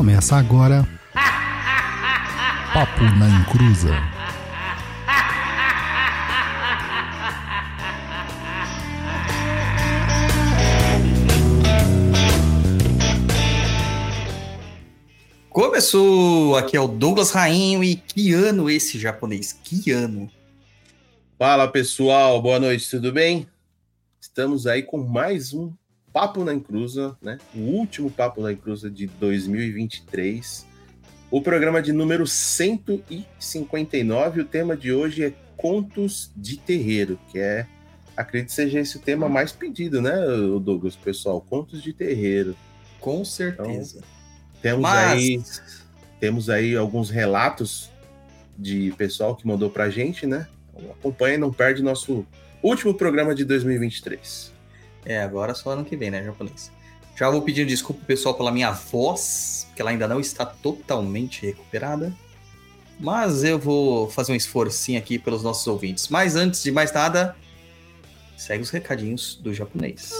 Começa agora Papo na Encruza. Começou! Aqui é o Douglas Rainho e que ano esse japonês? Que ano? Fala pessoal, boa noite, tudo bem? Estamos aí com mais um Papo na Encruza, né? O último Papo na Encruza de 2023. O programa de número 159. O tema de hoje é Contos de Terreiro, que acredito que seja esse o tema mais pedido, né, Douglas, pessoal? Contos de Terreiro. Com certeza. Então, temos aí alguns relatos de pessoal que mandou pra gente, né? Então, acompanha e não perde nosso último programa de 2023. Agora só ano que vem, né, japonês? Já vou pedindo desculpa, pessoal, pela minha voz, porque ela ainda não está totalmente recuperada. Mas eu vou fazer um esforcinho aqui pelos nossos ouvintes. Mas antes de mais nada, segue os recadinhos do japonês.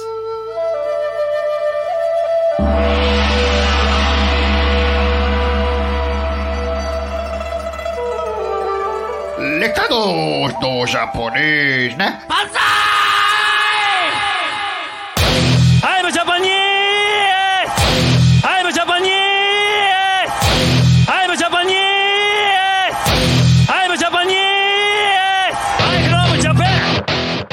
Recados do japonês, né? I'm Japanese! I'm Japanese! I'm Japanese! I'm Japanese! I love Japan!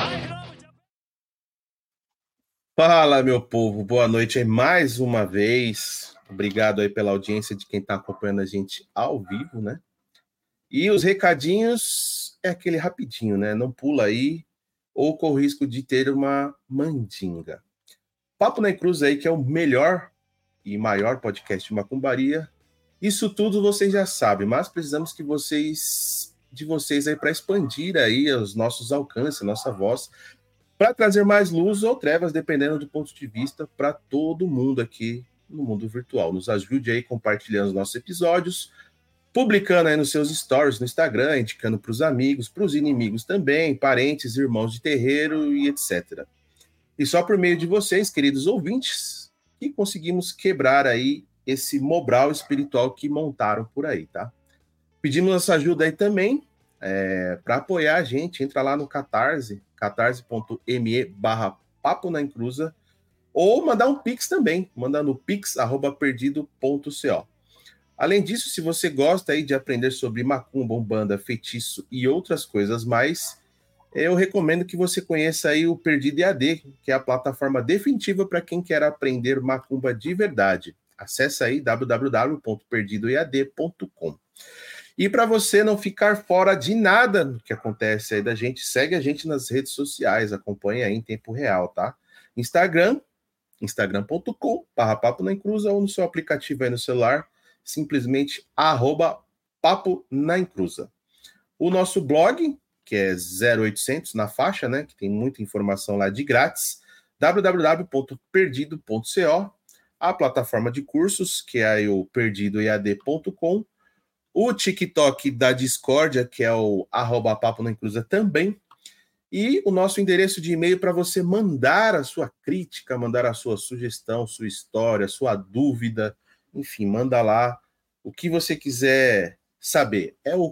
Fala, meu povo, boa noite aí mais uma vez. Obrigado aí pela audiência de quem está acompanhando a gente ao vivo, né? E os recadinhos é aquele rapidinho, né? Não pula aí ou corre o risco de ter uma mandinga. Papo na Encruza aí, que é o melhor e maior podcast de macumbaria. Isso tudo vocês já sabem, mas precisamos de vocês aí para expandir aí os nossos alcances, a nossa voz, para trazer mais luz ou trevas, dependendo do ponto de vista, para todo mundo aqui no mundo virtual. Nos ajude aí compartilhando os nossos episódios, publicando aí nos seus stories no Instagram, indicando para os amigos, para os inimigos também, parentes, irmãos de terreiro e etc. E só por meio de vocês, queridos ouvintes, que conseguimos quebrar aí esse mobral espiritual que montaram por aí, tá? Pedimos essa ajuda aí também para apoiar a gente. Entra lá no Catarse, catarse.me/papo na encruza, ou mandar um pix também, manda no pix@perdido.co. Além disso, se você gosta aí de aprender sobre macumba, umbanda, feitiço e outras coisas mais, eu recomendo que você conheça aí o Perdido EAD, que é a plataforma definitiva para quem quer aprender macumba de verdade. Acesse aí www.perdidoead.com. E para você não ficar fora de nada do que acontece aí da gente, segue a gente nas redes sociais, acompanha aí em tempo real, tá? instagram.com/papo na encruza, ou no seu aplicativo aí no celular, simplesmente @papo na encruza. O nosso blog, que é 0800 na faixa, né, que tem muita informação lá de grátis, www.perdido.co, a plataforma de cursos, que é o perdidoead.com, o TikTok da Discórdia, que é o @papo na encruza também, e o nosso endereço de e-mail para você mandar a sua crítica, mandar a sua sugestão, sua história, sua dúvida, enfim, manda lá o que você quiser saber. É o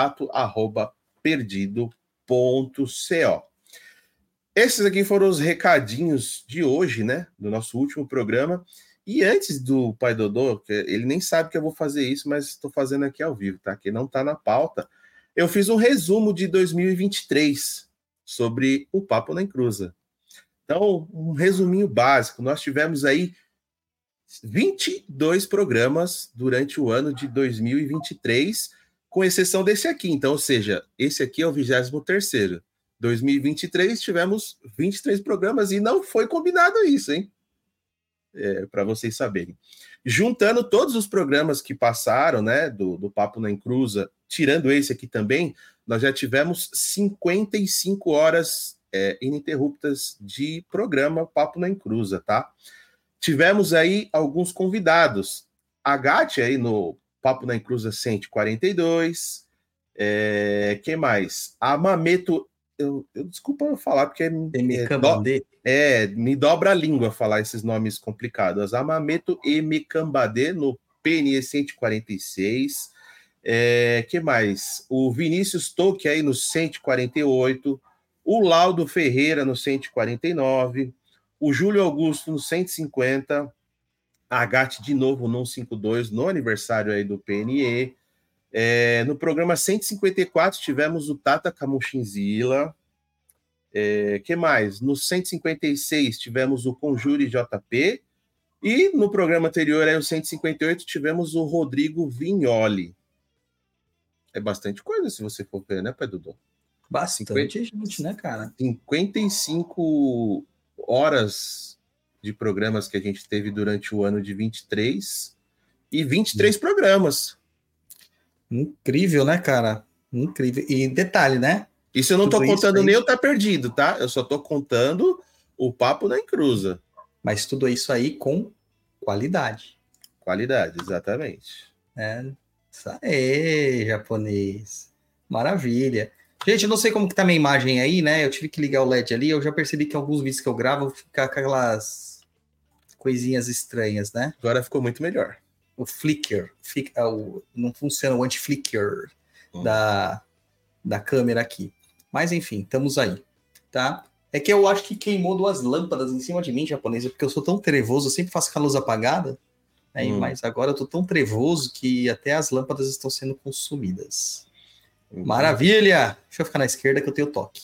contato@perdido.co. Esses aqui foram os recadinhos de hoje, né? Do nosso último programa. E antes do Pai Dodô, ele nem sabe que eu vou fazer isso, mas estou fazendo aqui ao vivo, tá? Que não está na pauta. Eu fiz um resumo de 2023 sobre o Papo na Encruza. Então, um resuminho básico. Nós tivemos aí 22 programas durante o ano de 2023, com exceção desse aqui. Então, ou seja, esse aqui é o 23º. 2023 tivemos 23 programas e não foi combinado isso, hein? Para vocês saberem. Juntando todos os programas que passaram, né, do Papo na Encruza, tirando esse aqui também, nós já tivemos 55 horas ininterruptas de programa Papo na Encruza, tá? Tivemos aí alguns convidados. A Gatti aí no Papo na Encruza 142. Quem mais? A Mameto. Desculpa eu falar, porque me dobra a língua falar esses nomes complicados. A Mameto e Mecambadê no PNE 146. Que mais? O Vinícius Toque aí no 148, o Laudo Ferreira no 149, o Júlio Augusto no 150, a Gatti de novo no 152, no aniversário aí do PNE. No programa 154 tivemos o Tata Camuchinzila. Que mais? No 156 tivemos o Conjure JP. E no programa anterior, aí, o 158, tivemos o Rodrigo Vignoli. É bastante coisa, se você for ver, né, Pai Dudu? Bastante gente, né, cara? 55 horas de programas que a gente teve durante o ano de 23 e 23 programas. Incrível, né, cara? Incrível. E detalhe, né? Isso eu não tô contando aí... nem o Tá Perdido, tá? Eu só tô contando o Papo da Encruza. Mas tudo isso aí com qualidade. Qualidade, exatamente. Isso aí, japonês. Maravilha. Gente, eu não sei como que tá minha imagem aí, né? Eu tive que ligar o LED ali. Eu já percebi que alguns vídeos que eu gravo ficam com aquelas coisinhas estranhas, né? Agora ficou muito melhor. O flicker. Não funciona o anti-flicker da câmera aqui. Mas enfim, estamos aí, tá? É que eu acho que queimou 2 lâmpadas em cima de mim, japonesa, porque eu sou tão trevoso, eu sempre faço com a luz apagada, né? Mas agora eu tô tão trevoso que até as lâmpadas estão sendo consumidas. Maravilha! Deixa eu ficar na esquerda que eu tenho toque.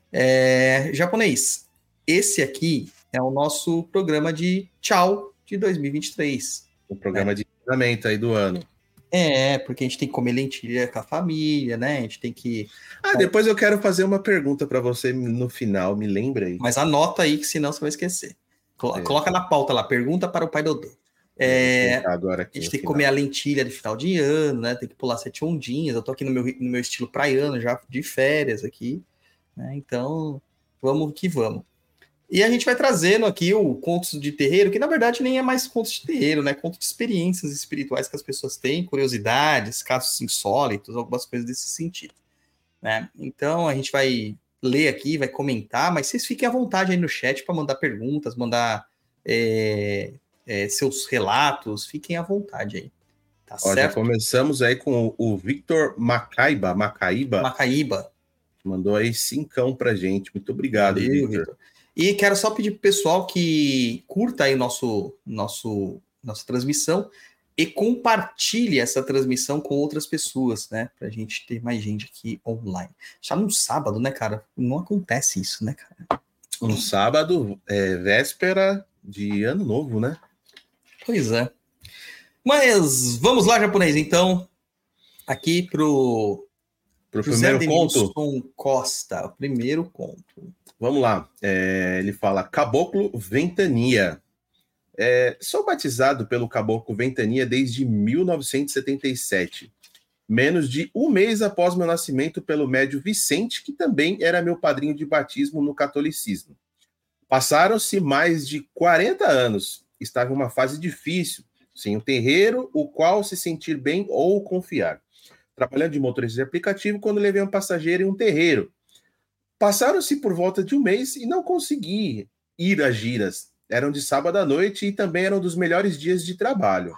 Japonês, esse aqui é o nosso programa de tchau de 2023. O programa de encerramento aí do ano. Porque a gente tem que comer lentilha com a família, né? A gente tem que... depois eu quero fazer uma pergunta para você no final, me lembra aí. Mas anota aí, que senão você vai esquecer. Coloca na pauta lá, pergunta para o pai Dodô. Agora aqui a gente tem que comer a lentilha de final de ano, né? Tem que pular 7 ondinhas. Eu tô aqui no meu estilo praiano, já de férias aqui, né? Então, vamos que vamos. E a gente vai trazendo aqui o Contos de Terreiro, que na verdade nem é mais Contos de Terreiro, né? Contos de experiências espirituais que as pessoas têm, curiosidades, casos insólitos, algumas coisas desse sentido, né? Então a gente vai ler aqui, vai comentar, mas vocês fiquem à vontade aí no chat para mandar perguntas, mandar seus relatos, fiquem à vontade aí. Tá certo? Já começamos aí com o Victor Macaíba. Mandou aí 5 pra gente. Muito obrigado, Victor. E quero só pedir pro pessoal que curta aí nossa transmissão e compartilhe essa transmissão com outras pessoas, né? Pra gente ter mais gente aqui online. Já no sábado, né, cara? Não acontece isso, né, cara? Um sábado, véspera de Ano Novo, né? Pois é. Mas vamos lá, japonês, então. Aqui pro primeiro conto. Costa, o primeiro conto. Vamos lá. Ele fala Caboclo Ventania. Sou batizado pelo Caboclo Ventania desde 1977. Menos de um mês após meu nascimento pelo médio Vicente, que também era meu padrinho de batismo no catolicismo. Passaram-se mais de 40 anos. Estava em uma fase difícil, sem um terreiro, o qual se sentir bem ou confiar. Trabalhando de motorista de aplicativo quando levei um passageiro em um terreiro. Passaram-se por volta de um mês e não consegui ir às giras. Eram de sábado à noite e também eram dos melhores dias de trabalho.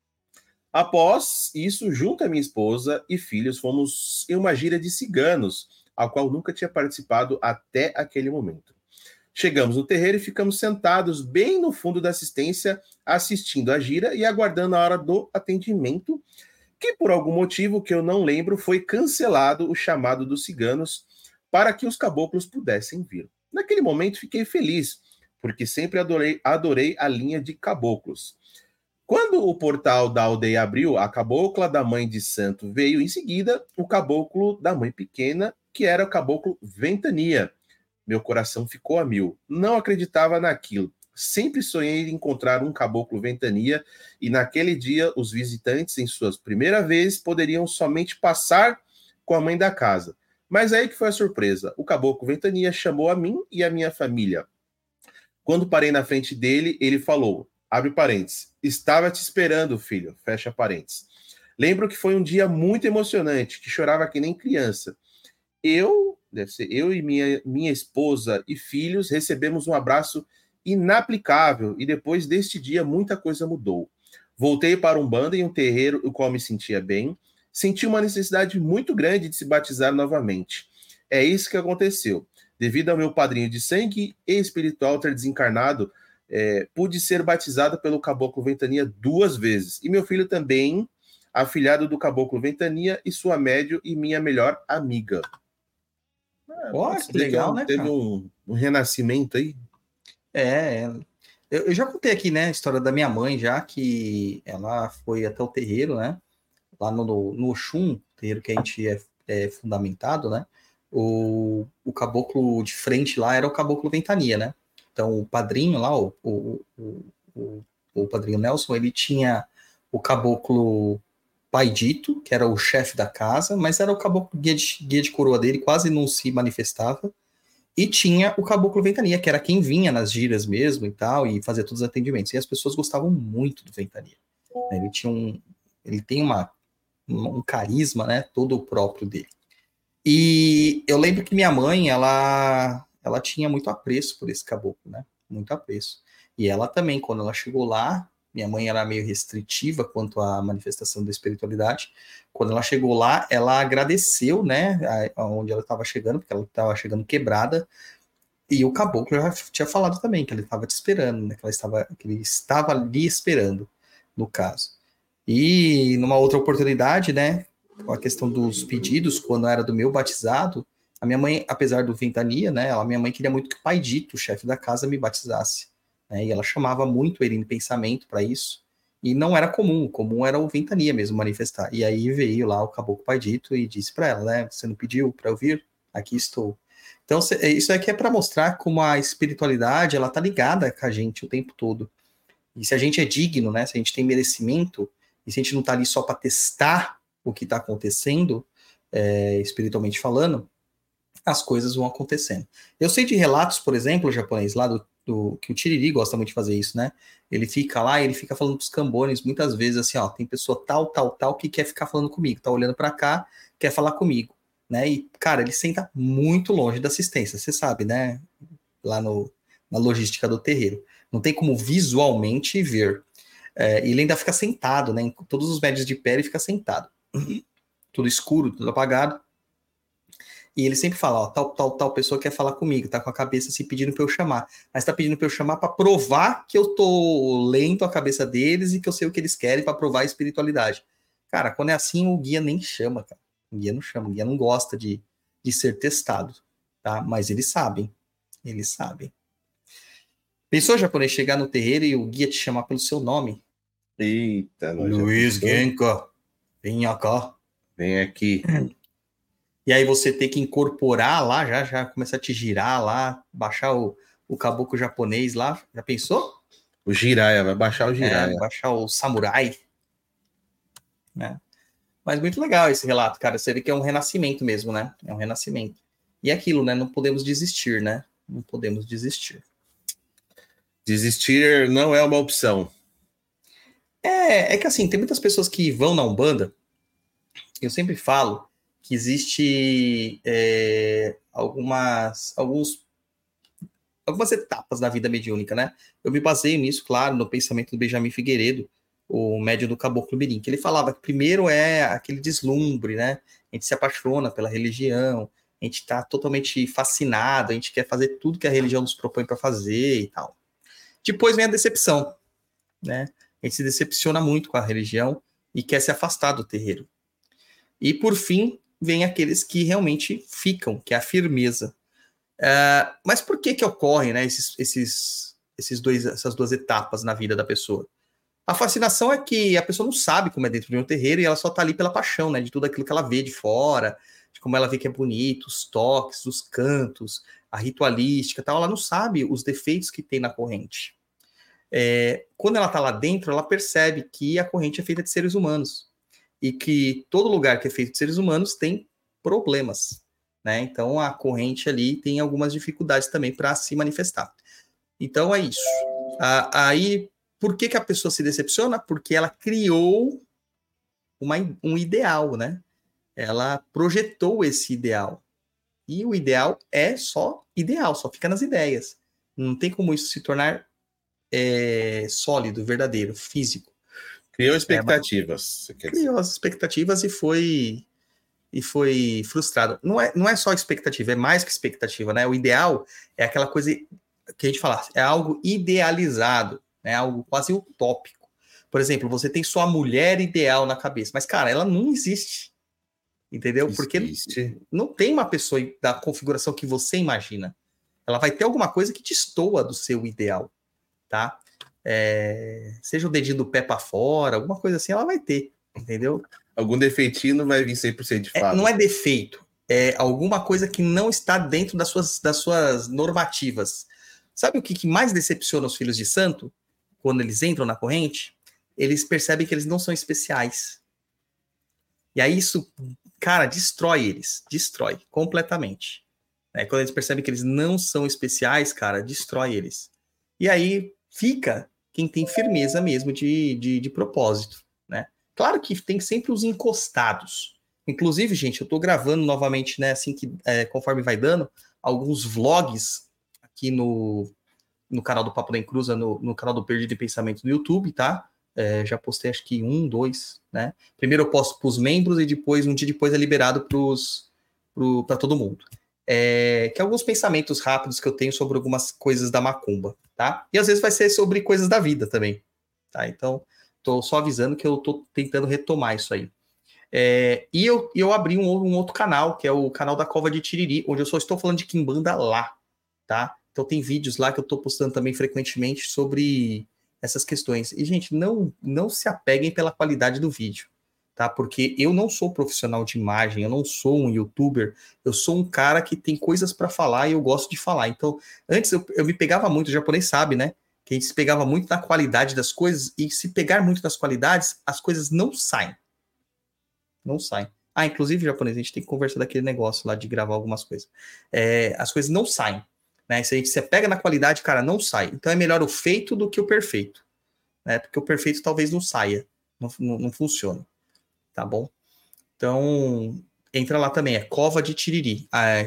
Após isso, junto à minha esposa e filhos, fomos em uma gira de ciganos, a qual nunca tinha participado até aquele momento. Chegamos no terreiro e ficamos sentados bem no fundo da assistência, assistindo a gira e aguardando a hora do atendimento, que por algum motivo que eu não lembro, foi cancelado o chamado dos ciganos para que os caboclos pudessem vir. Naquele momento fiquei feliz, porque sempre adorei a linha de caboclos. Quando o portal da aldeia abriu, a cabocla da mãe de santo veio em seguida, o caboclo da mãe pequena, que era o caboclo Ventania. Meu coração ficou a mil. Não acreditava naquilo. Sempre sonhei em encontrar um caboclo Ventania e naquele dia os visitantes, em suas primeiras vezes, poderiam somente passar com a mãe da casa. Mas aí que foi a surpresa. O caboclo Ventania chamou a mim e a minha família. Quando parei na frente dele, ele falou, abre parênteses, estava te esperando, filho, fecha parênteses. Lembro que foi um dia muito emocionante, que chorava que nem criança. Eu e minha esposa e filhos recebemos um abraço inaplicável e depois deste dia muita coisa mudou. Voltei para Umbanda em um terreiro, o qual me sentia bem. Senti uma necessidade muito grande de se batizar novamente. É isso que aconteceu. Devido ao meu padrinho de sangue e espiritual ter desencarnado, pude ser batizado pelo Caboclo Ventania 2 vezes. E meu filho também, afilhado do Caboclo Ventania e sua médio e minha melhor amiga. Ó, que legal, né, Teve cara? um renascimento aí. Eu já contei aqui, né, a história da minha mãe já, que ela foi até o terreiro, né, lá no Oxum, terreiro que a gente é fundamentado, né, o caboclo de frente lá era o Caboclo Ventania, né, então o padrinho lá, o padrinho Nelson, ele tinha o caboclo Pai Dito, que era o chefe da casa, mas era o caboclo guia de coroa dele, quase não se manifestava. E tinha o Caboclo Ventania, que era quem vinha nas giras mesmo e tal, e fazia todos os atendimentos. E as pessoas gostavam muito do Ventania. Ele tem um carisma, né, todo próprio dele. E eu lembro que minha mãe, ela tinha muito apreço por esse caboclo, né? Muito apreço. E ela também, quando ela chegou lá, minha mãe era meio restritiva quanto à manifestação da espiritualidade. Quando ela chegou lá, ela agradeceu, né, aonde ela estava chegando, porque ela estava chegando quebrada. E o caboclo já tinha falado também que ele estava te esperando, né, que ele estava ali esperando, no caso. E numa outra oportunidade, né, com a questão dos pedidos, quando era do meu batizado, a minha mãe, apesar do Ventania, né, minha mãe queria muito que o Pai Dito, o chefe da casa, me batizasse. Né, e ela chamava muito ele em pensamento para isso. E não era comum, o comum era o Ventania mesmo manifestar. E aí veio lá o Caboclo Pai Dito e disse para ela, né, você não pediu para eu vir? Aqui estou. Então, isso aqui é para mostrar como a espiritualidade, ela tá ligada com a gente o tempo todo. E se a gente é digno, né, se a gente tem merecimento, e se a gente não está ali só para testar o que está acontecendo, espiritualmente falando, as coisas vão acontecendo. Eu sei de relatos, por exemplo, japonês, lá que o Tiriri gosta muito de fazer isso, né? Ele fica lá, ele fica falando pros cambones, muitas vezes assim, ó, tem pessoa tal, que quer ficar falando comigo, tá olhando para cá, quer falar comigo, né? E, cara, ele senta muito longe da assistência, você sabe, né? Lá na logística do terreiro. Não tem como visualmente ver. Ele ainda fica sentado, né? Em todos os médios de pé ele fica sentado. Tudo escuro, tudo apagado. E ele sempre fala, ó, tal pessoa quer falar comigo, tá com a cabeça se pedindo para eu chamar. Mas tá pedindo para eu chamar para provar que eu tô lendo a cabeça deles e que eu sei o que eles querem para provar a espiritualidade. Cara, quando é assim, o guia nem chama, cara. O guia não chama, o guia não gosta de ser testado, tá? Mas eles sabem. Eles sabem. Pensou, japonês, chegar no terreiro e o guia te chamar pelo seu nome? Eita, Luiz Genka, vem cá. Vem aqui. E aí você ter que incorporar lá, já começar a te girar lá, baixar o caboclo japonês lá. Já pensou? O Jiraya, vai baixar o Jiraya. Baixar o samurai. Né? Mas muito legal esse relato, cara. Você vê que é um renascimento mesmo, né? É um renascimento. E é aquilo, né? Não podemos desistir, né? Não podemos desistir. Desistir não é uma opção. É que assim, tem muitas pessoas que vão na Umbanda. Eu sempre falo que existe algumas etapas da vida mediúnica, né? Eu me baseio nisso, claro, no pensamento do Benjamin Figueiredo, o médium do Caboclo Mirim, que ele falava que primeiro é aquele deslumbre, né? A gente se apaixona pela religião, a gente está totalmente fascinado, a gente quer fazer tudo que a religião nos propõe para fazer e tal. Depois vem a decepção, né? A gente se decepciona muito com a religião e quer se afastar do terreiro. E, por fim, vem aqueles que realmente ficam, que é a firmeza. Mas por que ocorrem, né, essas duas etapas na vida da pessoa? A fascinação é que a pessoa não sabe como é dentro de um terreiro e ela só está ali pela paixão, né, de tudo aquilo que ela vê de fora, de como ela vê que é bonito, os toques, os cantos, a ritualística, tal. Ela não sabe os defeitos que tem na corrente. Quando ela está lá dentro, ela percebe que a corrente é feita de seres humanos e que todo lugar que é feito de seres humanos tem problemas, né? Então a corrente ali tem algumas dificuldades também para se manifestar. Então é isso. Aí, por que a pessoa se decepciona? Porque ela criou um ideal, né? Ela projetou esse ideal. E o ideal é só ideal, só fica nas ideias. Não tem como isso se tornar sólido, verdadeiro, físico. Criou expectativas, você quer dizer. Criou as expectativas e foi frustrado. Não é só expectativa, é mais que expectativa, né? O ideal é aquela coisa que a gente fala, é algo idealizado, né? Algo quase utópico. Por exemplo, você tem sua mulher ideal na cabeça, mas, cara, ela não existe. Entendeu? Porque não tem uma pessoa da configuração que você imagina. Ela vai ter alguma coisa que destoa do seu ideal, tá? Seja o dedinho do pé para fora, alguma coisa assim, ela vai ter, entendeu? Algum defeitinho não vai vir 100% de fato. Não é defeito, é alguma coisa que não está dentro das suas normativas. Sabe o que mais decepciona os filhos de santo? Quando eles entram na corrente, eles percebem que eles não são especiais. E aí isso, cara, destrói completamente. Quando eles percebem que eles não são especiais, cara, destrói eles. E aí fica quem tem firmeza mesmo de propósito, né? Claro que tem sempre os encostados. Inclusive, gente, eu tô gravando novamente, né, assim que conforme vai dando, alguns vlogs aqui no canal do Papo da Encruza, no canal do Perdido em Pensamento no YouTube, tá? Já postei acho que 1, 2, né? Primeiro eu posto para os membros e depois, um dia depois, é liberado para todo mundo. Que é alguns pensamentos rápidos que eu tenho sobre algumas coisas da macumba, tá? E às vezes vai ser sobre coisas da vida também, tá? Então, tô só avisando que eu tô tentando retomar isso aí. E eu abri um outro canal, que é o canal da Cova de Tiriri, onde eu só estou falando de quimbanda lá, tá? Então tem vídeos lá que eu tô postando também frequentemente sobre essas questões. E, gente, não se apeguem pela qualidade do vídeo, tá? Porque eu não sou profissional de imagem, eu não sou um youtuber, eu sou um cara que tem coisas para falar e eu gosto de falar. Então, antes eu me pegava muito, o japonês sabe, né? Que a gente se pegava muito na qualidade das coisas, e se pegar muito nas qualidades, as coisas não saem. Não saem. Inclusive, japonês, a gente tem que conversar daquele negócio lá de gravar algumas coisas. As coisas não saem. Né? Se a gente se pega na qualidade, cara, não sai. Então é melhor o feito do que o perfeito. Né? Porque o perfeito talvez não saia. Não funciona. Tá bom? Então, entra lá também. É Cova de Tiriri.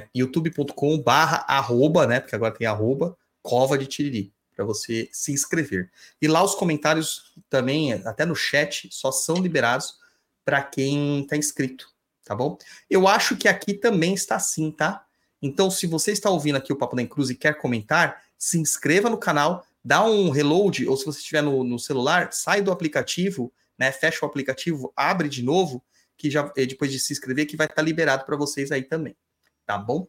youtube.com/@, né? Porque agora tem @ Cova de Tiriri. Para você se inscrever. E lá os comentários também, até no chat, só são liberados para quem está inscrito. Tá bom? Eu acho que aqui também está assim, tá? Então, se você está ouvindo aqui o Papo da Encruza e quer comentar, se inscreva no canal, dá um reload, ou se você estiver no celular, sai do aplicativo, né? Fecha o aplicativo, abre de novo, que já depois de se inscrever, que vai estar liberado para vocês aí também. Tá bom?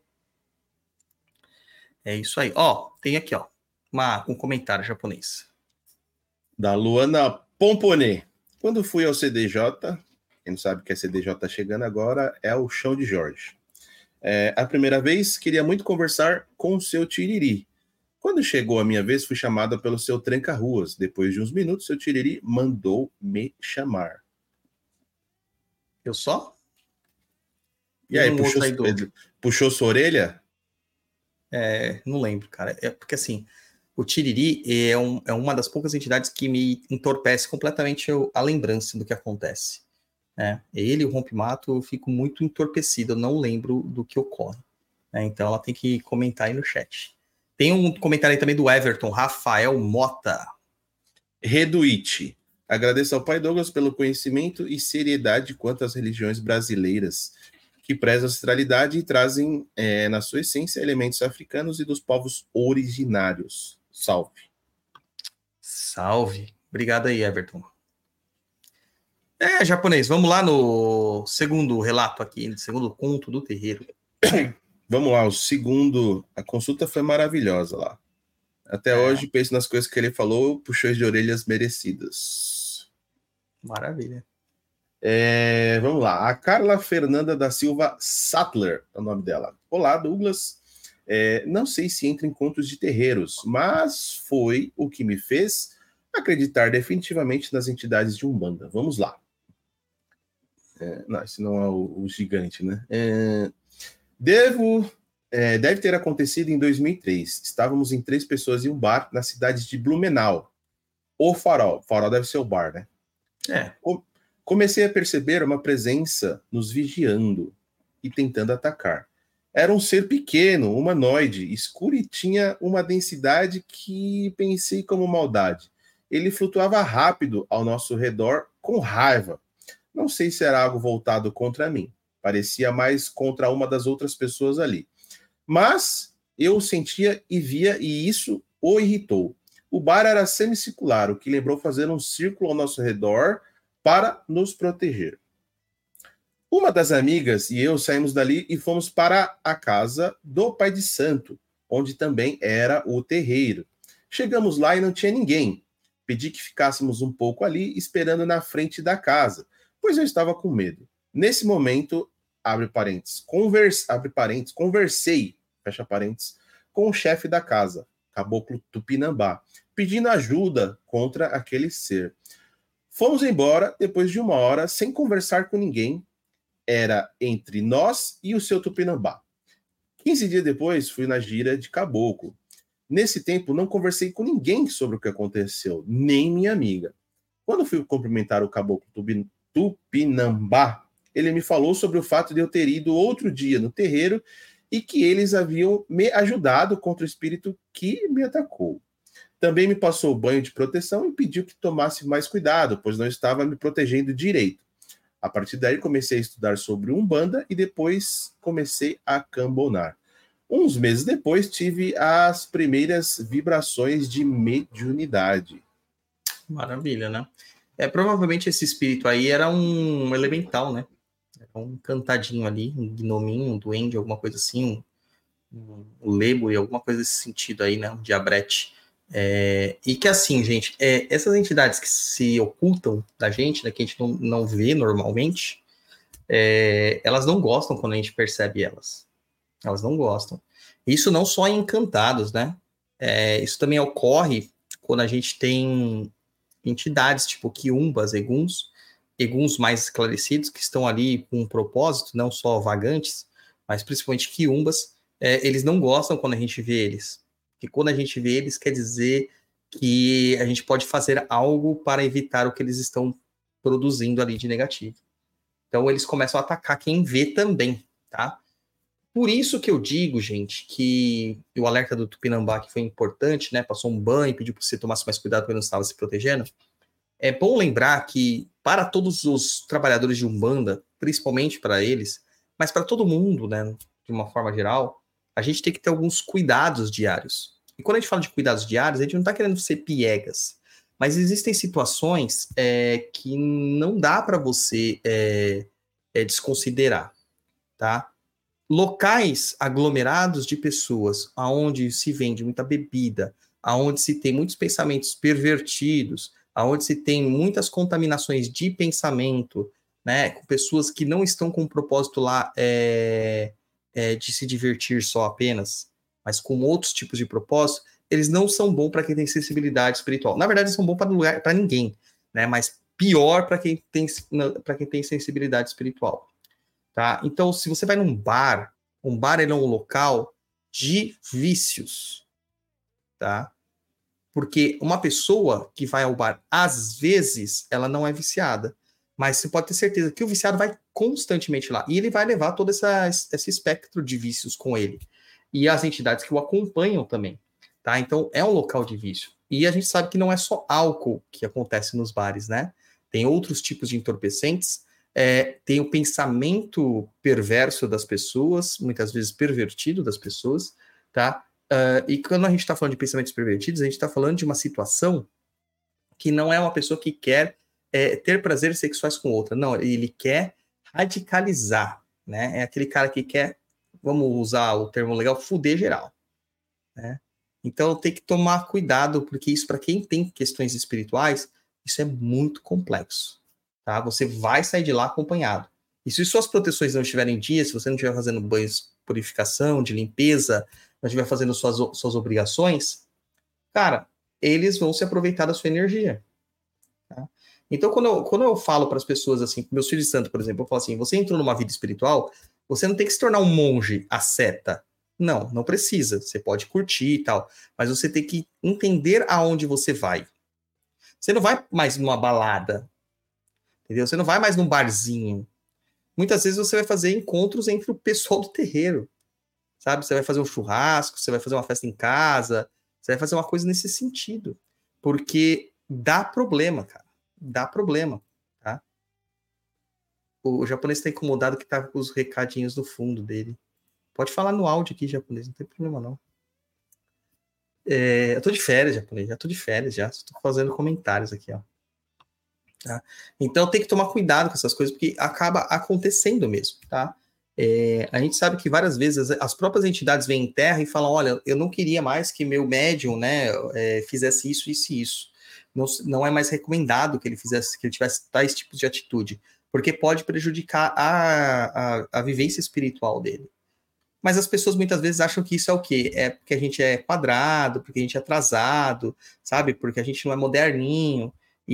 É isso aí. Tem aqui, um comentário japonês. Da Luana Pomponê. Quando fui ao CDJ, quem não sabe que é CDJ chegando agora, é o Chão de Jorge. A primeira vez, queria muito conversar com o seu Tiriri. Quando chegou a minha vez, fui chamada pelo seu tranca-ruas. Depois de uns minutos, seu Tiriri mandou me chamar. Eu só? E aí, puxou sua orelha? Não lembro, cara. Porque assim, o Tiriri é uma das poucas entidades que me entorpece completamente a lembrança do que acontece. Ele, o Rompimato, eu fico muito entorpecido, eu não lembro do que ocorre. Então ela tem que comentar aí no chat. Tem um comentário aí também do Everton, Rafael Mota. Reduite. Agradeço ao pai Douglas pelo conhecimento e seriedade quanto às religiões brasileiras, que prezam a ancestralidade e trazem, na sua essência, elementos africanos e dos povos originários. Salve. Salve. Obrigado aí, Everton. Japonês, vamos lá no segundo relato aqui, no segundo conto do terreiro. Vamos lá, a consulta foi maravilhosa lá. Até hoje, penso nas coisas que ele falou, puxões de orelhas merecidas. Maravilha. Vamos lá, a Carla Fernanda da Silva Sattler, é o nome dela. Olá, Douglas. Não sei se entra em contos de terreiros, mas foi o que me fez acreditar definitivamente nas entidades de Umbanda. Vamos lá. Não, esse não é o gigante, né? Deve ter acontecido em 2003. Estávamos em 3 pessoas em um bar na cidade de Blumenau. O Farol. Farol deve ser o bar, né? Comecei a perceber uma presença nos vigiando e tentando atacar. Era um ser pequeno, humanoide, escuro e tinha uma densidade que pensei como maldade. ele flutuava rápido ao nosso redor com raiva. Não sei se era algo voltado contra mim. Parecia mais contra uma das outras pessoas ali. Mas eu o sentia e via, e isso o irritou. O bar era semicircular, o que lembrou fazer um círculo ao nosso redor para nos proteger. Uma das amigas e eu saímos dali e fomos para a casa do pai de santo, onde também era o terreiro. Chegamos lá e não tinha ninguém. Pedi que ficássemos um pouco ali, esperando na frente da casa, pois eu estava com medo. Nesse momento, abre parênteses, conversei, fecha parênteses, com o chefe da casa, Caboclo Tupinambá, pedindo ajuda contra aquele ser. Fomos embora depois de 1 hora, sem conversar com ninguém. Era entre nós e o seu Tupinambá. 15 dias depois, fui na gira de Caboclo. Nesse tempo, não conversei com ninguém sobre o que aconteceu, nem minha amiga. Quando fui cumprimentar o Caboclo Tupinambá, ele me falou sobre o fato de eu ter ido outro dia no terreiro e que eles haviam me ajudado contra o espírito que me atacou. Também me passou o banho de proteção e pediu que tomasse mais cuidado, pois não estava me protegendo direito. A partir daí, comecei a estudar sobre Umbanda e depois comecei a cambonar. Uns meses depois, tive as primeiras vibrações de mediunidade. Maravilha, né? Provavelmente esse espírito aí era um elemental, né? Era um cantadinho ali, um gnominho, um duende, alguma coisa assim, um lebo e alguma coisa desse sentido aí, né? Um diabrete. E que assim, gente, essas entidades que se ocultam da gente, né, que a gente não vê normalmente, elas não gostam quando a gente percebe elas. Elas não gostam. Isso não só em encantados, né? Isso também ocorre quando a gente tem entidades tipo quiumbas, eguns mais esclarecidos, que estão ali com um propósito, não só vagantes, mas principalmente quiumbas. Eles não gostam quando a gente vê eles. Porque quando a gente vê eles, quer dizer que a gente pode fazer algo para evitar o que eles estão produzindo ali de negativo. Então, eles começam a atacar quem vê também, tá? Por isso que eu digo, gente, que o alerta do Tupinambá que foi importante, né? Passou um banho, pediu para você tomasse mais cuidado porque não estava se protegendo. É bom lembrar que para todos os trabalhadores de Umbanda, principalmente para eles, mas para todo mundo, né, de uma forma geral, a gente tem que ter alguns cuidados diários. E quando a gente fala de cuidados diários, a gente não está querendo ser piegas, mas existem situações que não dá para você desconsiderar, tá? Locais aglomerados de pessoas, aonde se vende muita bebida, aonde se tem muitos pensamentos pervertidos, aonde se tem muitas contaminações de pensamento, né, com pessoas que não estão com o propósito lá de se divertir só apenas, mas com outros tipos de propósito, eles não são bons para quem tem sensibilidade espiritual. Na verdade, eles são bons para ninguém, né, mas pior para quem tem sensibilidade espiritual. Tá? Então, se você vai num bar, ele é um local de vícios, tá? Porque uma pessoa que vai ao bar, às vezes, ela não é viciada, mas você pode ter certeza que o viciado vai constantemente lá, e ele vai levar todo esse espectro de vícios com ele, e as entidades que o acompanham também, tá? Então, é um local de vício. E a gente sabe que não é só álcool que acontece nos bares, né? Tem outros tipos de entorpecentes. Tem o pensamento perverso das pessoas, muitas vezes pervertido das pessoas, tá? E quando a gente está falando de pensamentos pervertidos, a gente está falando de uma situação que não é uma pessoa que quer ter prazeres sexuais com outra, não, ele quer radicalizar, né? É aquele cara que quer, vamos usar o termo legal, fuder geral, né? Então tem que tomar cuidado, porque isso, para quem tem questões espirituais, isso é muito complexo. Tá? Você vai sair de lá acompanhado. E se suas proteções não estiverem em dia, se você não estiver fazendo banhos de purificação, de limpeza, não estiver fazendo suas obrigações, cara, eles vão se aproveitar da sua energia. Tá? Então, quando eu falo para as pessoas assim, meus filhos de santo, por exemplo, eu falo assim, você entrou numa vida espiritual, você não tem que se tornar um monge asceta. Não precisa. Você pode curtir e tal, mas você tem que entender aonde você vai. Você não vai mais numa balada, entendeu? Você não vai mais num barzinho. Muitas vezes você vai fazer encontros entre o pessoal do terreiro, sabe? Você vai fazer um churrasco, você vai fazer uma festa em casa, você vai fazer uma coisa nesse sentido. Porque dá problema, cara. Dá problema, tá? O japonês tá incomodado que tá com os recadinhos no fundo dele. Pode falar no áudio aqui, japonês, não tem problema não. Eu tô de férias, japonês, já tô de férias já. Tô fazendo comentários aqui, ó. Tá? Então tem que tomar cuidado com essas coisas, porque acaba acontecendo mesmo, tá? A gente sabe que várias vezes as próprias entidades vêm em terra e falam, olha, eu não queria mais que meu médium, né, fizesse isso, isso e isso. Não é mais recomendado que ele fizesse, que ele tivesse tais tipos de atitude, porque pode prejudicar a vivência espiritual dele. Mas as pessoas muitas vezes acham que isso é o quê? É porque a gente é quadrado, porque a gente é atrasado, sabe? Porque a gente não é moderninho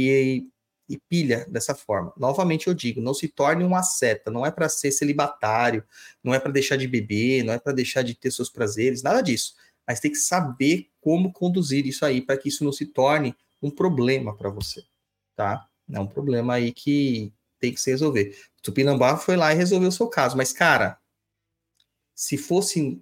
e pilha dessa forma. Novamente eu digo, não se torne um asceta, não é para ser celibatário, não é para deixar de beber, não é para deixar de ter seus prazeres, nada disso. Mas tem que saber como conduzir isso aí para que isso não se torne um problema para você, tá? É um problema aí que tem que se resolver. O Tupinambá foi lá e resolveu o seu caso, mas cara, se fosse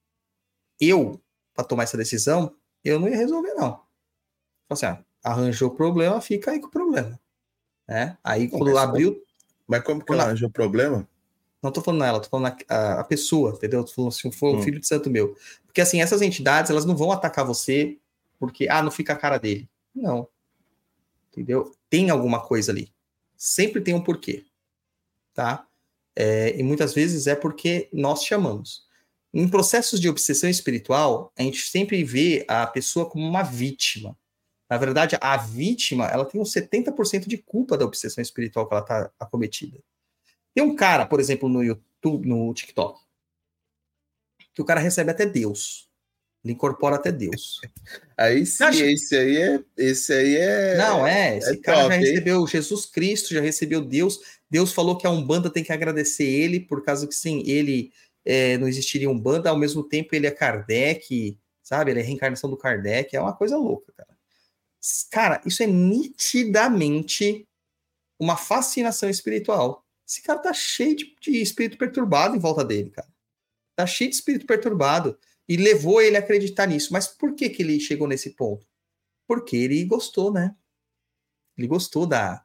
eu para tomar essa decisão, eu não ia resolver, não. Assim, arranjou o problema, fica aí com o problema. Aí quando abriu... Mas como que ela arranjou o problema? Não tô falando ela, tô falando a pessoa, entendeu? Tô falando assim, foi um filho de santo meu. Porque assim, essas entidades, elas não vão atacar você porque, não fica a cara dele. Não. Entendeu? Tem alguma coisa ali. Sempre tem um porquê. Tá? E muitas vezes é porque nós chamamos. Em processos de obsessão espiritual, a gente sempre vê a pessoa como uma vítima. Na verdade, a vítima, ela tem uns 70% de culpa da obsessão espiritual que ela está acometida. Tem um cara, por exemplo, no YouTube, no TikTok, que o cara recebe até Deus. Ele incorpora até Deus. Aí sim, esse aí é... Não, esse cara top, já recebeu Jesus Cristo, já recebeu Deus. Deus falou que a Umbanda tem que agradecer ele, por causa que, sim, ele não existiria Umbanda, ao mesmo tempo ele é Kardec, sabe? Ele é a reencarnação do Kardec, é uma coisa louca, cara. Cara, isso é nitidamente uma fascinação espiritual. Esse cara tá cheio de espírito perturbado em volta dele, cara. Tá cheio de espírito perturbado. E levou ele a acreditar nisso. Mas por que ele chegou nesse ponto? Porque ele gostou, né? Ele gostou da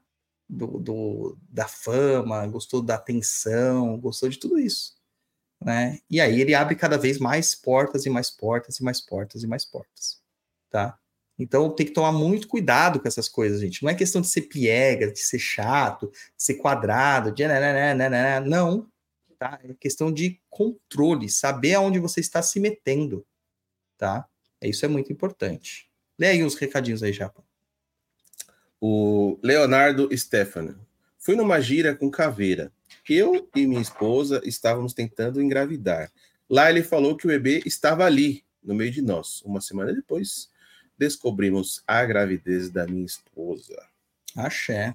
fama, gostou da atenção, gostou de tudo isso. Né? E aí ele abre cada vez mais portas e mais portas e mais portas e mais portas. Tá? Então tem que tomar muito cuidado com essas coisas, gente. Não é questão de ser piega, de ser chato, de ser quadrado, de não. Tá? É questão de controle, saber aonde você está se metendo. Tá? Isso é muito importante. Lê aí uns recadinhos aí, Japa. O Leonardo Stefano. Fui numa gira com caveira. Eu e minha esposa estávamos tentando engravidar. Lá ele falou que o bebê estava ali, no meio de nós. Uma semana depois, descobrimos a gravidez da minha esposa. Axé.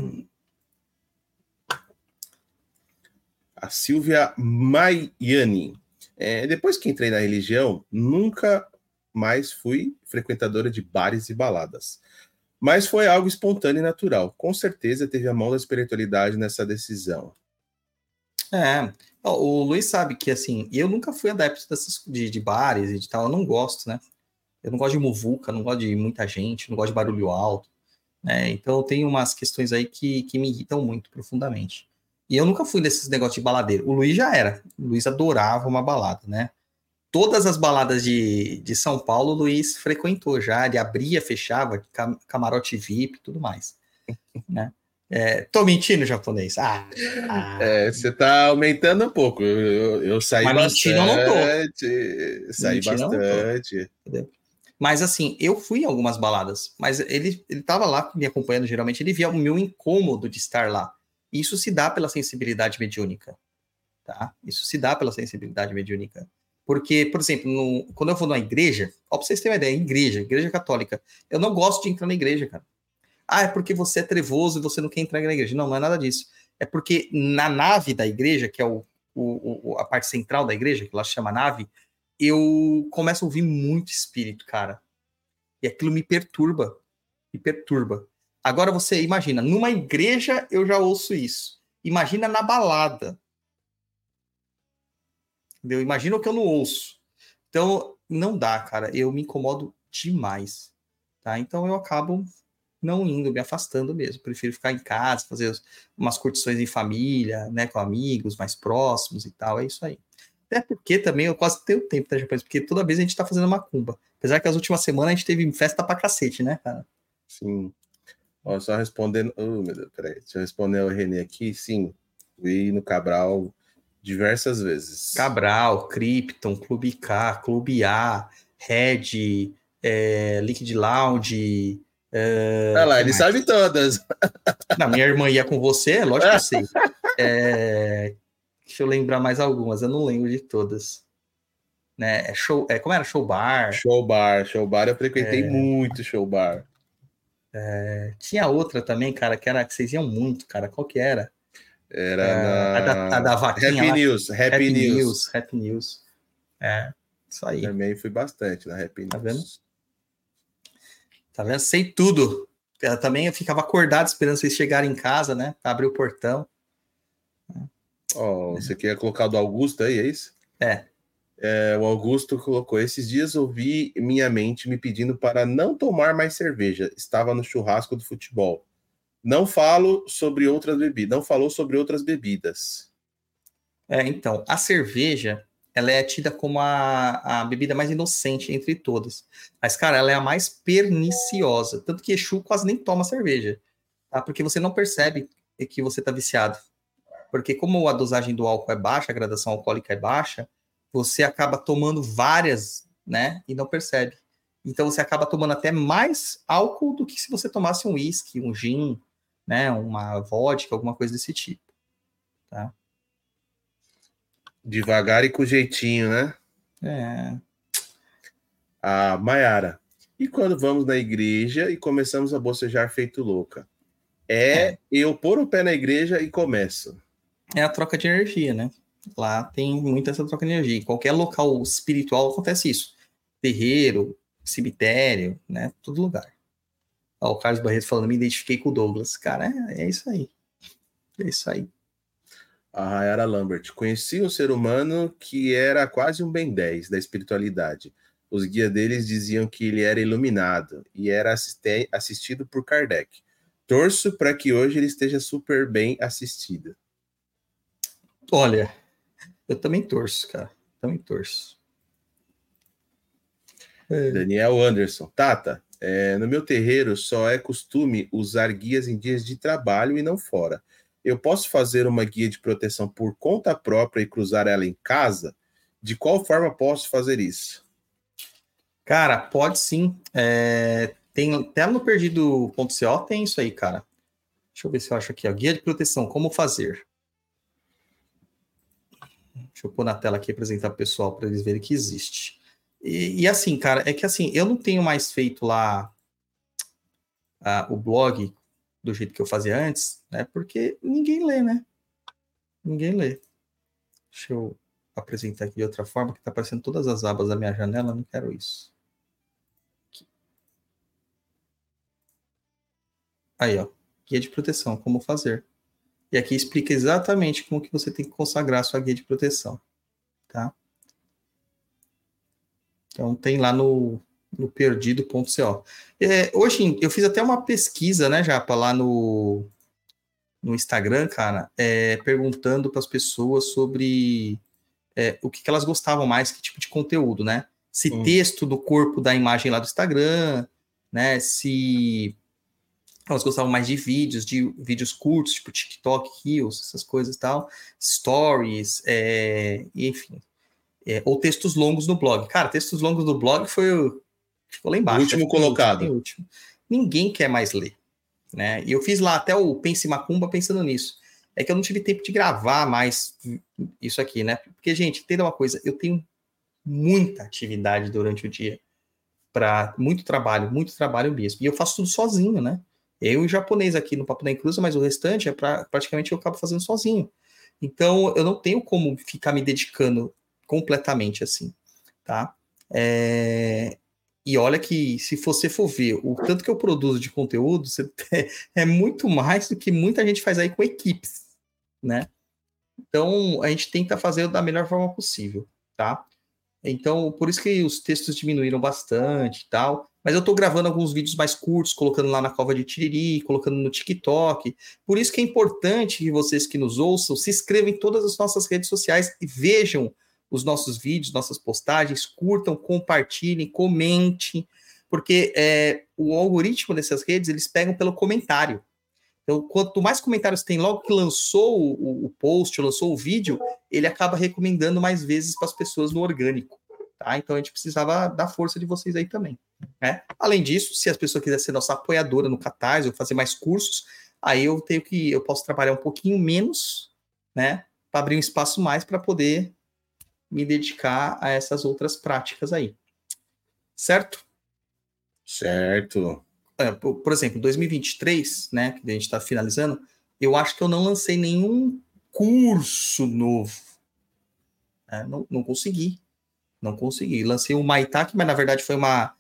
A Silvia Maiani. Depois que entrei na religião, nunca mais fui frequentadora de bares e baladas. Mas foi algo espontâneo e natural. Com certeza teve a mão da espiritualidade nessa decisão. O Luiz sabe que, assim, eu nunca fui adepto de bares e de tal, eu não gosto, né? Eu não gosto de muvuca, não gosto de muita gente, não gosto de barulho alto, né? Então tem umas questões aí que me irritam muito profundamente. E eu nunca fui desses negócios de baladeiro. O Luiz já era. O Luiz adorava uma balada, né? Todas as baladas de São Paulo, o Luiz frequentou já. Ele abria, fechava, camarote VIP e tudo mais. Né? Tô mentindo, japonês? Você tá aumentando um pouco. Eu saí mas bastante. Mentira, eu não tô. Saí mentira, bastante. Mas assim, eu fui em algumas baladas. Mas ele tava lá me acompanhando, geralmente. Ele via o meu incômodo de estar lá. Isso se dá pela sensibilidade mediúnica, tá? Isso se dá pela sensibilidade mediúnica. Porque, por exemplo, quando eu vou numa igreja, ó, pra vocês terem uma ideia, igreja católica, eu não gosto de entrar na igreja, cara. É porque você é trevoso e você não quer entrar na igreja. Não é nada disso. É porque na nave da igreja, que é a parte central da igreja, que ela chama nave, eu começo a ouvir muito espírito, cara. E aquilo me perturba. Me perturba. Agora você imagina, numa igreja eu já ouço isso. Imagina na balada. Entendeu? Imagina o que eu não ouço. Então, não dá, cara. Eu me incomodo demais. Tá? Então eu acabo não indo, me afastando mesmo. Prefiro ficar em casa, fazer umas curtições em família, né, com amigos mais próximos e tal, é isso aí. Até porque também eu quase tenho tempo, tá, Japonês? Porque toda vez a gente tá fazendo macumba. Apesar que as últimas semanas a gente teve festa pra cacete, né, cara? Sim. Ó, só respondendo. Oh, meu Deus, peraí. Deixa eu responder ao Renê aqui. Sim, fui no Cabral diversas vezes. Cabral, Krypton, Clube K, Clube A, Red, Liquid Lounge. Olha lá, Que ele mais? sabe todas. Não, minha irmã ia com você, é lógico que eu sei. Deixa eu lembrar mais algumas, eu não lembro de todas. Né? Como era? Show Bar. Show bar. Eu frequentei muito show bar. Tinha outra também, cara, que vocês iam muito, cara. Qual que era? Era A da vaquinha Happy lá. News. Happy News. Isso aí. Também fui bastante na Happy News. Tá vendo? Tá vendo? Sei tudo. Eu também ficava acordado esperando vocês chegarem em casa, né? Pra abrir o portão. Você quer colocar o do Augusto aí, é isso? O Augusto colocou: esses dias ouvi minha mente me pedindo para não tomar mais cerveja. Estava no churrasco do futebol. Não falou sobre outras bebidas. Então, a cerveja, ela é tida como a bebida mais inocente entre todas. Mas, cara, ela é a mais perniciosa. Tanto que Exu quase nem toma cerveja. Tá? Porque você não percebe que você tá viciado. Porque como a dosagem do álcool é baixa, a gradação alcoólica é baixa, você acaba tomando várias, né? E não percebe. Então você acaba tomando até mais álcool do que se você tomasse um whisky, um gin, né? Uma vodka, alguma coisa desse tipo. Tá? Devagar e com jeitinho, né? A Maiara: e quando vamos na igreja e começamos a bocejar feito louca? Eu pôr o pé na igreja e começo. É a troca de energia, né? Lá tem muita essa troca de energia. Em qualquer local espiritual acontece isso. Terreiro, cemitério, né? Todo lugar. O Carlos Barreto falando, me identifiquei com o Douglas. Cara, é isso aí. É isso aí. A Rayara Lambert: conheci um ser humano que era quase um Ben 10 da espiritualidade. Os guias deles diziam que ele era iluminado e era assistido por Kardec. Torço para que hoje ele esteja super bem assistido. Olha, eu também torço, cara. Também torço. Daniel Anderson: Tata, no meu terreiro só é costume usar guias em dias de trabalho e não fora. Eu posso fazer uma guia de proteção por conta própria e cruzar ela em casa? De qual forma posso fazer isso? Cara, pode sim. Tem até no perdido.co tem isso aí, cara. Deixa eu ver se eu acho aqui, ó. Guia de proteção, como fazer. Deixa eu pôr na tela aqui e apresentar pro pessoal para eles verem que existe. E assim, cara, é que assim, eu não tenho mais feito lá o blog do jeito que eu fazia antes, né? Porque ninguém lê, né? Ninguém lê. Deixa eu apresentar aqui de outra forma, que tá aparecendo todas as abas da minha janela, não quero isso. Aqui. Aí, ó. Guia de proteção, como fazer. E aqui explica exatamente como que você tem que consagrar a sua guia de proteção. Tá? Então tem lá no perdido.co. Hoje eu fiz até uma pesquisa, né, Japa, lá no Instagram, cara, perguntando para as pessoas sobre o que elas gostavam mais, que tipo de conteúdo, né? Se texto do corpo da imagem lá do Instagram, né? Se elas gostavam mais de vídeos curtos, tipo TikTok, Reels, essas coisas e tal, stories, enfim. Ou textos longos no blog. Cara, textos longos no blog ficou lá embaixo. O último colocado. Último. Ninguém quer mais ler, né? E eu fiz lá até o Pense Macumba pensando nisso. É que eu não tive tempo de gravar mais isso aqui, né? Porque, gente, entenda uma coisa, eu tenho muita atividade durante o dia, muito trabalho mesmo. E eu faço tudo sozinho, né? Eu e o japonês aqui no Papo da Encruza, mas o restante praticamente eu acabo fazendo sozinho. Então, eu não tenho como ficar me dedicando completamente assim, tá? E olha que, se você for ver o tanto que eu produzo de conteúdo, é muito mais do que muita gente faz aí com equipes, né? Então, a gente tenta fazer da melhor forma possível, tá? Então, por isso que os textos diminuíram bastante e tal. Mas eu tô gravando alguns vídeos mais curtos, colocando lá na Cova de Tiriri, colocando no TikTok. Por isso que é importante que vocês que nos ouçam se inscrevam em todas as nossas redes sociais e vejam os nossos vídeos, nossas postagens, curtam, compartilhem, comentem, porque o algoritmo dessas redes, eles pegam pelo comentário. Então, quanto mais comentários tem logo que lançou o post, lançou o vídeo, ele acaba recomendando mais vezes para as pessoas no orgânico. Tá? Então, a gente precisava da força de vocês aí também. Né? Além disso, se as pessoas quiserem ser nossa apoiadora no Catarse ou fazer mais cursos, aí eu posso trabalhar um pouquinho menos, né? Para abrir um espaço mais para poder me dedicar a essas outras práticas aí. Certo? Certo. Por exemplo, 2023, né, que a gente está finalizando, eu acho que eu não lancei nenhum curso novo. Não consegui. Não consegui. Lancei o Maitake, mas na verdade foi uma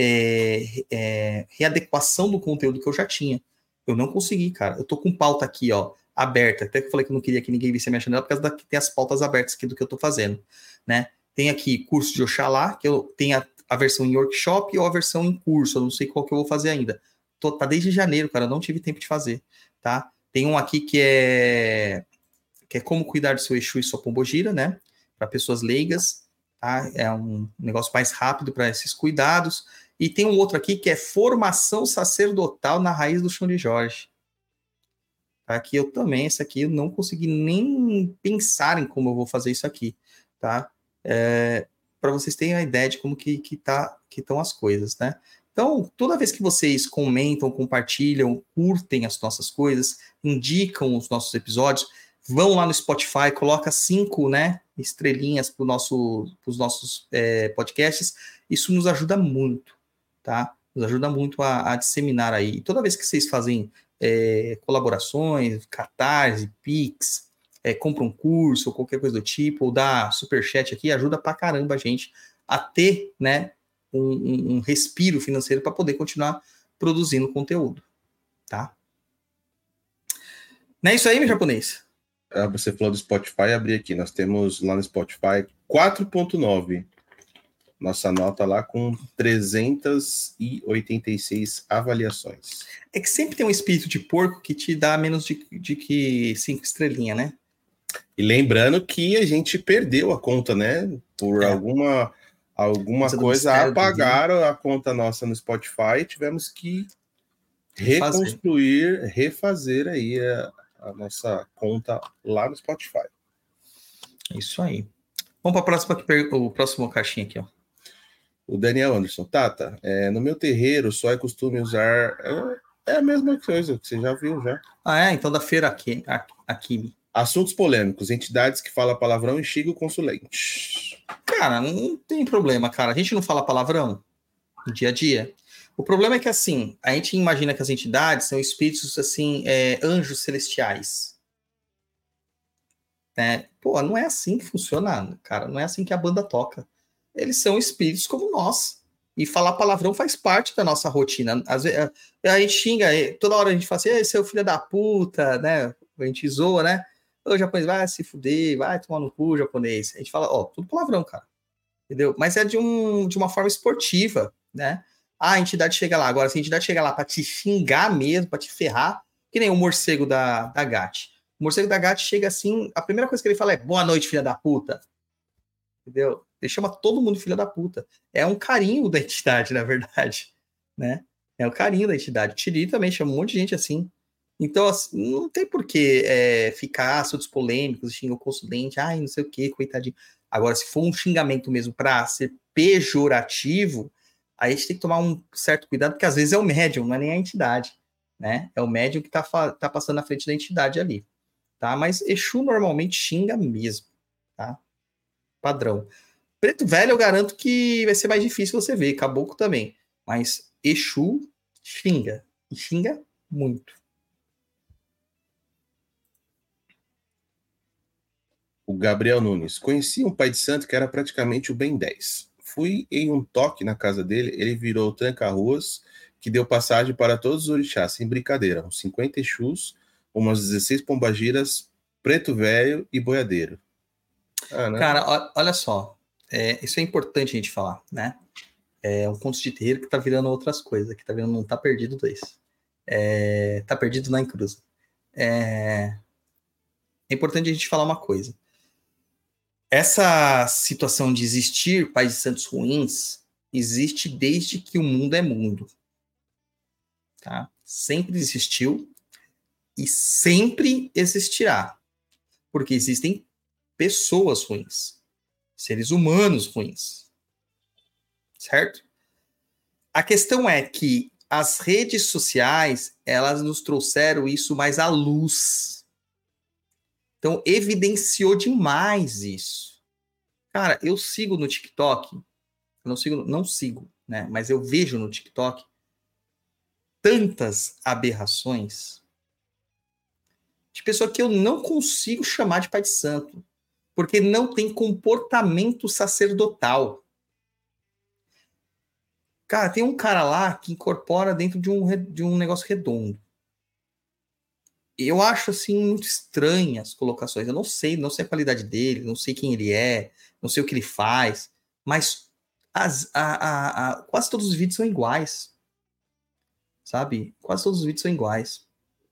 readequação do conteúdo que eu já tinha. Eu não consegui, cara. Eu tô com pauta aqui, ó, aberta. Até que eu falei que eu não queria que ninguém visse a minha janela, por causa que tem as pautas abertas aqui do que eu tô fazendo, né? Tem aqui curso de Oxalá, que eu tenho a versão em workshop ou a versão em curso. Eu não sei qual que eu vou fazer ainda. Tá desde janeiro, cara. Eu não tive tempo de fazer, tá? Tem um aqui que é como cuidar do seu Exu e sua pombogira, né? Para pessoas leigas, tá? É um negócio mais rápido para esses cuidados. E tem um outro aqui que é formação sacerdotal na raiz do chão de Jorge. Aqui eu também, esse aqui eu não consegui nem pensar em como eu vou fazer isso aqui, tá? Para vocês terem uma ideia de como que estão as coisas, né? Então, toda vez que vocês comentam, compartilham, curtem as nossas coisas, indicam os nossos episódios, vão lá no Spotify, coloca 5, né, estrelinhas para os nossos podcasts, isso nos ajuda muito, tá? Nos ajuda muito a disseminar aí. E toda vez que vocês fazem colaborações, Catarse, Pix, compra um curso ou qualquer coisa do tipo, ou dá superchat aqui, ajuda pra caramba a gente a ter, né, um respiro financeiro para poder continuar produzindo conteúdo, tá? Não é isso aí, meu japonês? Você falou do Spotify, abri aqui. Nós temos lá no Spotify 4.9. Nossa nota lá com 386 avaliações. É que sempre tem um espírito de porco que te dá menos de que 5 estrelinhas, né? E lembrando que a gente perdeu a conta, né? Por alguma coisa, apagaram a conta nossa no Spotify e tivemos que refazer aí a nossa conta lá no Spotify. Isso aí. Vamos para o próximo caixinha aqui, ó. O Daniel Anderson, Tata, no meu terreiro só é costume usar... É a mesma coisa que você já viu, já. Então da feira aqui. Assuntos polêmicos, entidades que falam palavrão e xingam o consulente. Cara, não tem problema, cara. A gente não fala palavrão no dia a dia. O problema é que, assim, a gente imagina que as entidades são espíritos, assim, anjos celestiais. Né? Pô, não é assim que funciona, cara. Não é assim que a banda toca. Eles são espíritos como nós. E falar palavrão faz parte da nossa rotina. Às vezes, a gente xinga, toda hora a gente fala assim, seu filho da puta, né? A gente zoa, né? O japonês vai se fuder, vai tomar no cu, japonês. A gente fala, tudo palavrão, cara. Entendeu? Mas é de uma forma esportiva, né? A entidade chega lá. Agora, se a entidade chega lá pra te xingar mesmo, pra te ferrar, que nem o morcego da GAT. O morcego da GAT chega assim, a primeira coisa que ele fala é boa noite, filha da puta. Entendeu? Ele chama todo mundo de filha da puta. É um carinho da entidade, na verdade. Né? É o carinho da entidade. O Tiri também chama um monte de gente assim. Então, assim, não tem por que ficar assuntos polêmicos, xingar o consulente, não sei o que, coitadinho. Agora, se for um xingamento mesmo para ser pejorativo, aí a gente tem que tomar um certo cuidado, porque às vezes é o médium, não é nem a entidade. Né? É o médium que tá passando na frente da entidade ali. Tá? Mas Exu normalmente xinga mesmo. Tá? Padrão. Preto velho eu garanto que vai ser mais difícil você ver, caboclo também. Mas Exu xinga. E xinga muito. O Gabriel Nunes. Conheci um pai de santo que era praticamente o Ben 10. Fui em um toque na casa dele, ele virou o tranca-ruas, que deu passagem para todos os orixás, sem brincadeira. Uns 50 Exus, umas 16 pombagiras, preto velho e boiadeiro. Cara, olha só. Isso é importante a gente falar, né? É um conto de terreiro que tá virando outras coisas, que tá virando um Tá Perdido 2. Tá Perdido na Encruza. É importante a gente falar uma coisa. Essa situação de existir pais de santos ruins existe desde que o mundo é mundo. Tá? Sempre existiu e sempre existirá. Porque existem pessoas ruins, seres humanos ruins. Certo? A questão é que as redes sociais, elas nos trouxeram isso mais à luz. Então, evidenciou demais isso. Cara, eu sigo no TikTok, não sigo, né? Mas eu vejo no TikTok tantas aberrações de pessoa que eu não consigo chamar de pai de santo, porque não tem comportamento sacerdotal. Cara, tem um cara lá que incorpora dentro de um negócio redondo. Eu acho, assim, muito estranhas as colocações. Eu não sei a qualidade dele, não sei quem ele é, não sei o que ele faz, mas quase todos os vídeos são iguais. Sabe? Quase todos os vídeos são iguais.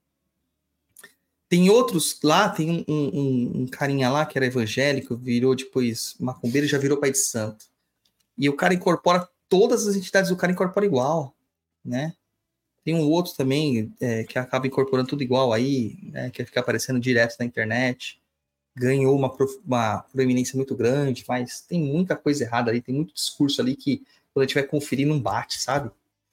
Tem outros lá, tem um carinha lá que era evangélico, virou depois macumbeiro e já virou pai de santo. E o cara incorpora, todas as entidades do cara incorpora igual, né? Tem um outro também que acaba incorporando tudo igual aí, né? Que fica aparecendo direto na internet. Ganhou uma proeminência muito grande, mas tem muita coisa errada ali, tem muito discurso ali que quando a gente vai conferir não bate, sabe?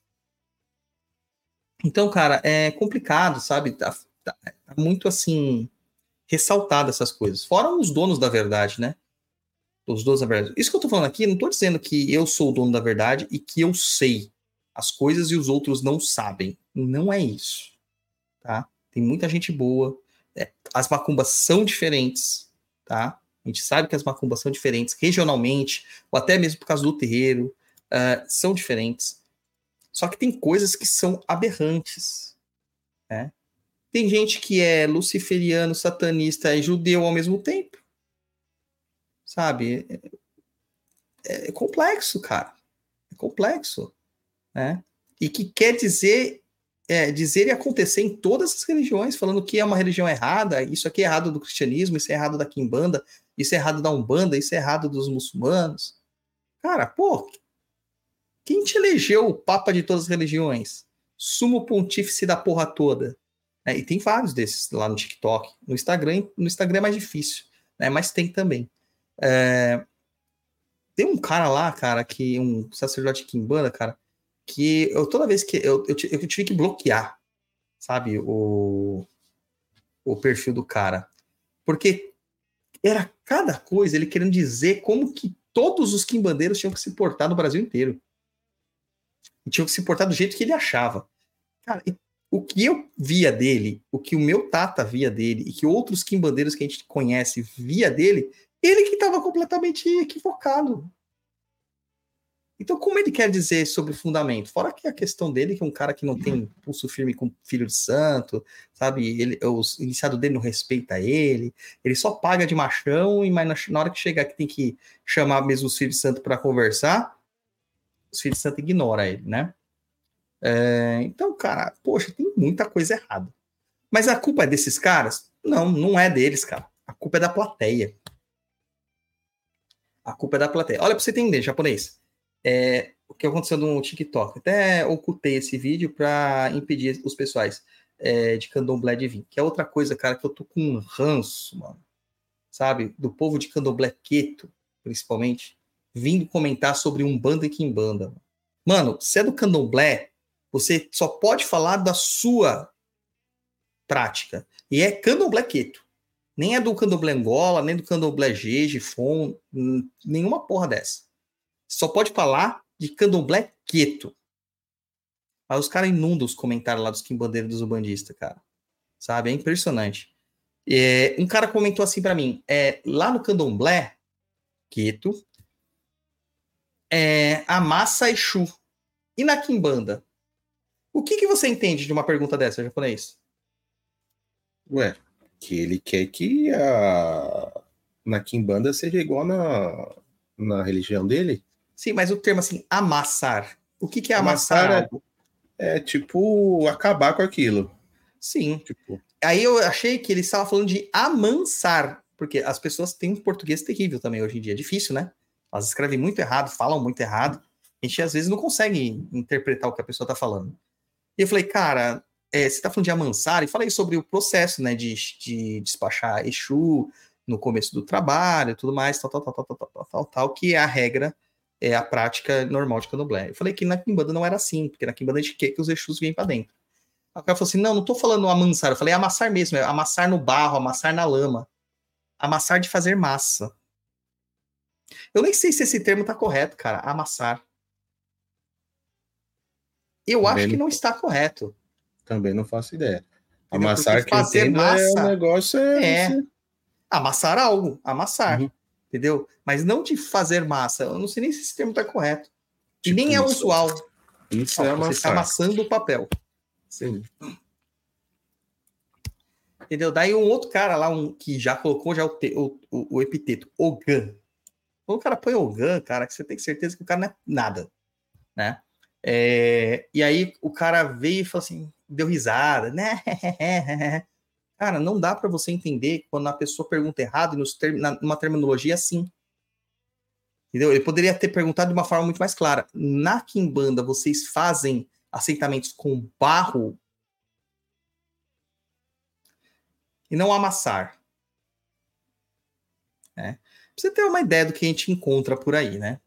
Então, cara, é complicado, sabe? Tá muito, assim, ressaltado essas coisas. Fora os donos da verdade, né? Os donos da verdade. Isso que eu tô falando aqui, não tô dizendo que eu sou o dono da verdade e que eu sei as coisas e os outros não sabem. Não é isso, tá? Tem muita gente boa. As macumbas são diferentes, tá? A gente sabe que as macumbas são diferentes regionalmente, ou até mesmo por causa do terreiro, são diferentes. Só que tem coisas que são aberrantes, né? Tem gente que é luciferiano, satanista e judeu ao mesmo tempo. Sabe? É complexo, cara. É complexo, né? E que quer dizer e acontecer em todas as religiões, falando que é uma religião errada, isso aqui é errado do cristianismo, isso é errado da quimbanda, isso é errado da umbanda, isso é errado dos muçulmanos. Cara, pô, quem te elegeu o papa de todas as religiões? Sumo pontífice da porra toda. E tem vários desses lá no TikTok. No Instagram é mais difícil, né? Mas tem também. Tem um cara lá, cara, que um sacerdote quimbanda, cara, que toda vez que eu tive que bloquear, sabe, o perfil do cara. Porque era cada coisa ele querendo dizer como que todos os quimbandeiros tinham que se portar no Brasil inteiro. E tinham que se portar do jeito que ele achava. Cara, o que eu via dele, o que o meu tata via dele, e que outros quimbandeiros que a gente conhece via dele, ele que estava completamente equivocado. Então, como ele quer dizer sobre fundamento? Fora que a questão dele, que é um cara que não tem pulso firme com filho de santo, sabe? O iniciado dele não respeita ele só paga de machão, mas na hora que chegar que tem que chamar mesmo os filhos de santo para conversar, os filhos de santo ignoram ele, né? Então, cara, poxa, tem muita coisa errada. Mas a culpa é desses caras? Não é deles, cara. A culpa é da plateia. A culpa é da plateia. Olha, pra você entender, japonês. O que aconteceu no TikTok. Até ocultei esse vídeo para impedir os pessoais de candomblé de vir. Que é outra coisa, cara, que eu tô com um ranço, mano. Sabe? Do povo de candomblé queto, principalmente, vindo comentar sobre umbanda e quimbanda. Mano, se é do candomblé, você só pode falar da sua prática. E é candomblé queto. Nem é do candomblé Angola, nem do candomblé Jeje, Fon, nenhuma porra dessa. Só pode falar de candomblé queto. Mas os caras inundam os comentários lá dos quimbandeiros dos umbandistas, cara. Sabe? É impressionante. Um cara comentou assim pra mim, lá no candomblé queto, a massa Exu. E na quimbanda? O que você entende de uma pergunta dessa, japonês? Ué, que ele quer que na quimbanda seja igual na religião dele? Sim, mas o termo assim, amassar. O que é amassar Amassar algo? é tipo acabar com aquilo. Sim. Tipo, Aí eu achei que ele estava falando de amansar, porque as pessoas têm um português terrível também hoje em dia. É difícil, né? Elas escrevem muito errado, falam muito errado. A gente às vezes não consegue interpretar o que a pessoa está falando. E eu falei, cara, você está falando de amansar? E falei sobre o processo, né, de despachar Exu no começo do trabalho, tudo mais, tal, que é a regra, é a prática normal de candomblé. Eu falei que na Quimbanda não era assim, porque na Quimbanda a gente quer que os Exus venham para dentro. O cara falou assim, não tô falando amansar, eu falei amassar mesmo, é amassar no barro, amassar na lama, amassar de fazer massa. Eu nem sei se esse termo tá correto, cara, amassar. Eu acho que não está correto. Também não faço ideia. Entendeu? Amassar, Porque que eu fazer entendo, é o massa negócio é você... amassar algo, amassar, Uhum. entendeu? Mas não de fazer massa. Eu não sei nem se esse termo tá correto. E Tipo nem é isso. usual. Isso Ó, é você está amassar. amassando o papel. Sim. Entendeu? Daí um outro cara lá, que já colocou já o epiteto, Ogan. Quando o cara põe Ogan, cara, que você tem certeza que o cara não é nada, né? E aí o cara veio e falou assim, deu risada, né? Cara, não dá para você entender quando a pessoa pergunta errado numa terminologia assim. Entendeu? Ele poderia ter perguntado de uma forma muito mais clara. Na Quimbanda, vocês fazem aceitamentos com barro e não amassar. Né? Pra você ter uma ideia do que a gente encontra por aí, né?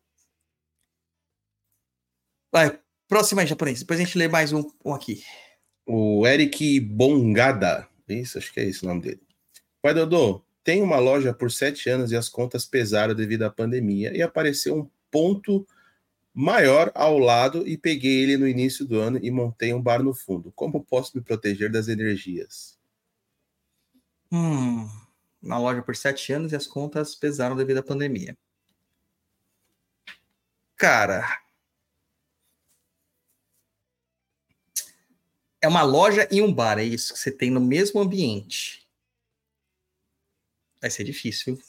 Vai, próximo aí, japonês. Depois a gente lê mais um aqui. O Eric Bongada. Isso, acho que é esse o nome dele. Pai Dodô, tem uma loja por 7 anos e as contas pesaram devido à pandemia e apareceu um ponto maior ao lado e peguei ele no início do ano e montei um bar no fundo. Como posso me proteger das energias? Na loja por 7 anos e as contas pesaram devido à pandemia. Cara, é uma loja e um bar, é isso que você tem no mesmo ambiente. Vai ser difícil.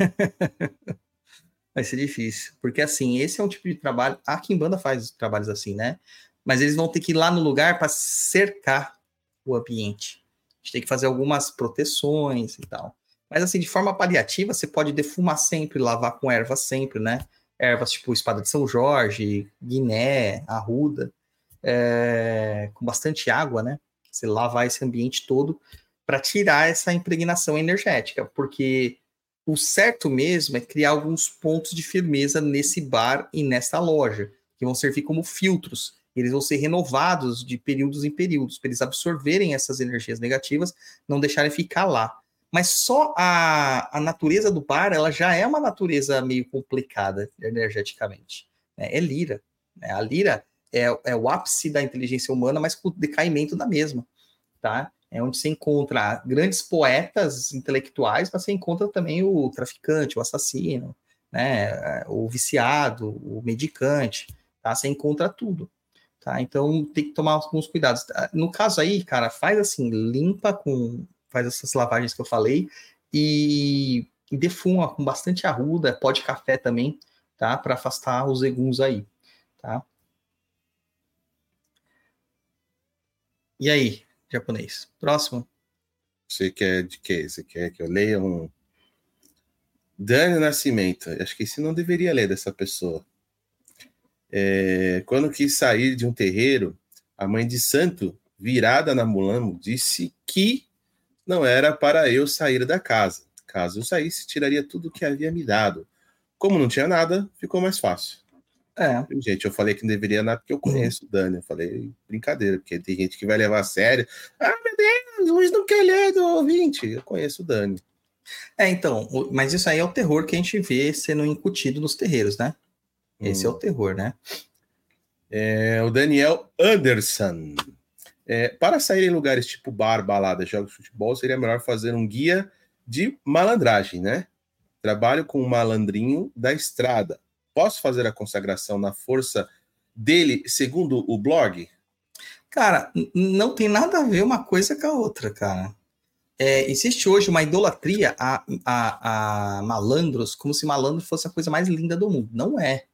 Vai ser difícil. Porque, assim, esse é um tipo de trabalho... A Quimbanda faz trabalhos assim, né? Mas eles vão ter que ir lá no lugar para cercar o ambiente. A gente tem que fazer algumas proteções e tal. Mas, assim, de forma paliativa, você pode defumar sempre, lavar com ervas sempre, né? Ervas tipo espada de São Jorge, guiné, arruda, com bastante água, né? Você lavar esse ambiente todo para tirar essa impregnação energética, porque o certo mesmo é criar alguns pontos de firmeza nesse bar e nessa loja, que vão servir como filtros. Eles vão ser renovados de períodos em períodos, para eles absorverem essas energias negativas, não deixarem ficar lá. Mas só a natureza do bar, ela já é uma natureza meio complicada energeticamente. Né? É lira. Né? A lira é o ápice da inteligência humana, mas com o decaimento da mesma. Tá? É onde você encontra grandes poetas intelectuais, mas você encontra também o traficante, o assassino, né? O viciado, o medicante. Tá? Você encontra tudo. Tá? Então tem que tomar alguns cuidados. No caso aí, cara, faz assim, faz essas lavagens que eu falei e defuma com bastante arruda, pó de café também, tá? Para afastar os eguns aí, tá? E aí, japonês? Próximo. Você quer de quê? Você quer que eu leia um... Dani Nascimento. Acho que esse não deveria ler dessa pessoa. Quando quis sair de um terreiro, a mãe de santo, virada na mulambo, disse que não era para eu sair da casa. Caso eu saísse, tiraria tudo que havia me dado. Como não tinha nada, ficou mais fácil. Gente, eu falei que não deveria nada porque eu conheço o Dani. Eu falei brincadeira, porque tem gente que vai levar a sério. Ah, meu Deus, o Luiz não quer ler do ouvinte. Eu conheço o Dani. Então, mas isso aí é o terror que a gente vê sendo incutido nos terreiros, né? Esse é o terror, né? O Daniel Anderson. Para sair em lugares tipo bar, balada, jogos de futebol, seria melhor fazer um guia de malandragem, né? Trabalho com um malandrinho da estrada. Posso fazer a consagração na força dele, segundo o blog? Cara, não tem nada a ver uma coisa com a outra, cara. Existe hoje uma idolatria a malandros, como se malandro fosse a coisa mais linda do mundo. Não é.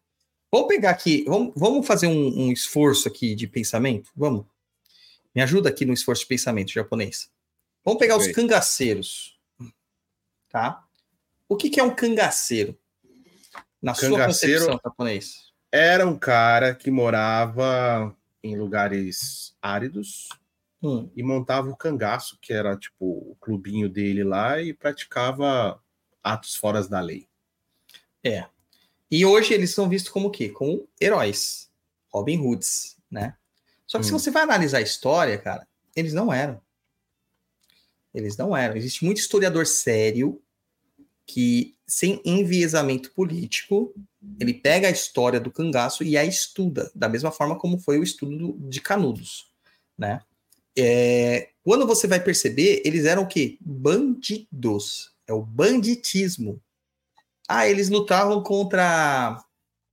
Vamos pegar aqui, vamos fazer um esforço aqui de pensamento? Vamos. Me ajuda aqui no esforço de pensamento japonês. Vamos pegar os cangaceiros. Tá? O que é um cangaceiro? Na sua concepção, japonês. Era um cara que morava em lugares áridos e montava o cangaço, que era tipo o clubinho dele lá, e praticava atos fora da lei. É. E hoje eles são vistos como o quê? Como heróis. Robin Hoods, né? Só que se você vai analisar a história, cara, eles não eram. Eles não eram. Existe muito historiador sério que, sem enviesamento político, ele pega a história do cangaço e a estuda, da mesma forma como foi o estudo de Canudos, né? Quando você vai perceber, eles eram o quê? Bandidos. É o banditismo. Ah, eles lutavam contra...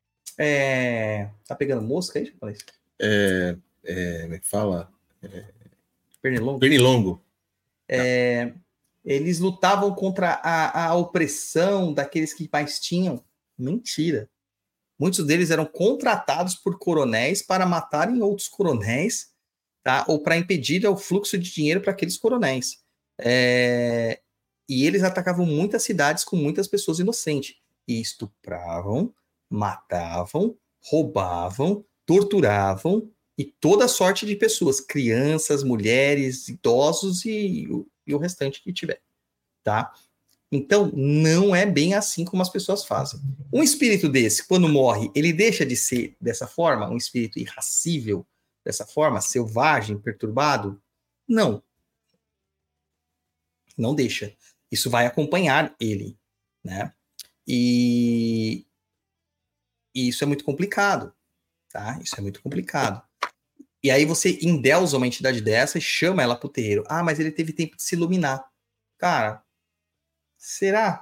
Tá pegando mosca aí, japonês? Como é que fala? Pernilongo. Pernilongo. Eles lutavam contra a opressão daqueles que mais tinham. Mentira. Muitos deles eram contratados por coronéis para matarem outros coronéis, tá? Ou para impedir o fluxo de dinheiro para aqueles coronéis. E eles atacavam muitas cidades com muitas pessoas inocentes. E estupravam, matavam, roubavam, torturavam e toda sorte de pessoas. Crianças, mulheres, idosos e o restante que tiver. Tá? Então, não é bem assim como as pessoas fazem. Um espírito desse, quando morre, ele deixa de ser dessa forma? Um espírito irracível dessa forma? Selvagem, perturbado? Não. Não deixa. Isso vai acompanhar ele, né? E isso é muito complicado, tá? Isso é muito complicado. E aí você endeusa uma entidade dessa e chama ela pro terreiro. Ah, mas ele teve tempo de se iluminar. Cara, será?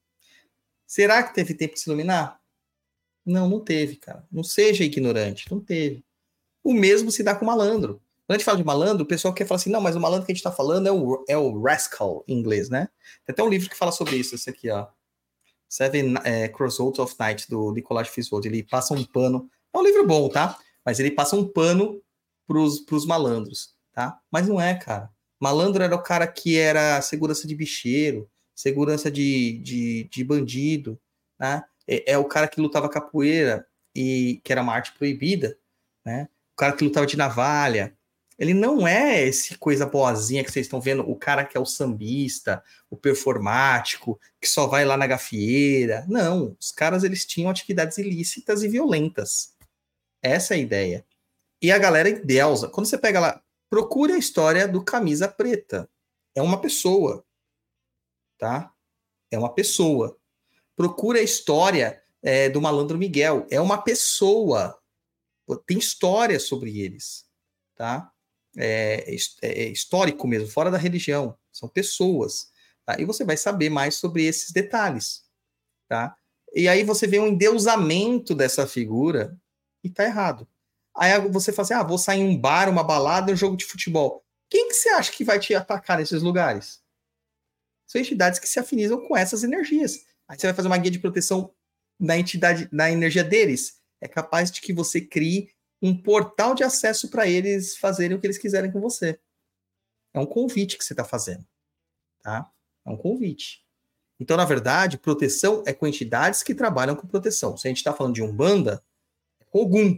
Será que teve tempo de se iluminar? Não, não teve, cara. Não seja ignorante, não teve. O mesmo se dá com malandro. Quando a gente fala de malandro, o pessoal quer falar assim, não, mas o malandro que a gente tá falando é o rascal em inglês, né? Tem até um livro que fala sobre isso, esse aqui, ó. Seven Crossroads of Night, do Nicolás Fitzgerald. Ele passa um pano... É um livro bom, tá? Mas ele passa um pano pros malandros, tá? Mas não é, cara. Malandro era o cara que era segurança de bicheiro, segurança de bandido, né? É o cara que lutava capoeira, e que era uma arte proibida, né? O cara que lutava de navalha. Ele não é esse coisa boazinha que vocês estão vendo, o cara que é o sambista, o performático, que só vai lá na gafieira. Não, os caras eles tinham atividades ilícitas e violentas. Essa é a ideia. E a galera endeusa. Quando você pega lá, procure a história do Camisa Preta. É uma pessoa. Tá? É uma pessoa. Procure a história do Malandro Miguel. É uma pessoa. Tem história sobre eles. Tá? É histórico mesmo, fora da religião. São pessoas. Tá? E você vai saber mais sobre esses detalhes. Tá? E aí você vê um endeusamento dessa figura e tá errado. Aí você fala assim, vou sair em um bar, uma balada, um jogo de futebol. Quem que você acha que vai te atacar nesses lugares? São entidades que se afinizam com essas energias. Aí você vai fazer uma guia de proteção na entidade, na energia deles. É capaz de que você crie um portal de acesso para eles fazerem o que eles quiserem com você. É um convite que você está fazendo. Tá? É um convite. Então, na verdade, proteção é com entidades que trabalham com proteção. Se a gente está falando de Umbanda, é com Ogum.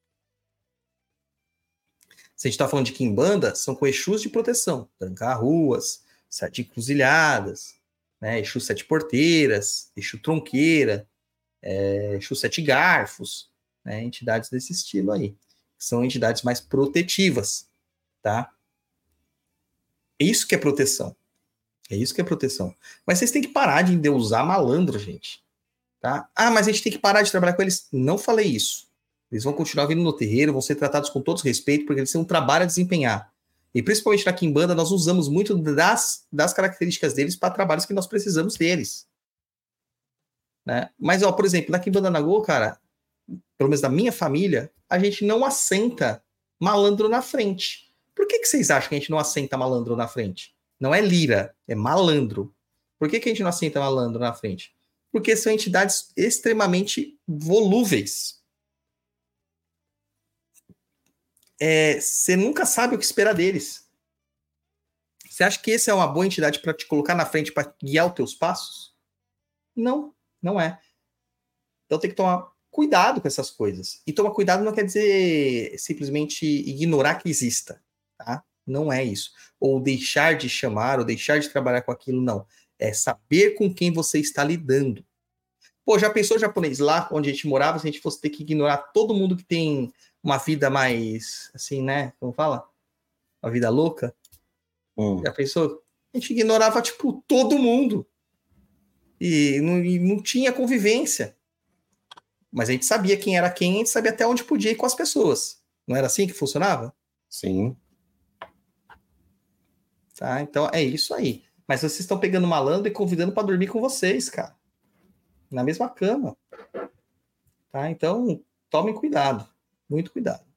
Se a gente está falando de Quimbanda, são com Exus de proteção. Trancar ruas, 7 encruzilhadas, né? Exu 7 porteiras, Exu tronqueira, Exu 7 garfos, né? Entidades desse estilo aí. São entidades mais protetivas, tá? É isso que é proteção. É isso que é proteção. Mas vocês têm que parar de endeusar malandro, gente. Tá? Mas a gente tem que parar de trabalhar com eles. Não falei isso. Eles vão continuar vindo no terreiro, vão ser tratados com todo respeito, porque eles têm um trabalho a desempenhar. E principalmente na Quimbanda, nós usamos muito das características deles para trabalhos que nós precisamos deles. Né? Mas, por exemplo, na Quimbanda Nagô, cara, pelo menos da minha família, a gente não assenta malandro na frente. Por que vocês acham que a gente não assenta malandro na frente? Não é lira, é malandro. Por que a gente não assenta malandro na frente? Porque são entidades extremamente volúveis. você nunca sabe o que esperar deles. Você acha que esse é uma boa entidade para te colocar na frente, para guiar os teus passos? Não, não é. Então tem que tomar cuidado com essas coisas. E tomar cuidado não quer dizer simplesmente ignorar que exista, tá? Não é isso. Ou deixar de chamar, ou deixar de trabalhar com aquilo, não. É saber com quem você está lidando. Pô, já pensou, japonês, lá onde a gente morava, se a gente fosse ter que ignorar todo mundo que tem uma vida mais, assim, né? Como fala? Uma vida louca? Já pensou? A gente ignorava, tipo, todo mundo. E não tinha convivência. Mas a gente sabia quem era quem, a gente sabia até onde podia ir com as pessoas. Não era assim que funcionava? Sim. Tá, então é isso aí. Mas vocês estão pegando malandro e convidando para dormir com vocês, cara. Na mesma cama. Tá, então tomem cuidado. Muito cuidado.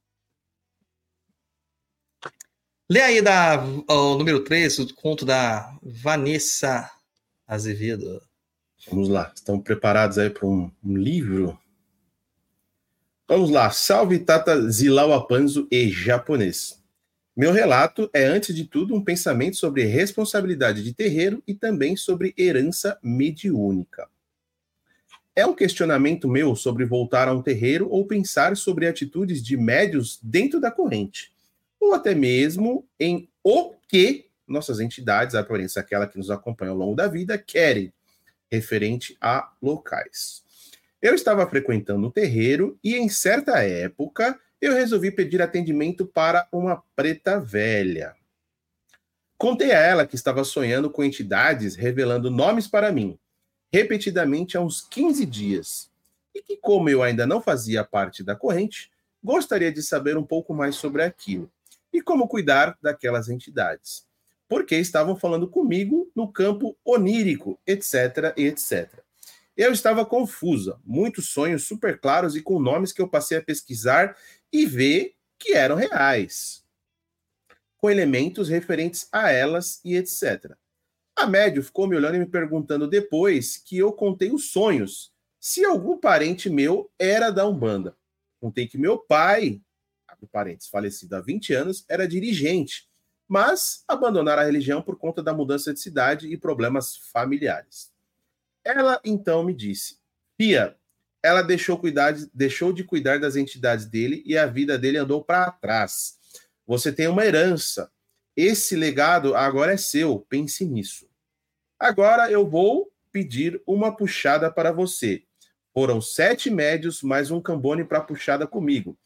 Lê aí o número 3, o conto da Vanessa Azevedo. Vamos lá. Estão preparados aí para um livro? Vamos lá. Salve Tata Zilau Panzo e japonês. Meu relato é, antes de tudo, um pensamento sobre responsabilidade de terreiro e também sobre herança mediúnica. É um questionamento meu sobre voltar a um terreiro ou pensar sobre atitudes de médios dentro da corrente. Ou até mesmo em o que nossas entidades, a aparência aquela que nos acompanha ao longo da vida, querem, referente a locais. Eu estava frequentando um terreiro e, em certa época, eu resolvi pedir atendimento para uma preta velha. Contei a ela que estava sonhando com entidades revelando nomes para mim, repetidamente há uns 15 dias, e que, como eu ainda não fazia parte da corrente, gostaria de saber um pouco mais sobre aquilo e como cuidar daquelas entidades, porque estavam falando comigo no campo onírico, etc, etc. Eu estava confusa, muitos sonhos super claros e com nomes que eu passei a pesquisar e ver que eram reais, com elementos referentes a elas e etc. A médium ficou me olhando e me perguntando depois que eu contei os sonhos, se algum parente meu era da Umbanda. Contei que meu pai, parentes, falecido há 20 anos, era dirigente, mas abandonaram a religião por conta da mudança de cidade e problemas familiares. Ela então me disse, Pia, ela deixou de cuidar das entidades dele e a vida dele andou para trás. Você tem uma herança. Esse legado agora é seu. Pense nisso. Agora eu vou pedir uma puxada para você. Foram 7 médios mais um cambone para puxada comigo.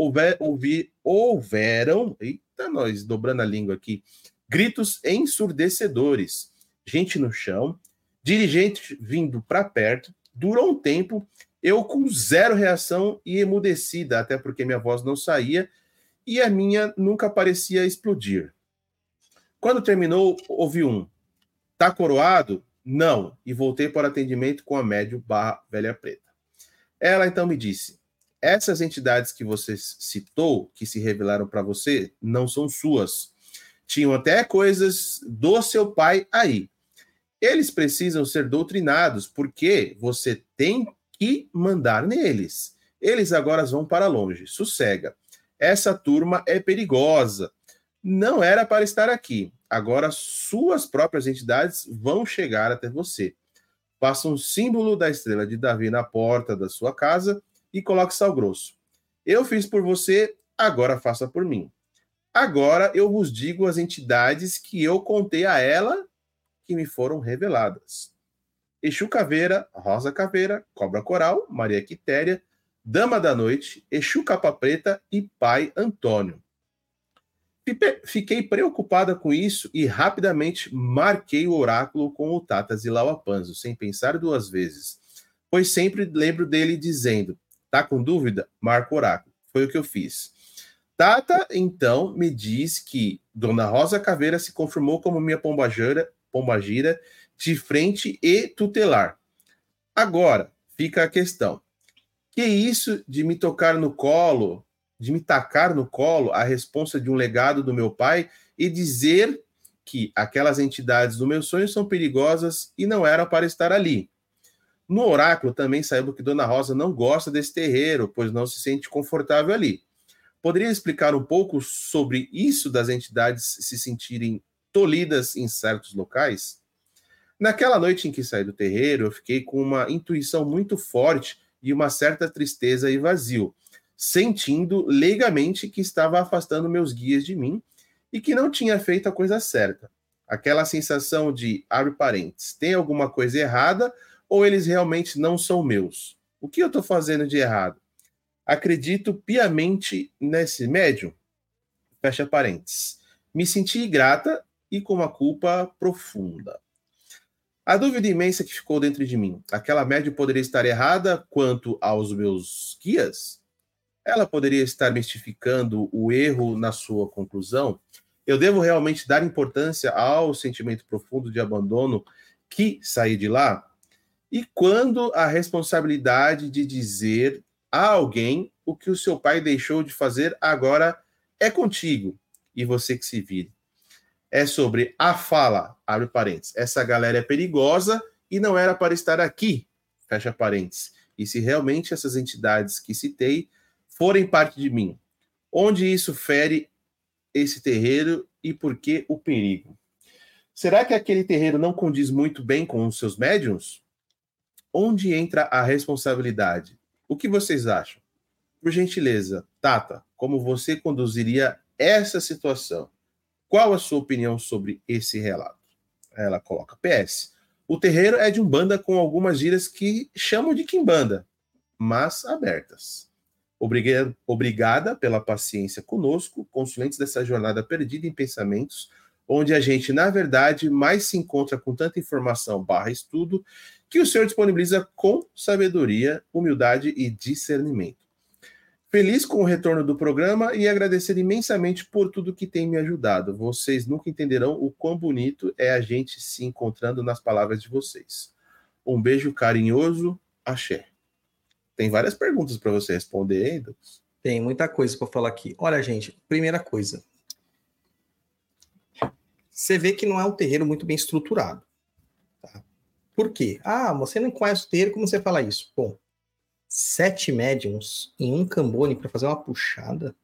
Houveram, eita, nós dobrando a língua aqui, gritos ensurdecedores, gente no chão, dirigente vindo para perto, durou um tempo, eu com zero reação e emudecida, até porque minha voz não saía e a minha nunca parecia explodir. Quando terminou, ouvi um, tá coroado? Não, e voltei para o atendimento com a médium / velha preta. Ela então me disse, essas entidades que você citou, que se revelaram para você, não são suas. Tinham até coisas do seu pai aí. Eles precisam ser doutrinados, porque você tem que mandar neles. Eles agora vão para longe. Sossega. Essa turma é perigosa. Não era para estar aqui. Agora suas próprias entidades vão chegar até você. Faça um símbolo da estrela de Davi na porta da sua casa e coloque sal grosso. Eu fiz por você, agora faça por mim. Agora eu vos digo as entidades que eu contei a ela que me foram reveladas. Exu Caveira, Rosa Caveira, Cobra Coral, Maria Quitéria, Dama da Noite, Exu Capa Preta e Pai Antônio. Fiquei preocupada com isso e rapidamente marquei o oráculo com o Tata Zilau Panzo, sem pensar 2 vezes, pois sempre lembro dele dizendo, tá com dúvida? Marca o oráculo. Foi o que eu fiz. Tata, então, me diz que Dona Rosa Caveira se confirmou como minha pombagira de frente e tutelar. Agora, fica a questão. Que isso de me tocar no colo, de me tacar no colo a responsa de um legado do meu pai e dizer que aquelas entidades do meu sonho são perigosas e não eram para estar ali. No oráculo também saiba que Dona Rosa não gosta desse terreiro, pois não se sente confortável ali. poderia explicar um pouco sobre isso das entidades se sentirem tolhidas em certos locais? Naquela noite em que saí do terreiro, eu fiquei com uma intuição muito forte e uma certa tristeza e vazio, sentindo leigamente que estava afastando meus guias de mim e que não tinha feito a coisa certa. Aquela sensação de, abre parênteses, tem alguma coisa errada ou eles realmente não são meus? O que eu estou fazendo de errado? Acredito piamente nesse médium, fecha parênteses. Me senti grata e com uma culpa profunda. A dúvida imensa que ficou dentro de mim, aquela médium poderia estar errada quanto aos meus guias? Ela poderia estar mistificando o erro na sua conclusão? Eu devo realmente dar importância ao sentimento profundo de abandono que saí de lá? E quando a responsabilidade de dizer a alguém o que o seu pai deixou de fazer agora é contigo, e você que se vire? É sobre a fala, abre parênteses, essa galera é perigosa e não era para estar aqui, fecha parênteses. E se realmente essas entidades que citei forem parte de mim, onde isso fere esse terreiro e por que o perigo? Será que aquele terreiro não condiz muito bem com os seus médiuns? Onde entra a responsabilidade? O que vocês acham? Por gentileza, Tata, como você conduziria essa situação? Qual a sua opinião sobre esse relato? Ela coloca PS. O terreiro é de Umbanda com algumas gírias que chamam de quimbanda, mas abertas. Obrigada pela paciência conosco, consulentes dessa jornada perdida em pensamentos, onde a gente, na verdade, mais se encontra com tanta informação / estudo que o senhor disponibiliza com sabedoria, humildade e discernimento. Feliz com o retorno do programa e agradecer imensamente por tudo que tem me ajudado. Vocês nunca entenderão o quão bonito é a gente se encontrando nas palavras de vocês. Um beijo carinhoso, axé. Tem várias perguntas para você responder, hein, Douglas? Tem muita coisa para falar aqui. Olha, gente, primeira coisa. Você vê que não é um terreiro muito bem estruturado. Tá? Por quê? Ah, você não conhece o terreiro, como você fala isso? Bom, 7 médiums em um Cambone para fazer uma puxada.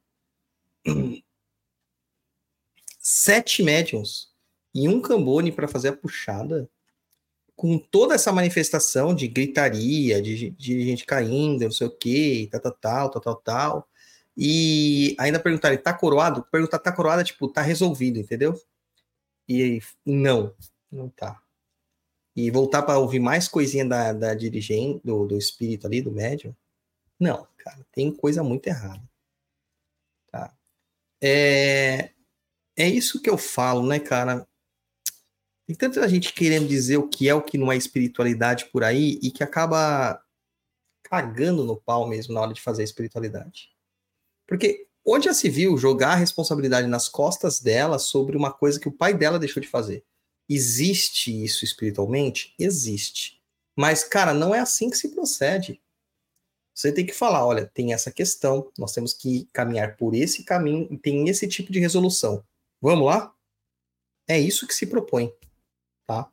7 médiums em um Cambone para fazer a puxada, com toda essa manifestação de gritaria, de gente caindo, não sei o quê, tal. E ainda perguntarem, tá coroado? Perguntar, tá coroado, tipo, tá resolvido, entendeu? E não tá. E voltar para ouvir mais coisinha da dirigente, do espírito ali, do médium. Não, cara, tem coisa muito errada. Tá? É isso que eu falo, né, cara? Tem tanta gente querendo dizer o que é o que não é espiritualidade por aí e que acaba cagando no pau mesmo na hora de fazer a espiritualidade. Porque onde já se viu jogar a responsabilidade nas costas dela sobre uma coisa que o pai dela deixou de fazer? Existe isso espiritualmente? Existe. Mas, cara, não é assim que se procede. Você tem que falar, olha, tem essa questão, nós temos que caminhar por esse caminho e tem esse tipo de resolução. Vamos lá? É isso que se propõe. Tá?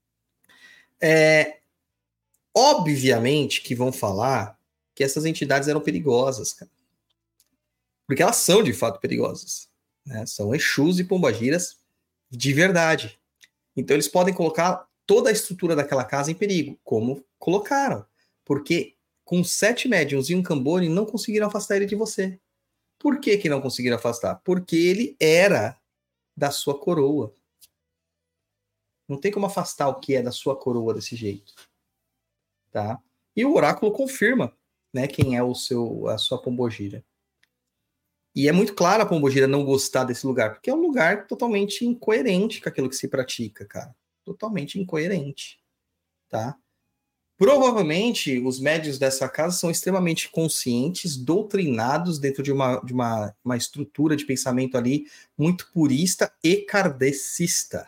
Obviamente que vão falar que essas entidades eram perigosas, cara. Porque elas são, de fato, perigosas. Né? São Exus e Pombagiras de verdade. Então eles podem colocar toda a estrutura daquela casa em perigo, como colocaram. Porque com 7 médiuns e um Cambone não conseguiram afastar ele de você. Por que não conseguiram afastar? Porque ele era da sua coroa. Não tem como afastar o que é da sua coroa desse jeito. Tá? E o oráculo confirma, né, quem é a sua pombogira. E é muito claro a pombogira não gostar desse lugar, porque é um lugar totalmente incoerente com aquilo que se pratica, cara. Totalmente incoerente. Tá? Provavelmente, os médiuns dessa casa são extremamente conscientes, doutrinados dentro de uma estrutura de pensamento ali muito purista e kardecista.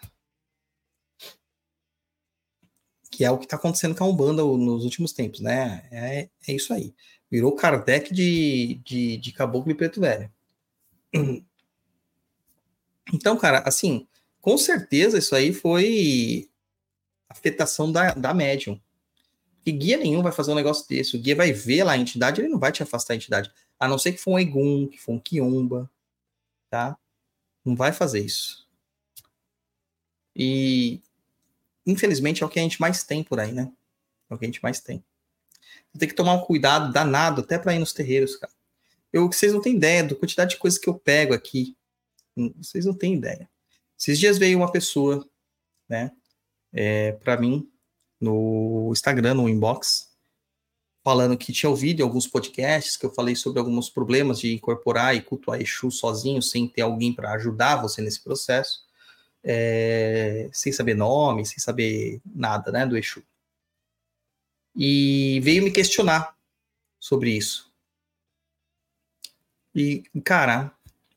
Que é o que está acontecendo com a Umbanda nos últimos tempos, né? É isso aí. Virou Kardec de caboclo e preto velho. Então, cara, assim, com certeza isso aí foi afetação da médium. E guia nenhum vai fazer um negócio desse. O guia vai ver lá a entidade, ele não vai te afastar a entidade. A não ser que for um Egum, que for um Quiumba, tá? Não vai fazer isso. E, infelizmente, é o que a gente mais tem por aí, né? É o que a gente mais tem. Tem que tomar um cuidado danado até para ir nos terreiros, cara. Vocês não têm ideia da quantidade de coisas que eu pego aqui. Vocês não têm ideia. Esses dias veio uma pessoa, né, para mim, no Instagram, no inbox, falando que tinha ouvido alguns podcasts que eu falei sobre alguns problemas de incorporar e cultuar Exu sozinho, sem ter alguém para ajudar você nesse processo, sem saber nome, sem saber nada, né, do Exu. E veio me questionar sobre isso. E, cara,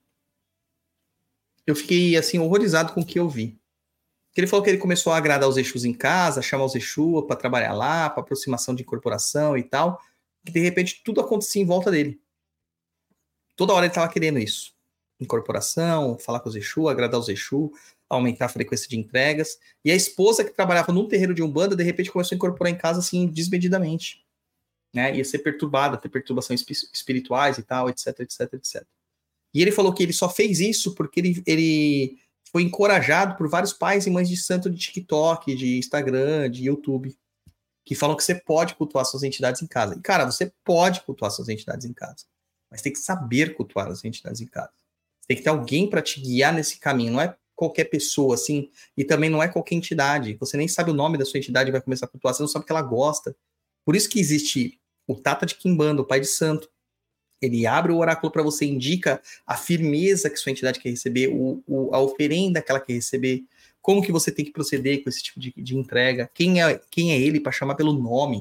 eu fiquei, assim, horrorizado com o que eu vi. Ele falou que ele começou a agradar os Exus em casa, chamar os Exus para trabalhar lá, para aproximação de incorporação e tal, que de repente tudo acontecia em volta dele. Toda hora ele estava querendo isso. Incorporação, falar com os Exus, agradar os Exus, aumentar a frequência de entregas. E a esposa que trabalhava num terreiro de Umbanda, de repente começou a incorporar em casa, assim, desmedidamente. Né? Ia ser perturbada, ter perturbações espirituais e tal, etc, etc, etc. E ele falou que ele só fez isso porque ele foi encorajado por vários pais e mães de santo de TikTok, de Instagram, de YouTube, que falam que você pode cultuar suas entidades em casa. E, cara, você pode cultuar suas entidades em casa, mas tem que saber cultuar as entidades em casa. Tem que ter alguém para te guiar nesse caminho. Não é qualquer pessoa, assim, e também não é qualquer entidade. Você nem sabe o nome da sua entidade e vai começar a cultuar, você não sabe o que ela gosta. Por isso que existe o Tata de Quimbanda, o Pai de Santo. Ele abre o oráculo para você, indica a firmeza que sua entidade quer receber, a oferenda que ela quer receber, como que você tem que proceder com esse tipo de entrega, quem é ele para chamar pelo nome.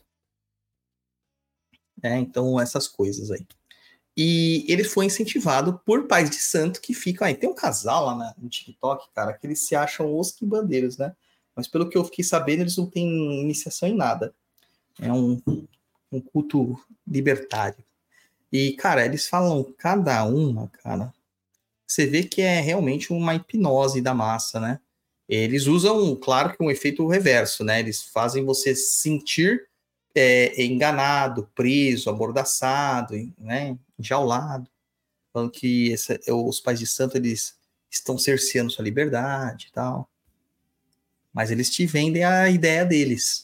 Então, essas coisas aí. E ele foi incentivado por pais de santo que ficam aí. Tem um casal lá no TikTok, cara, que eles se acham os quimbandeiros, né? Mas pelo que eu fiquei sabendo, eles não têm iniciação em nada. É um culto libertário. E, cara, eles falam cada uma, cara. Você vê que é realmente uma hipnose da massa, né? Eles usam, claro que um efeito reverso, né? Eles fazem você sentir enganado, preso, amordaçado, né? Enjaulado. Falando que os pais de santo, eles estão cerceando sua liberdade e tal. Mas eles te vendem a ideia deles.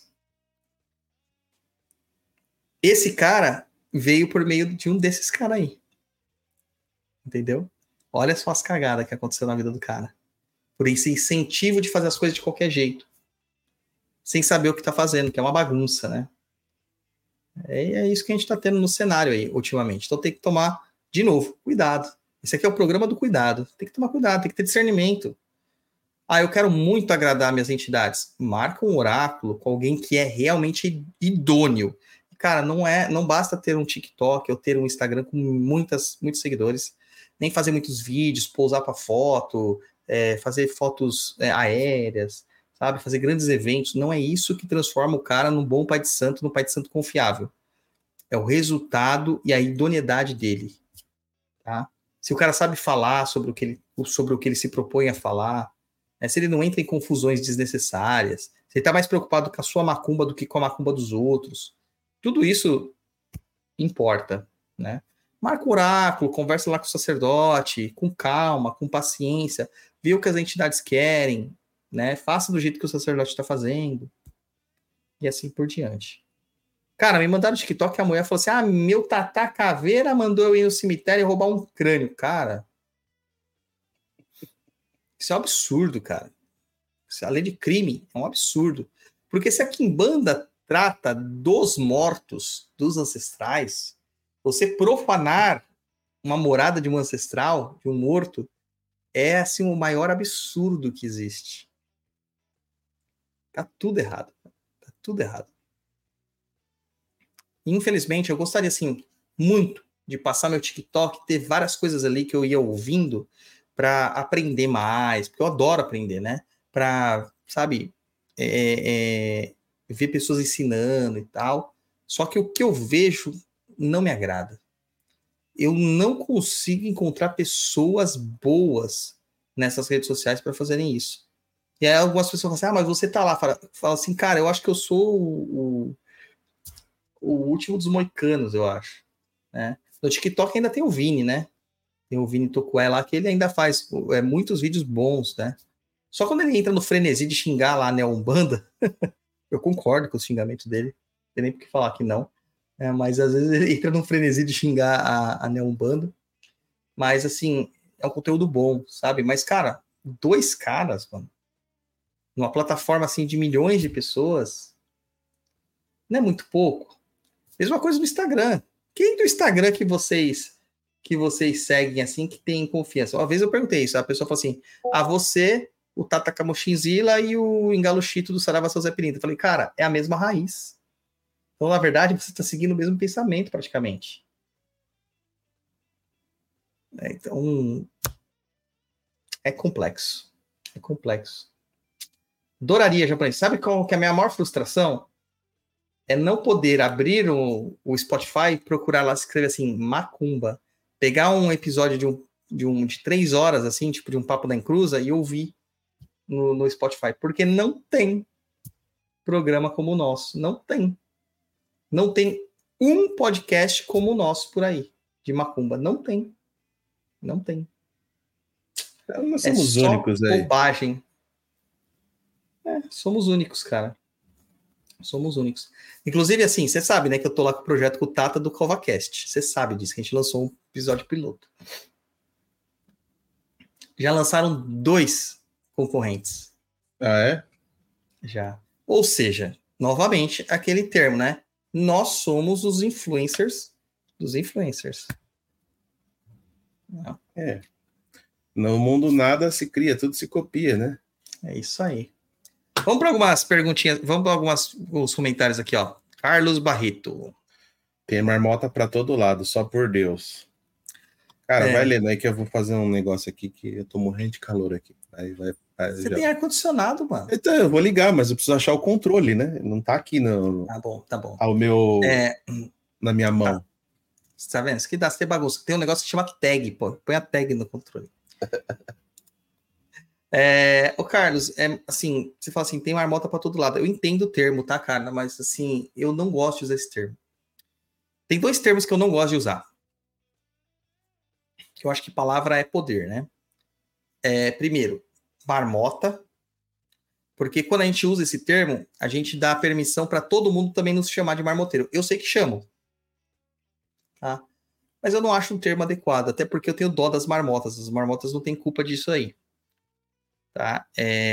Esse cara veio por meio de um desses caras aí. Entendeu? Olha só as cagadas que aconteceu na vida do cara. Por esse incentivo de fazer as coisas de qualquer jeito. Sem saber o que tá fazendo, que é uma bagunça, né? É isso que a gente tá tendo no cenário aí, ultimamente. Então tem que tomar, de novo, cuidado. Esse aqui é o programa do cuidado. Tem que tomar cuidado, tem que ter discernimento. Eu quero muito agradar minhas entidades. Marca um oráculo com alguém que é realmente idôneo. Cara, não basta ter um TikTok ou ter um Instagram com muitos seguidores, nem fazer muitos vídeos, pousar para foto, fazer fotos aéreas, sabe? Fazer grandes eventos. Não é isso que transforma o cara num bom pai de santo, num pai de santo confiável. É o resultado e a idoneidade dele, tá? Se o cara sabe falar sobre o que ele se propõe a falar, se ele não entra em confusões desnecessárias, se ele está mais preocupado com a sua macumba do que com a macumba dos outros, tudo isso importa, né? Marca o oráculo, conversa lá com o sacerdote, com calma, com paciência, vê o que as entidades querem, né? Faça do jeito que o sacerdote está fazendo, e assim por diante. Cara, me mandaram no TikTok que a mulher falou assim, meu Tatá Caveira mandou eu ir no cemitério e roubar um crânio. Cara, isso é um absurdo, cara. Isso, além de crime, é um absurdo. Porque se a Quimbanda trata dos mortos, dos ancestrais, você profanar uma morada de um ancestral, de um morto, é assim o maior absurdo que existe. Tá tudo errado. Tá tudo errado. Infelizmente, eu gostaria, assim, muito de passar meu TikTok, ter várias coisas ali que eu ia ouvindo para aprender mais, porque eu adoro aprender, né? Para, sabe, ver pessoas ensinando e tal. Só que o que eu vejo não me agrada. Eu não consigo encontrar pessoas boas nessas redes sociais para fazerem isso. E aí algumas pessoas falam assim, mas você tá lá, fala assim, cara, eu acho que eu sou o último dos moicanos, eu acho. Né? No TikTok ainda tem o Vini, né? Tem o Vini Tocué lá, que ele ainda faz muitos vídeos bons, né? Só quando ele entra no frenesi de xingar lá, né, a Umbanda, eu concordo com os xingamentos dele, não tem nem por que falar que não. Mas às vezes ele entra no frenesi de xingar a Neo-Umbanda. Mas, assim, é um conteúdo bom, sabe? Mas, cara, 2 caras, mano, numa plataforma, assim, de milhões de pessoas, não é muito pouco. Mesma coisa no Instagram. Quem do Instagram que vocês seguem, assim, que tem confiança? Uma vez eu perguntei isso, a pessoa falou assim, você, o Tata Camochinzila e o Engalo Chito do Sarava Seu Zé Pirinta. Eu falei, cara, é a mesma raiz. Então, na verdade, você está seguindo o mesmo pensamento, praticamente. Então, é complexo. É complexo. Adoraria, japonês. Sabe qual que é a minha maior frustração? É não poder abrir o Spotify, procurar lá, escrever assim, Macumba. Pegar um episódio de 3 horas, assim, tipo de um Papo da Encruza, e ouvir no Spotify. Porque não tem programa como o nosso. Não tem. Não tem um podcast como o nosso por aí, de Macumba. Não tem. Não tem. Nós somos únicos aí. Bobagem. Somos únicos, cara. Somos únicos. Inclusive, assim, você sabe, né, que eu tô lá com o projeto com o Tata do CovaCast. Você sabe disso, que a gente lançou um episódio piloto. Já lançaram 2 concorrentes. Ah, é? Já. Ou seja, novamente, aquele termo, né? Nós somos os influencers dos influencers. Não. No mundo nada se cria, tudo se copia, né? É isso aí. Vamos para algumas perguntinhas, vamos para alguns comentários aqui, ó. Carlos Barreto. Tem marmota para todo lado, só por Deus. Cara, vai lendo aí que eu vou fazer um negócio aqui que eu tô morrendo de calor aqui. Você tem ar-condicionado, mano. Então, eu vou ligar, mas eu preciso achar o controle, né? Não tá aqui no... Tá bom. Ao meu... na minha mão. Você tá vendo? Isso aqui dá ser bagunça. Tem um negócio que chama tag, pô. Põe a tag no controle. Ô, Carlos, assim, você fala assim, tem marmota pra todo lado. Eu entendo o termo, tá, cara? Mas, assim, eu não gosto de usar esse termo. Tem 2 termos que eu não gosto de usar. Que eu acho que palavra é poder, né? Primeiro, marmota. Porque quando a gente usa esse termo, a gente dá permissão para todo mundo também nos chamar de marmoteiro. Eu sei que chamam. Tá? Mas eu não acho um termo adequado, até porque eu tenho dó das marmotas. As marmotas não têm culpa disso aí. Tá?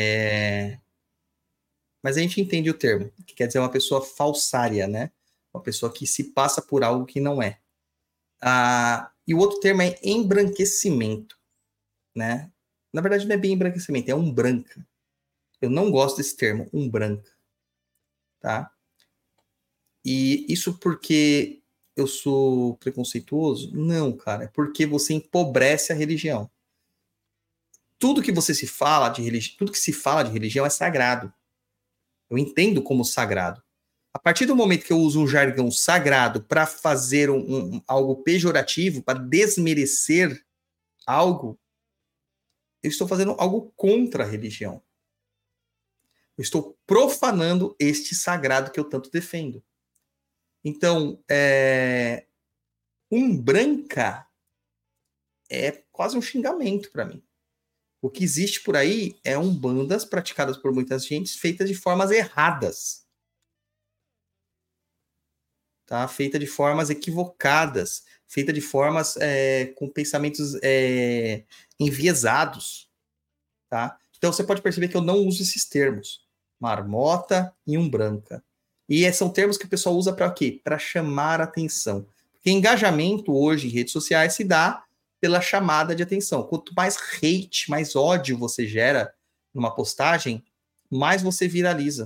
Mas a gente entende o termo, que quer dizer uma pessoa falsária, né? Uma pessoa que se passa por algo que não é. E o outro termo é embranquecimento, né? Na verdade, não é bem embranquecimento, é umbranca. Eu não gosto desse termo, umbranca. Tá? E isso porque eu sou preconceituoso? Não, cara. É porque você empobrece a religião. Tudo que se fala de religião é sagrado. Eu entendo como sagrado. A partir do momento que eu uso um jargão sagrado para fazer algo pejorativo, para desmerecer algo, eu estou fazendo algo contra a religião. Eu estou profanando este sagrado que eu tanto defendo. Então, umbranca é quase um xingamento para mim. O que existe por aí é umbandas praticadas por muitas gentes, feitas de formas erradas. Tá? Feita de formas equivocadas, feita de formas com pensamentos enviesados. Tá? Então você pode perceber que eu não uso esses termos. Marmota e umbranca. E são termos que o pessoal usa para quê? Para chamar atenção. Porque engajamento hoje em redes sociais se dá pela chamada de atenção. Quanto mais hate, mais ódio você gera numa postagem, mais você viraliza.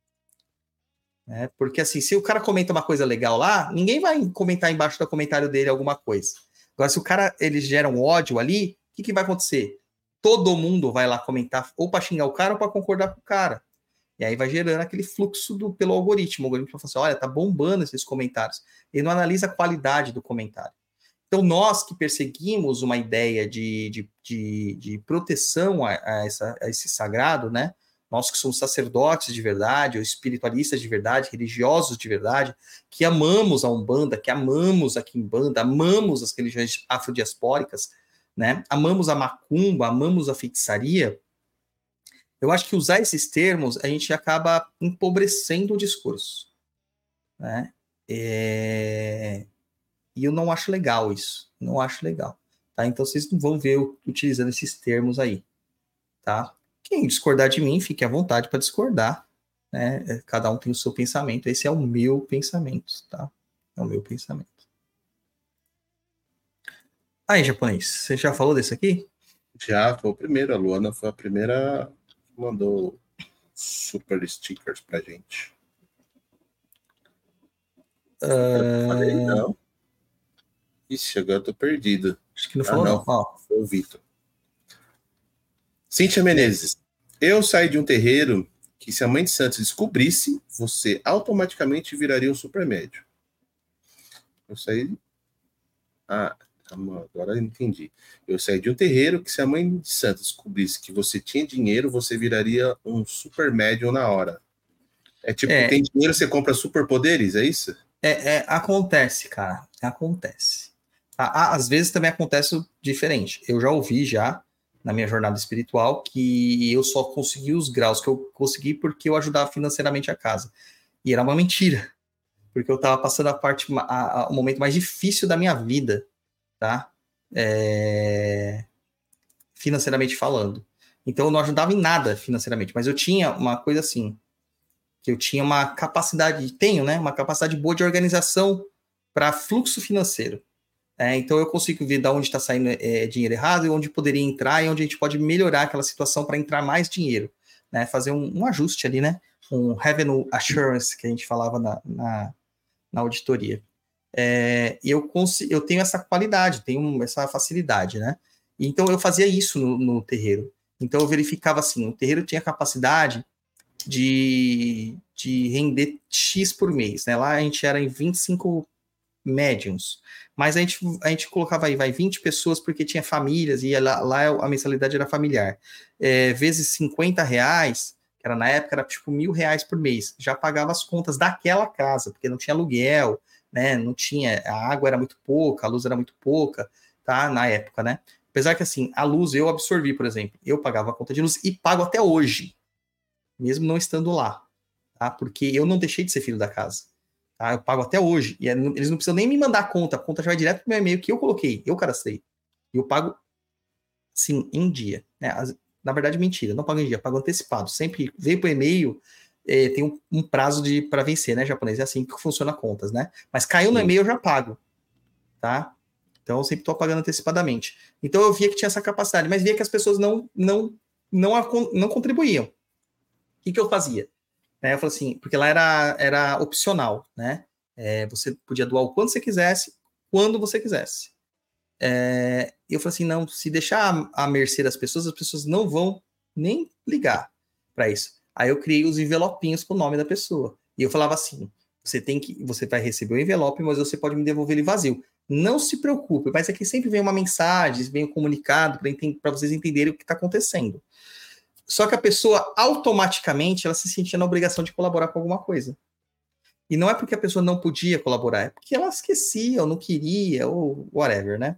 Porque assim, se o cara comenta uma coisa legal lá, ninguém vai comentar embaixo do comentário dele alguma coisa. Agora, se o cara, eles geram ódio ali, o que vai acontecer? Todo mundo vai lá comentar, ou para xingar o cara, ou para concordar com o cara. E aí vai gerando aquele fluxo pelo algoritmo. O algoritmo fala assim, olha, tá bombando esses comentários. Ele não analisa a qualidade do comentário. Então, nós que perseguimos uma ideia de proteção a esse sagrado, né? nós que somos sacerdotes de verdade, ou espiritualistas de verdade, religiosos de verdade, que amamos a Umbanda, que amamos a Quimbanda, amamos as religiões afrodiaspóricas, né? Amamos a macumba, amamos a feitiçaria, eu acho que usar esses termos, a gente acaba empobrecendo o discurso, né? E eu não acho legal isso, não acho legal, tá? Então vocês não vão ver eu utilizando esses termos aí, tá? Quem discordar de mim, fique à vontade para discordar, né? Cada um tem o seu pensamento, esse é o meu pensamento, tá? É o meu pensamento. Aí, japonês, você já falou desse aqui? Já foi o primeiro, a Luana foi a primeira que mandou super stickers pra gente. Falei, não. Ixi, agora eu tô perdido. Acho que não falou, não. Ó. Foi o Vitor. Cíntia Menezes. Eu saí de um terreiro que, se a mãe de Santos descobrisse, você automaticamente viraria um super médio. Eu saí... agora eu entendi. Eu saí de um terreiro que, se a mãe de Santos descobrisse que você tinha dinheiro, você viraria um super médium na hora. É tipo, tem dinheiro, você compra superpoderes, é isso? Acontece, cara. Acontece. Às vezes também acontece diferente. Eu já ouvi na minha jornada espiritual que eu só consegui os graus que eu consegui porque eu ajudava financeiramente a casa. E era uma mentira. Porque eu estava passando o momento mais difícil da minha vida, tá? Financeiramente falando. Então eu não ajudava em nada financeiramente, mas eu tinha uma coisa assim, que eu tinha uma capacidade, né? Uma capacidade boa de organização para fluxo financeiro. Então eu consigo ver de onde está saindo dinheiro errado e onde poderia entrar e onde a gente pode melhorar aquela situação para entrar mais dinheiro, né? Fazer um ajuste ali, né? Um revenue assurance que a gente falava na auditoria. E eu tenho essa qualidade, tenho essa facilidade, né? Então eu fazia isso no terreiro. Então eu verificava assim, o terreiro tinha capacidade de render X por mês, né? Lá a gente era em 25 médiums, mas a gente colocava aí, 20 pessoas, porque tinha famílias, e lá a mensalidade era familiar. Vezes R$50, que era na época, era tipo R$1.000 por mês, já pagava as contas daquela casa, porque não tinha aluguel, né? Não tinha, a água era muito pouca, a luz era muito pouca, tá? Na época, né? Apesar que assim, a luz eu absorvi, por exemplo, eu pagava a conta de luz e pago até hoje, mesmo não estando lá, tá? Porque eu não deixei de ser filho da casa. Tá? Eu pago até hoje. E eles não precisam nem me mandar a conta já vai direto pro meu e-mail que eu coloquei, eu cadastrei. E eu pago, sim, em dia. Né? Na verdade, mentira, não pago em dia, pago antecipado. Sempre veio pro e-mail, tem um prazo para vencer, né, japonês? É assim que funciona contas, né? Mas caiu no e-mail, eu já pago. Tá? Então, eu sempre estou pagando antecipadamente. Então, eu via que tinha essa capacidade, mas via que as pessoas não contribuíam. O que eu fazia? Eu falei assim, porque lá era opcional, né? Você podia doar o quanto você quisesse, quando você quisesse. Eu falei assim, não, se deixar à mercê das pessoas, as pessoas não vão nem ligar para isso. Aí eu criei os envelopinhos com o nome da pessoa. E eu falava assim, você vai receber o envelope, mas você pode me devolver ele vazio. Não se preocupe, mas aqui sempre vem uma mensagem, vem um comunicado para vocês entenderem o que está acontecendo. Só que a pessoa, automaticamente, ela se sentia na obrigação de colaborar com alguma coisa. E não é porque a pessoa não podia colaborar, é porque ela esquecia, ou não queria, ou whatever, né?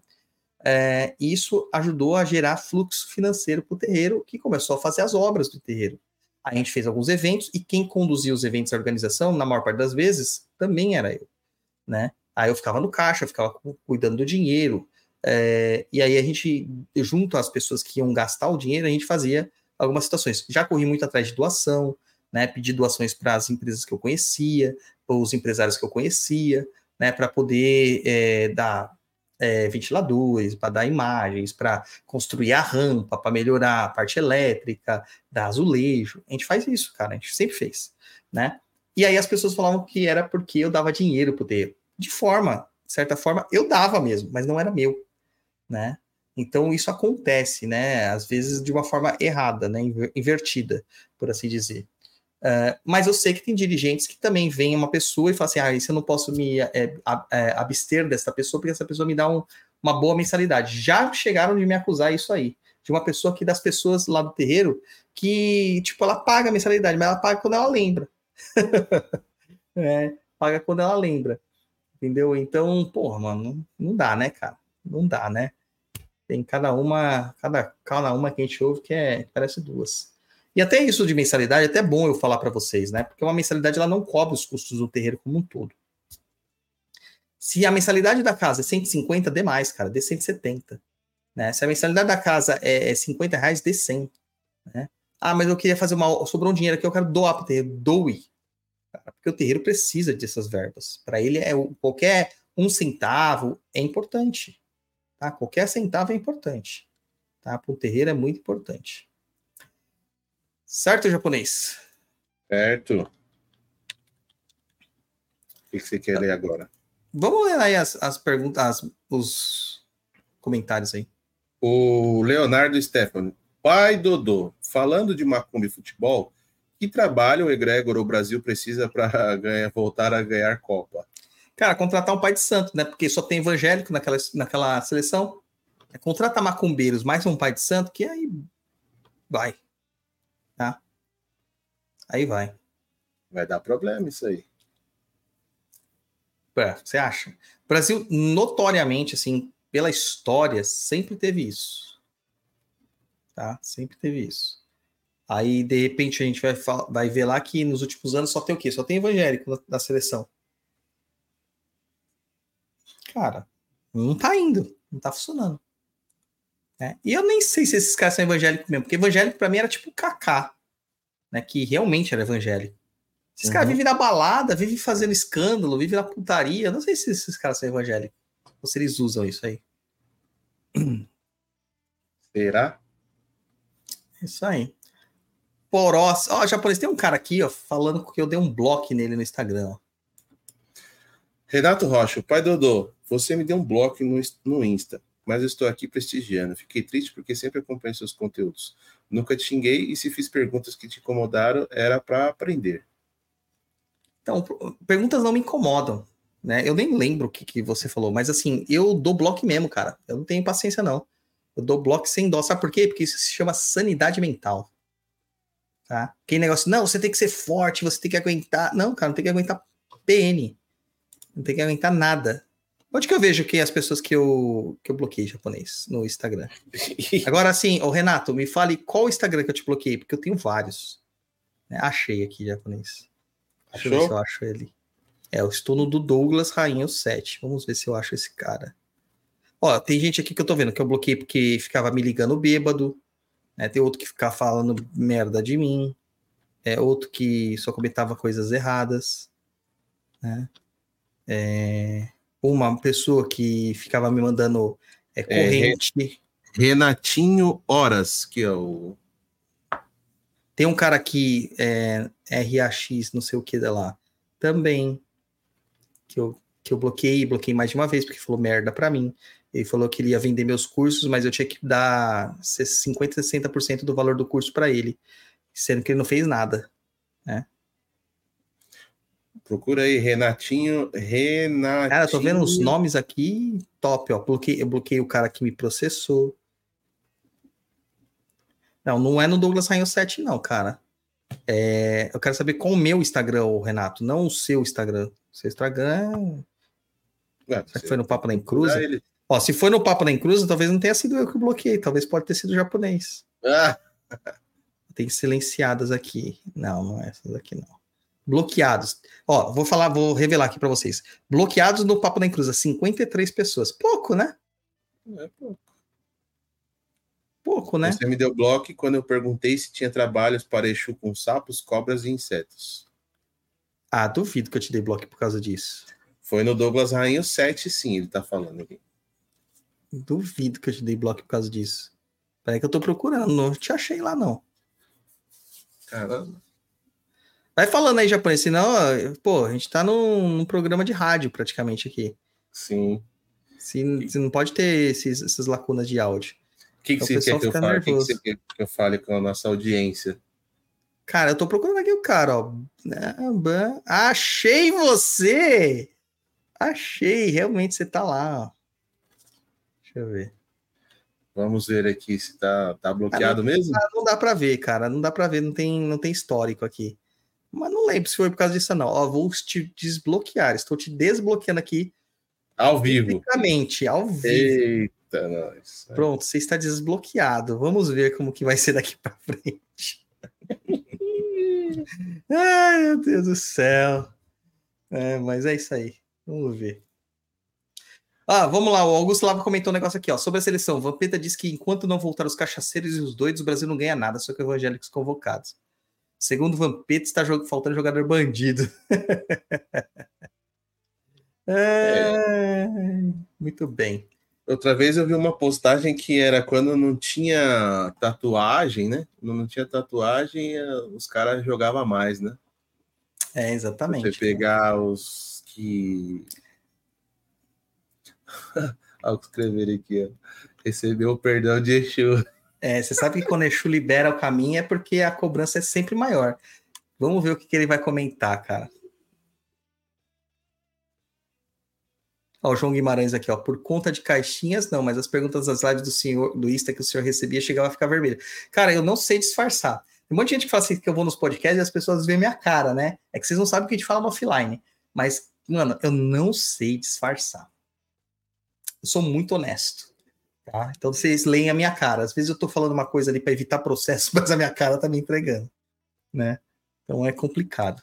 Isso ajudou a gerar fluxo financeiro para o terreiro, que começou a fazer as obras do terreiro. Aí a gente fez alguns eventos, e quem conduzia os eventos da organização, na maior parte das vezes, também era eu, né? Aí eu ficava no caixa, eu ficava cuidando do dinheiro, e aí a gente, junto às pessoas que iam gastar o dinheiro, a gente fazia algumas situações. Já corri muito atrás de doação, né? Pedi doações para as empresas que eu conhecia, para os empresários que eu conhecia, né? Para poder dar ventiladores, para dar imagens, para construir a rampa, para melhorar a parte elétrica, dar azulejo. A gente faz isso, cara, a gente sempre fez, né? E aí as pessoas falavam que era porque eu dava dinheiro pro terreiro. De certa forma, eu dava mesmo, mas não era meu, né? Então, isso acontece, né? Às vezes de uma forma errada, né? Invertida, por assim dizer. Mas eu sei que tem dirigentes que também veem uma pessoa e falam assim, isso eu não posso me abster dessa pessoa, porque essa pessoa me dá uma boa mensalidade. Já chegaram de me acusar isso aí, de uma pessoa que das pessoas lá do terreiro que, tipo, ela paga a mensalidade, mas ela paga quando ela lembra. Paga quando ela lembra. Entendeu? Então, porra, mano, não dá, né, cara? Não dá, né? Tem cada uma que a gente ouve que parece duas. E até isso de mensalidade, é até bom eu falar para vocês, né? Porque uma mensalidade ela não cobre os custos do terreiro como um todo. Se a mensalidade da casa é 150, dê mais, cara, dê 170. Né? Se a mensalidade da casa é R$50, dê 100. Né? Ah, mas eu queria fazer sobrou um dinheiro aqui, eu quero doar para o terreiro. Doe. Cara, porque o terreiro precisa dessas verbas. Para ele, qualquer um centavo é importante. Tá? Qualquer centavo é importante. Tá? Para o terreiro é muito importante. Certo, japonês? Certo. O que você quer ler agora? Vamos ler aí as perguntas, os comentários aí. O Leonardo Stefano. Pai Dodô, falando de macumba e futebol, que trabalho o egrégor o Brasil precisa para voltar a ganhar Copa? Cara, contratar um pai de santo, né? Porque só tem evangélico naquela seleção. Contratar macumbeiros mais um pai de santo, que aí vai. Tá? Aí vai. Vai dar problema isso aí. Você acha? O Brasil, notoriamente, assim, pela história, sempre teve isso. Tá? Sempre teve isso. Aí, de repente, a gente vai ver lá que nos últimos anos só tem o quê? Só tem evangélico na seleção. Cara, não tá indo. Não tá funcionando. Né? E eu nem sei se esses caras são evangélicos mesmo, porque evangélico pra mim era tipo o Kaká, né? Que realmente era evangélico. Esses caras vivem na balada, vivem fazendo escândalo, vivem na putaria. Eu não sei se esses caras são evangélicos. Ou se eles usam isso aí. Será? Isso aí. Porós. Ó, japonês, tem um cara aqui, ó, falando que eu dei um bloco nele no Instagram. Ó. Renato Rocha, o pai Dodô, você me deu um bloco no Insta, mas eu estou aqui prestigiando. Fiquei triste porque sempre acompanho seus conteúdos. Nunca te xinguei e se fiz perguntas que te incomodaram, era para aprender. Então, perguntas não me incomodam, né? Eu nem lembro o que você falou, mas assim, eu dou bloco mesmo, cara. Eu não tenho paciência, não. Eu dou bloco sem dó. Sabe por quê? Porque isso se chama sanidade mental. Tá? Aquele negócio, não, você tem que ser forte, você tem que aguentar. Não, cara, não tem que aguentar PN. Não tem que aguentar nada. Onde que eu vejo que as pessoas que eu bloqueei japonês? No Instagram. Agora, assim, ô Renato, me fale qual Instagram que eu te bloqueei, porque eu tenho vários. Achei aqui, japonês. Deixa eu ver se eu acho ele. Eu estou no do Douglas Rainha 7. Vamos ver se eu acho esse cara. Ó, tem gente aqui que eu tô vendo que eu bloqueei porque ficava me ligando bêbado. Né? Tem outro que ficava falando merda de mim. Outro que só comentava coisas erradas. Né? Uma pessoa que ficava me mandando corrente. Renatinho Horas, que é o... Tem um cara aqui, RAX, não sei o que lá, também, que eu bloqueei mais de uma vez, porque falou merda pra mim. Ele falou que ele ia vender meus cursos, mas eu tinha que dar 50%, 60% do valor do curso pra ele, sendo que ele não fez nada. Né? Procura aí, Renatinho. Cara, eu tô vendo os nomes aqui, top, ó. Eu bloqueei o cara que me processou. Não é no Douglas Rainho 7, não, cara. Eu quero saber qual o meu Instagram, Renato, não o seu Instagram. O seu Instagram. Será que foi no Papo da Encruza? Ó, se foi no Papo da Encruza, talvez não tenha sido eu que bloqueei. Talvez pode ter sido o japonês. Tem silenciadas aqui. Não é essas aqui, não. Bloqueados. Ó, vou revelar aqui pra vocês. Bloqueados no Papo da Encruza, 53 pessoas. Pouco, né? É pouco. Pouco, né? Você me deu bloco quando eu perguntei se tinha trabalhos para Exu com sapos, cobras e insetos. Ah, duvido que eu te dei bloco por causa disso. Foi no Douglas Rainho 7, sim, ele tá falando aqui. Duvido que eu te dei bloco por causa disso. Peraí que eu tô procurando, não te achei lá, não. Caramba. Vai falando aí, japonês, senão, pô, a gente tá num programa de rádio praticamente aqui. Sim. Se não pode ter essas lacunas de áudio. O que você quer que eu fale? O que você quer que eu fale com a nossa audiência? Cara, eu tô procurando aqui o cara, ó. Achei você! Achei, realmente você tá lá, ó. Deixa eu ver. Vamos ver aqui se tá bloqueado mesmo. Não dá pra ver, cara. Não dá pra ver, não tem histórico aqui. Mas não lembro se foi por causa disso, não. Ó, vou te desbloquear. Estou te desbloqueando aqui. Ao vivo. Fisicamente, ao vivo. Eita, nós. Pronto, você está desbloqueado. Vamos ver como que vai ser daqui pra frente. Ai, meu Deus do céu. Mas é isso aí. Vamos ver. Vamos lá. O Augusto Lava comentou um negócio aqui, ó. Sobre a seleção. Vampeta diz que enquanto não voltar os cachaceiros e os doidos, o Brasil não ganha nada, só que evangélicos convocados. Segundo Vampeta, está faltando jogador bandido. Muito bem. Outra vez eu vi uma postagem que era quando não tinha tatuagem, né? Não tinha tatuagem, os caras jogavam mais, né? Exatamente. Você pegar os que... Olha o que escrever aqui, ó. Recebeu o perdão de Exu. Você sabe que quando Exu libera o caminho é porque a cobrança é sempre maior. Vamos ver o que ele vai comentar, cara. Ó, o João Guimarães aqui, ó. Por conta de caixinhas, não, mas as perguntas das lives do senhor, do Insta que o senhor recebia, chegava a ficar vermelho. Cara, eu não sei disfarçar. Tem um monte de gente que fala assim que eu vou nos podcasts e as pessoas veem minha cara, né? É que vocês não sabem o que a gente fala no offline. Mas, mano, eu não sei disfarçar. Eu sou muito honesto. Tá? Então vocês leem a minha cara. Às vezes eu tô falando uma coisa ali para evitar processo, mas a minha cara tá me entregando, né? Então é complicado.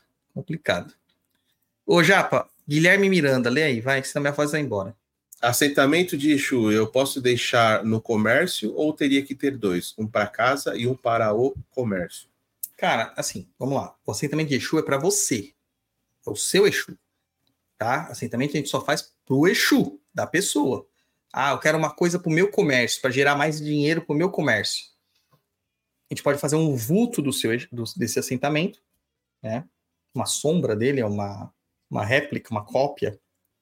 Ô, Japa, Guilherme Miranda, lê aí, vai, senão minha voz vai embora. Assentamento de Exu, eu posso deixar no comércio ou teria que ter dois? Um para casa e um para o comércio? Cara, assim, vamos lá. O assentamento de Exu é para você. É o seu Exu. Tá? Assentamento a gente só faz pro Exu, da pessoa. Eu quero uma coisa pro meu comércio, para gerar mais dinheiro pro meu comércio. A gente pode fazer um vulto desse assentamento, né? Uma sombra dele, uma réplica, uma cópia.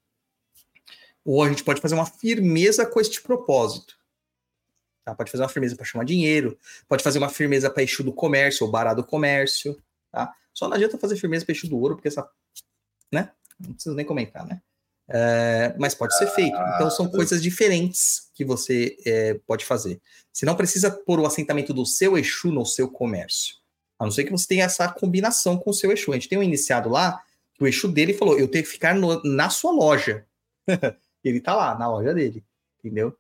Ou a gente pode fazer uma firmeza com este propósito. Tá? Pode fazer uma firmeza para chamar dinheiro, pode fazer uma firmeza para Exu do comércio, ou Bará do comércio. Tá? Só não adianta fazer firmeza para Exu do ouro, porque essa... né? Não preciso nem comentar, né? Mas pode ser feito. Então são coisas diferentes que você pode fazer. Você não precisa pôr o assentamento do seu Exu no seu comércio. A não ser que você tenha essa combinação com o seu Exu. A gente tem um iniciado lá, que o Exu dele falou, eu tenho que ficar na sua loja. Ele tá lá, na loja dele. Entendeu?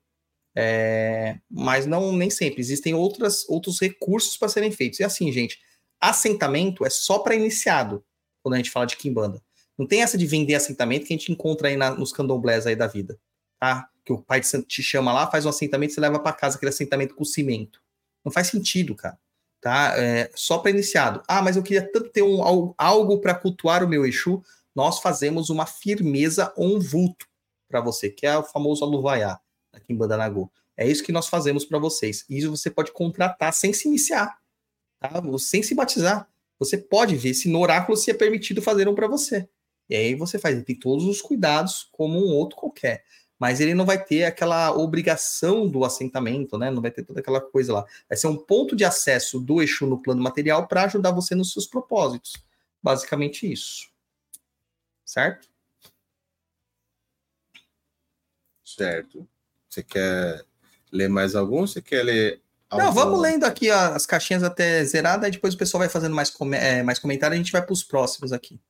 Mas não nem sempre. Existem outros recursos para serem feitos. E assim, gente, assentamento é só para iniciado, quando a gente fala de quimbanda. Não tem essa de vender assentamento que a gente encontra aí nos candomblés aí da vida, tá? Que o pai de santo te chama lá, faz um assentamento e você leva para casa aquele assentamento com cimento. Não faz sentido, cara. Tá? Só para iniciado. Mas eu queria tanto ter algo para cultuar o meu Exu. Nós fazemos uma firmeza ou um vulto para você, que é o famoso aluvaiá aqui em Bandanagô. É isso que nós fazemos para vocês. Isso você pode contratar sem se iniciar, tá? Sem se batizar. Você pode ver se no oráculo se é permitido fazer um para você. E aí você faz, ele tem todos os cuidados como um outro qualquer. Mas ele não vai ter aquela obrigação do assentamento, né? Não vai ter toda aquela coisa lá. Vai ser um ponto de acesso do Exu no plano material para ajudar você nos seus propósitos. Basicamente isso. Certo? Certo. Você quer ler mais algum? Você quer ler algum? Não, vamos lendo aqui as caixinhas até zerada, e depois o pessoal vai fazendo mais comentário e a gente vai para os próximos aqui.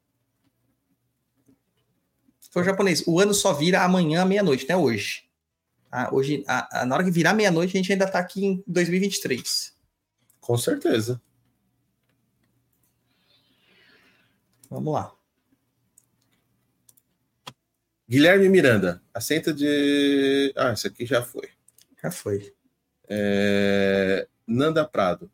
Foi o japonês. O ano só vira amanhã à meia-noite, né? Hoje. Hoje, na hora que virar meia-noite, a gente ainda tá aqui em 2023. Com certeza. Vamos lá. Guilherme Miranda. Assenta de... esse aqui já foi. Já foi. Nanda Prado.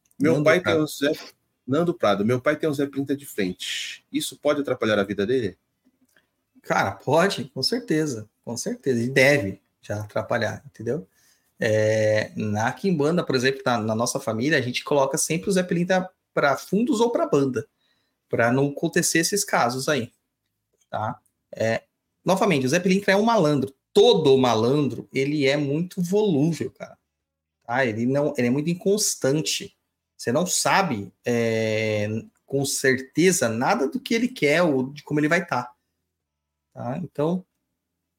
Nando Prado. Meu pai tem um Zé Pinta de frente. Isso pode atrapalhar a vida dele? Cara, pode, com certeza. Com certeza. E deve já atrapalhar, entendeu? Na quimbanda, por exemplo, na nossa família, a gente coloca sempre o Zé Pilintra para fundos ou para banda, para não acontecer esses casos aí, tá? Novamente, o Zé Pilintra é um malandro. Todo malandro, ele é muito volúvel, cara. Tá? Ele é muito inconstante. Você não sabe com certeza nada do que ele quer ou de como ele vai estar. Tá? Então,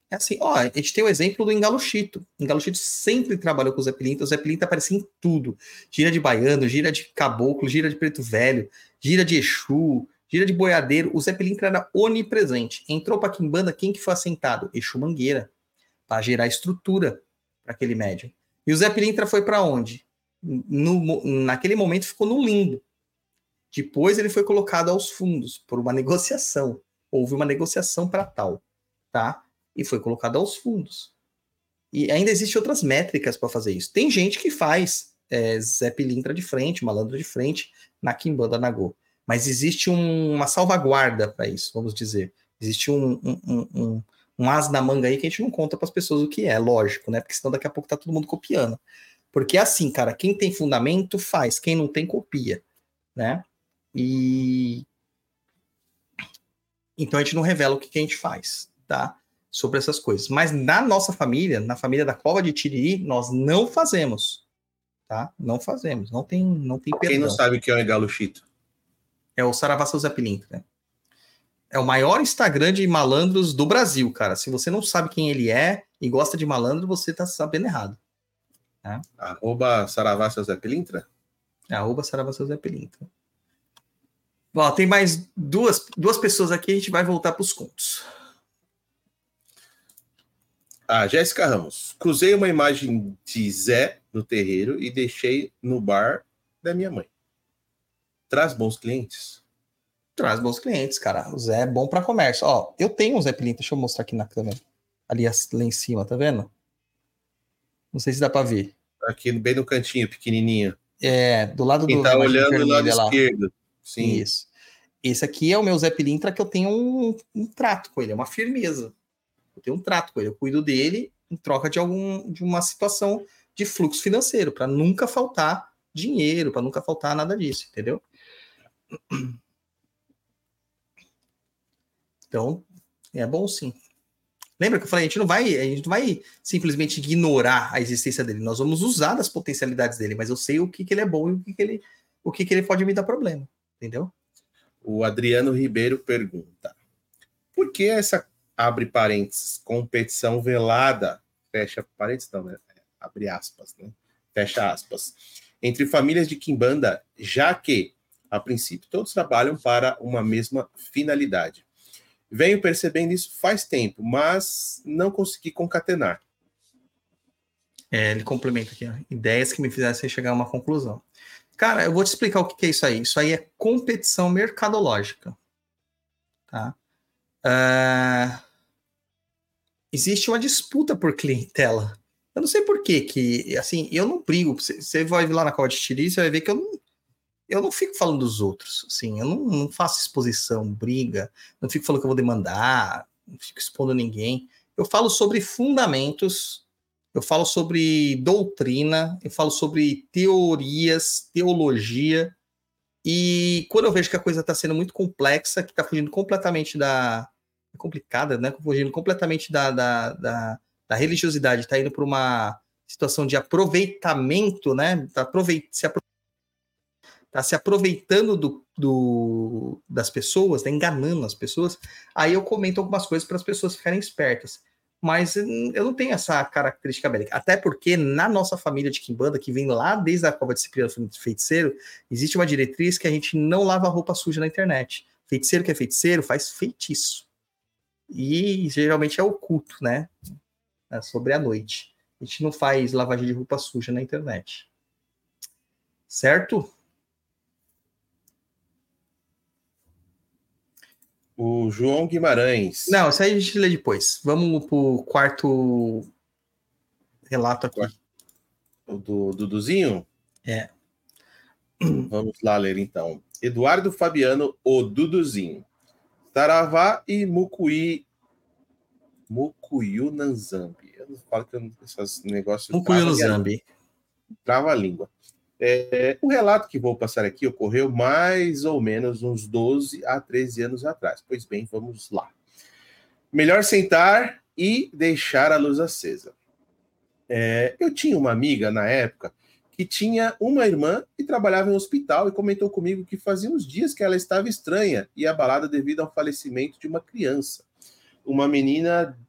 É assim, ó, a gente tem o exemplo do Engaluchito. O Engaluchito sempre trabalhou com o Zé Pilintra. O Zé Pilintra aparecia em tudo. Gira de baiano, gira de caboclo, gira de preto velho, gira de Exu, gira de boiadeiro. O Zé Pilintra era onipresente. Entrou para Quimbanda, quem que foi assentado? Exu Mangueira, para gerar estrutura para aquele médium. E o Zé Pilintra foi para onde? Naquele momento ficou no limbo. Depois ele foi colocado aos fundos por uma negociação. Houve uma negociação para tal, tá? E foi colocado aos fundos. E ainda existem outras métricas para fazer isso. Tem gente que faz Zé Pilintra de frente, malandro de frente, na Quimbanda Nagô. Mas existe uma salvaguarda para isso, vamos dizer. Existe um as na manga aí que a gente não conta para as pessoas o que é, lógico, né? Porque senão daqui a pouco tá todo mundo copiando. Porque é assim, cara, quem tem fundamento faz, quem não tem copia, né? E então a gente não revela o que a gente faz, tá? Sobre essas coisas. Mas na nossa família, na família da Cova de Tiriri, nós não fazemos, tá? Não fazemos, não tem perdão. Quem não sabe o que é o Engaluchito? É o Saravá Seu Zé Pilintra, né? É o maior Instagram de malandros do Brasil, cara. Se você não sabe quem ele é e gosta de malandro, você tá sabendo errado. Né? @Saravá Seu Zé Pilintra? @Saravá Seu Zé Pilintra. Bom, tem mais duas pessoas aqui, a gente vai voltar para os contos. Jéssica Ramos. Cruzei uma imagem de Zé no terreiro e deixei no bar da minha mãe. Traz bons clientes? Traz bons clientes, cara. O Zé é bom para comércio. Ó, eu tenho um Zé Pilintra, deixa eu mostrar aqui na câmera. Ali lá em cima, tá vendo? Não sei se dá para ver. Aqui bem no cantinho, pequenininho. Do lado Quem do... tá olhando do lado esquerdo. Sim. Isso. Esse aqui é o meu Zé Pilintra, que eu tenho um trato com ele, é uma firmeza. Eu tenho um trato com ele, eu cuido dele em troca de uma situação de fluxo financeiro, para nunca faltar dinheiro, para nunca faltar nada disso, entendeu? Então, é bom sim. Lembra que eu falei, a gente não vai simplesmente ignorar a existência dele, nós vamos usar das potencialidades dele, mas eu sei o que ele é bom e o que ele pode me dar problema, entendeu? O Adriano Ribeiro pergunta: por que essa, abre parênteses, competição velada, fecha parênteses, não, né? Abre aspas, né? Fecha aspas, entre famílias de Quimbanda, já que, a princípio, todos trabalham para uma mesma finalidade? Venho percebendo isso faz tempo, mas não consegui concatenar. Ele complementa aqui, ó, ideias que me fizessem chegar a uma conclusão. Cara, eu vou te explicar o que é isso aí. Isso aí é competição mercadológica. Tá? Existe uma disputa por clientela. Eu não sei por que, assim, eu não brigo. Você vai lá na Cova de Tiriri, você vai ver que eu não fico falando dos outros. Assim, eu não faço exposição, briga, não fico falando que eu vou demandar, não fico expondo ninguém. Eu falo sobre fundamentos, eu falo sobre doutrina, eu falo sobre teorias, teologia, e quando eu vejo que a coisa está sendo muito complexa, que está fugindo completamente complicada, né? Fugindo completamente da religiosidade, está indo para uma situação de aproveitamento, né? Tá se aproveitando das pessoas, tá enganando as pessoas, aí eu comento algumas coisas para as pessoas ficarem espertas. Mas eu não tenho essa característica bélica. Até porque na nossa família de Quimbanda, que vem lá desde a Cova de Cipriano Feiticeiro, existe uma diretriz que a gente não lava roupa suja na internet. Feiticeiro que é feiticeiro faz feitiço. E geralmente é oculto, né? É sobre a noite. A gente não faz lavagem de roupa suja na internet. Certo? O João Guimarães. Não, isso aí a gente lê depois. Vamos pro quarto relato aqui. O do Duduzinho? É. Vamos lá ler então. Eduardo Fabiano, o Duduzinho. Saravá e Mukuyunanzambi. Eu não falo que esses negócios... Mukuyunanzambi. Trava a língua. O relato que vou passar aqui ocorreu mais ou menos uns 12 a 13 anos atrás. Pois bem, vamos lá. Melhor sentar e deixar a luz acesa. Eu tinha uma amiga na época que tinha uma irmã e trabalhava em um hospital e comentou comigo que fazia uns dias que ela estava estranha e abalada devido ao falecimento de uma criança. Uma menina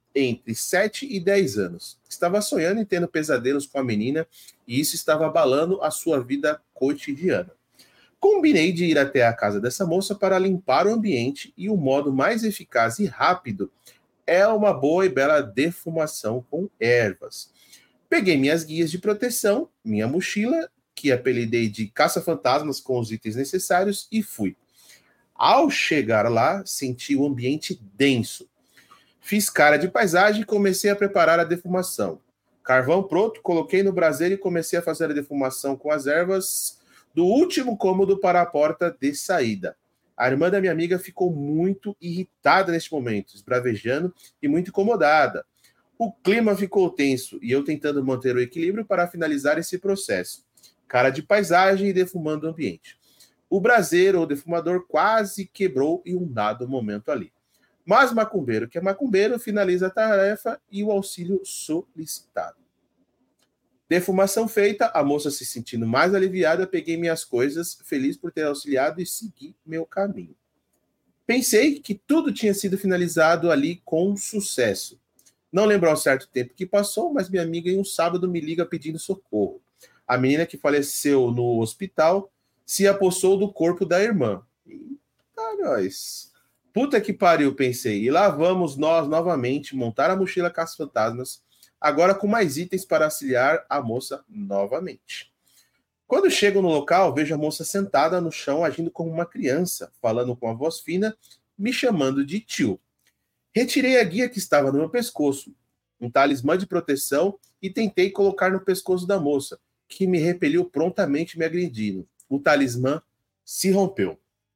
entre 7 e 10 anos. Estava sonhando e tendo pesadelos com a menina, e isso estava abalando a sua vida cotidiana. Combinei de ir até a casa dessa moça para limpar o ambiente, e o modo mais eficaz e rápido é uma boa e bela defumação com ervas. Peguei minhas guias de proteção, minha mochila, que apelidei de caça-fantasmas com os itens necessários, e fui. Ao chegar lá, senti o ambiente denso. Fiz cara de paisagem e comecei a preparar a defumação. Carvão pronto, coloquei no braseiro e comecei a fazer a defumação com as ervas do último cômodo para a porta de saída. A irmã da minha amiga ficou muito irritada neste momento, esbravejando e muito incomodada. O clima ficou tenso e eu tentando manter o equilíbrio para finalizar esse processo. Cara de paisagem e defumando o ambiente. O braseiro ou defumador quase quebrou em um dado momento ali. Mas macumbeiro que é macumbeiro finaliza a tarefa e o auxílio solicitado. Defumação feita, a moça se sentindo mais aliviada, peguei minhas coisas, feliz por ter auxiliado e segui meu caminho. Pensei que tudo tinha sido finalizado ali com sucesso. Não lembro ao certo tempo que passou, mas minha amiga em um sábado me liga pedindo socorro. A menina que faleceu no hospital se apossou do corpo da irmã. Eita, nós. Puta que pariu, pensei. E lá vamos nós novamente montar a mochila Caça-Fantasmas, agora com mais itens para auxiliar a moça novamente. Quando chego no local, vejo a moça sentada no chão, agindo como uma criança, falando com a voz fina, me chamando de tio. Retirei a guia que estava no meu pescoço, um talismã de proteção, e tentei colocar no pescoço da moça, que me repeliu prontamente me agredindo. O talismã se rompeu.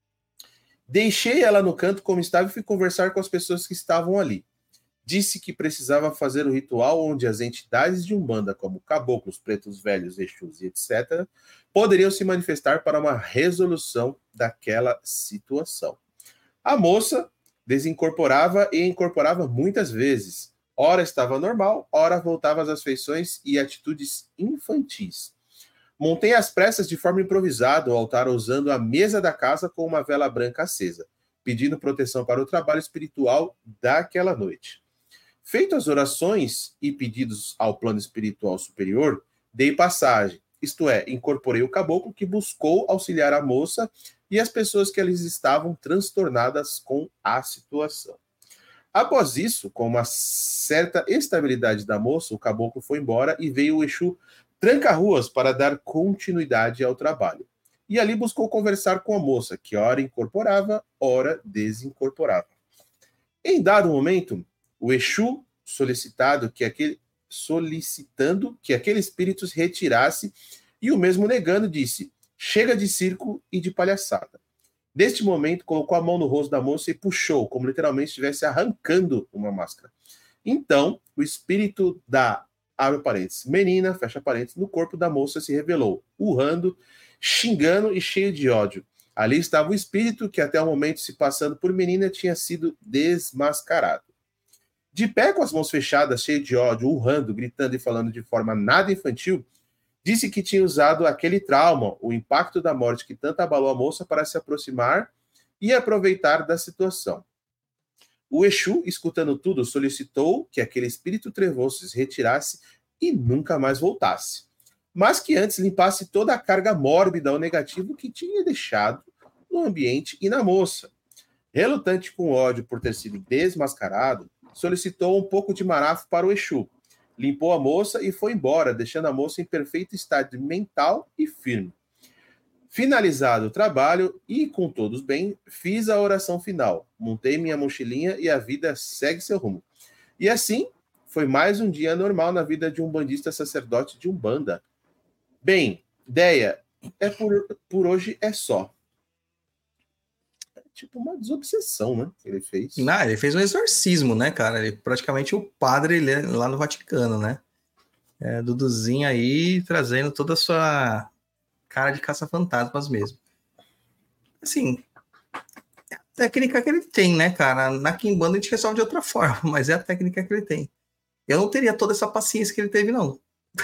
Deixei ela no canto como estava e fui conversar com as pessoas que estavam ali. Disse que precisava fazer o ritual onde as entidades de Umbanda, como caboclos, pretos velhos, exus e etc., poderiam se manifestar para uma resolução daquela situação. A moça desincorporava e incorporava muitas vezes. Ora estava normal, ora voltava às feições e atitudes infantis. Montei às pressas de forma improvisada o altar usando a mesa da casa com uma vela branca acesa, pedindo proteção para o trabalho espiritual daquela noite. Feito as orações e pedidos ao plano espiritual superior, dei passagem, isto é, incorporei o caboclo que buscou auxiliar a moça e as pessoas que eles estavam transtornadas com a situação. Após isso, com uma certa estabilidade da moça, o caboclo foi embora e veio o Exu tranca-ruas para dar continuidade ao trabalho. E ali buscou conversar com a moça, que ora incorporava, ora desincorporava. Em dado momento, o Exu solicitando que aquele espírito se retirasse e o mesmo negando disse, chega de circo e de palhaçada. Neste momento, colocou a mão no rosto da moça e puxou, como literalmente estivesse arrancando uma máscara. Então, o espírito da, abre parênteses, menina, fecha parênteses, no corpo da moça se revelou, urrando, xingando e cheio de ódio. Ali estava o espírito que até o momento se passando por menina tinha sido desmascarado. De pé com as mãos fechadas, cheio de ódio, urrando, gritando e falando de forma nada infantil, disse que tinha usado aquele trauma, o impacto da morte que tanto abalou a moça para se aproximar e aproveitar da situação. O Exu, escutando tudo, solicitou que aquele espírito trevoso se retirasse e nunca mais voltasse, mas que antes limpasse toda a carga mórbida ou negativa que tinha deixado no ambiente e na moça. Relutante com ódio por ter sido desmascarado, solicitou um pouco de marafo para o Exu, limpou a moça e foi embora, deixando a moça em perfeito estado mental e firme. Finalizado o trabalho e com todos bem, fiz a oração final, montei minha mochilinha e a vida segue seu rumo. E assim, foi mais um dia normal na vida de um bandista sacerdote de Umbanda. Bem, ideia, por hoje é só. Tipo uma desobsessão, né, que ele fez. Não, ele fez um exorcismo, né, cara? Ele praticamente o padre lá no Vaticano, né? Duduzinho aí trazendo toda a sua cara de caça-fantasmas mesmo. Assim, é a técnica que ele tem, né, cara? Na Kimbanda a gente resolve de outra forma, mas é a técnica que ele tem. Eu não teria toda essa paciência que ele teve, não.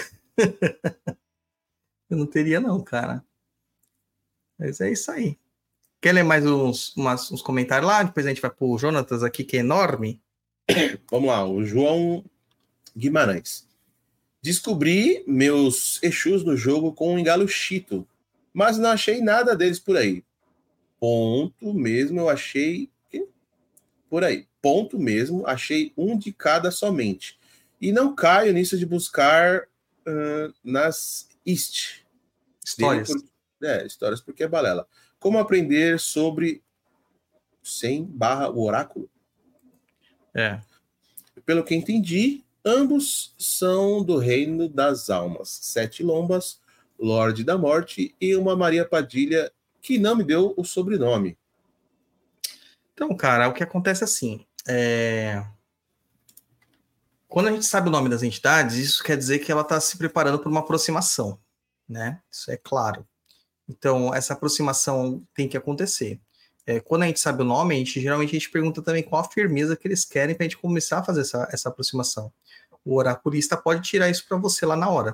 Eu não teria, não, cara. Mas é isso aí. Quer ler mais uns comentários lá? Depois a gente vai pro Jonatas aqui, que é enorme. Vamos lá, o João Guimarães. Descobri meus Exus no jogo com um engalo chito, mas não achei nada deles por aí. Ponto mesmo, eu achei... Por aí. Ponto mesmo, achei um de cada somente. E não caio nisso de buscar nas Histórias. Histórias porque é balela. Como aprender sobre 100 / o oráculo? Pelo que entendi, ambos são do reino das almas. 7 lombas, Lorde da Morte e uma Maria Padilha que não me deu o sobrenome. Então, cara, o que acontece assim, quando a gente sabe o nome das entidades, isso quer dizer que ela está se preparando para uma aproximação, né? Isso é claro. Então, essa aproximação tem que acontecer. Quando a gente sabe o nome, geralmente a gente pergunta também qual a firmeza que eles querem para a gente começar a fazer essa aproximação. O oraculista pode tirar isso para você lá na hora.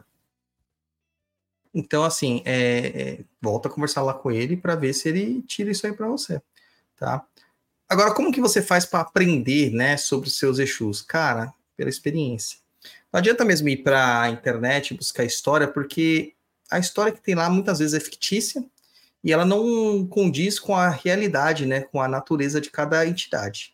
Então, assim, volta a conversar lá com ele para ver se ele tira isso aí para você, tá? Agora, como que você faz para aprender, né, sobre os seus Exus? Cara, pela experiência. Não adianta mesmo ir para a internet buscar história, porque a história que tem lá muitas vezes é fictícia e ela não condiz com a realidade, né, com a natureza de cada entidade.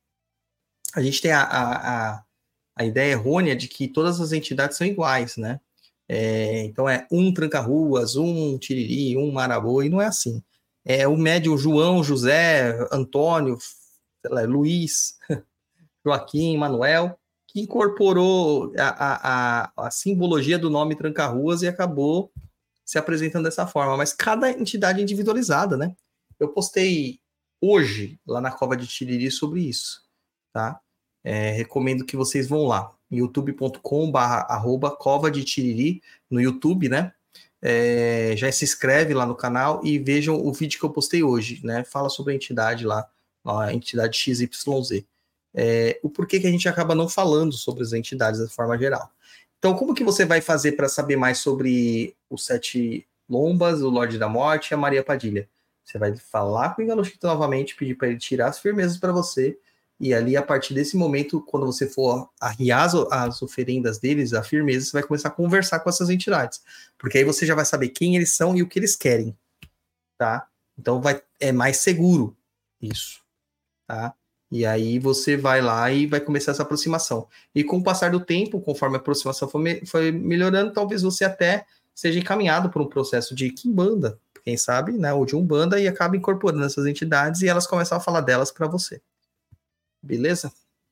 A gente tem a ideia errônea de que todas as entidades são iguais, né? Então um tranca-ruas, um tiriri, um marabô, e não é assim. O médium João, José, Antônio, Luiz, Joaquim, Manuel, que incorporou a simbologia do nome tranca-ruas e acabou se apresentando dessa forma. Mas cada entidade é individualizada, né? Eu postei hoje lá na Cova de Tiriri sobre isso, tá? Recomendo que vocês vão lá, youtube.com/@cova de Tiriri, no YouTube, né? Já se inscreve lá no canal e vejam o vídeo que eu postei hoje, né? Fala sobre a entidade lá, a entidade XYZ. O porquê que a gente acaba não falando sobre as entidades de forma geral. Então, como que você vai fazer para saber mais sobre os 7 lombas, o Lorde da Morte e a Maria Padilha? Você vai falar com o Engalochito novamente, pedir para ele tirar as firmezas para você, e ali, a partir desse momento, quando você for arriar as oferendas deles, a firmeza, você vai começar a conversar com essas entidades. Porque aí você já vai saber quem eles são e o que eles querem, tá? Então, é mais seguro isso, tá? E aí você vai lá e vai começar essa aproximação. E com o passar do tempo, conforme a aproximação foi melhorando, talvez você até seja encaminhado por um processo de Kimbanda, quem sabe, né? Ou de Umbanda, e acaba incorporando essas entidades e elas começam a falar delas para você. Beleza?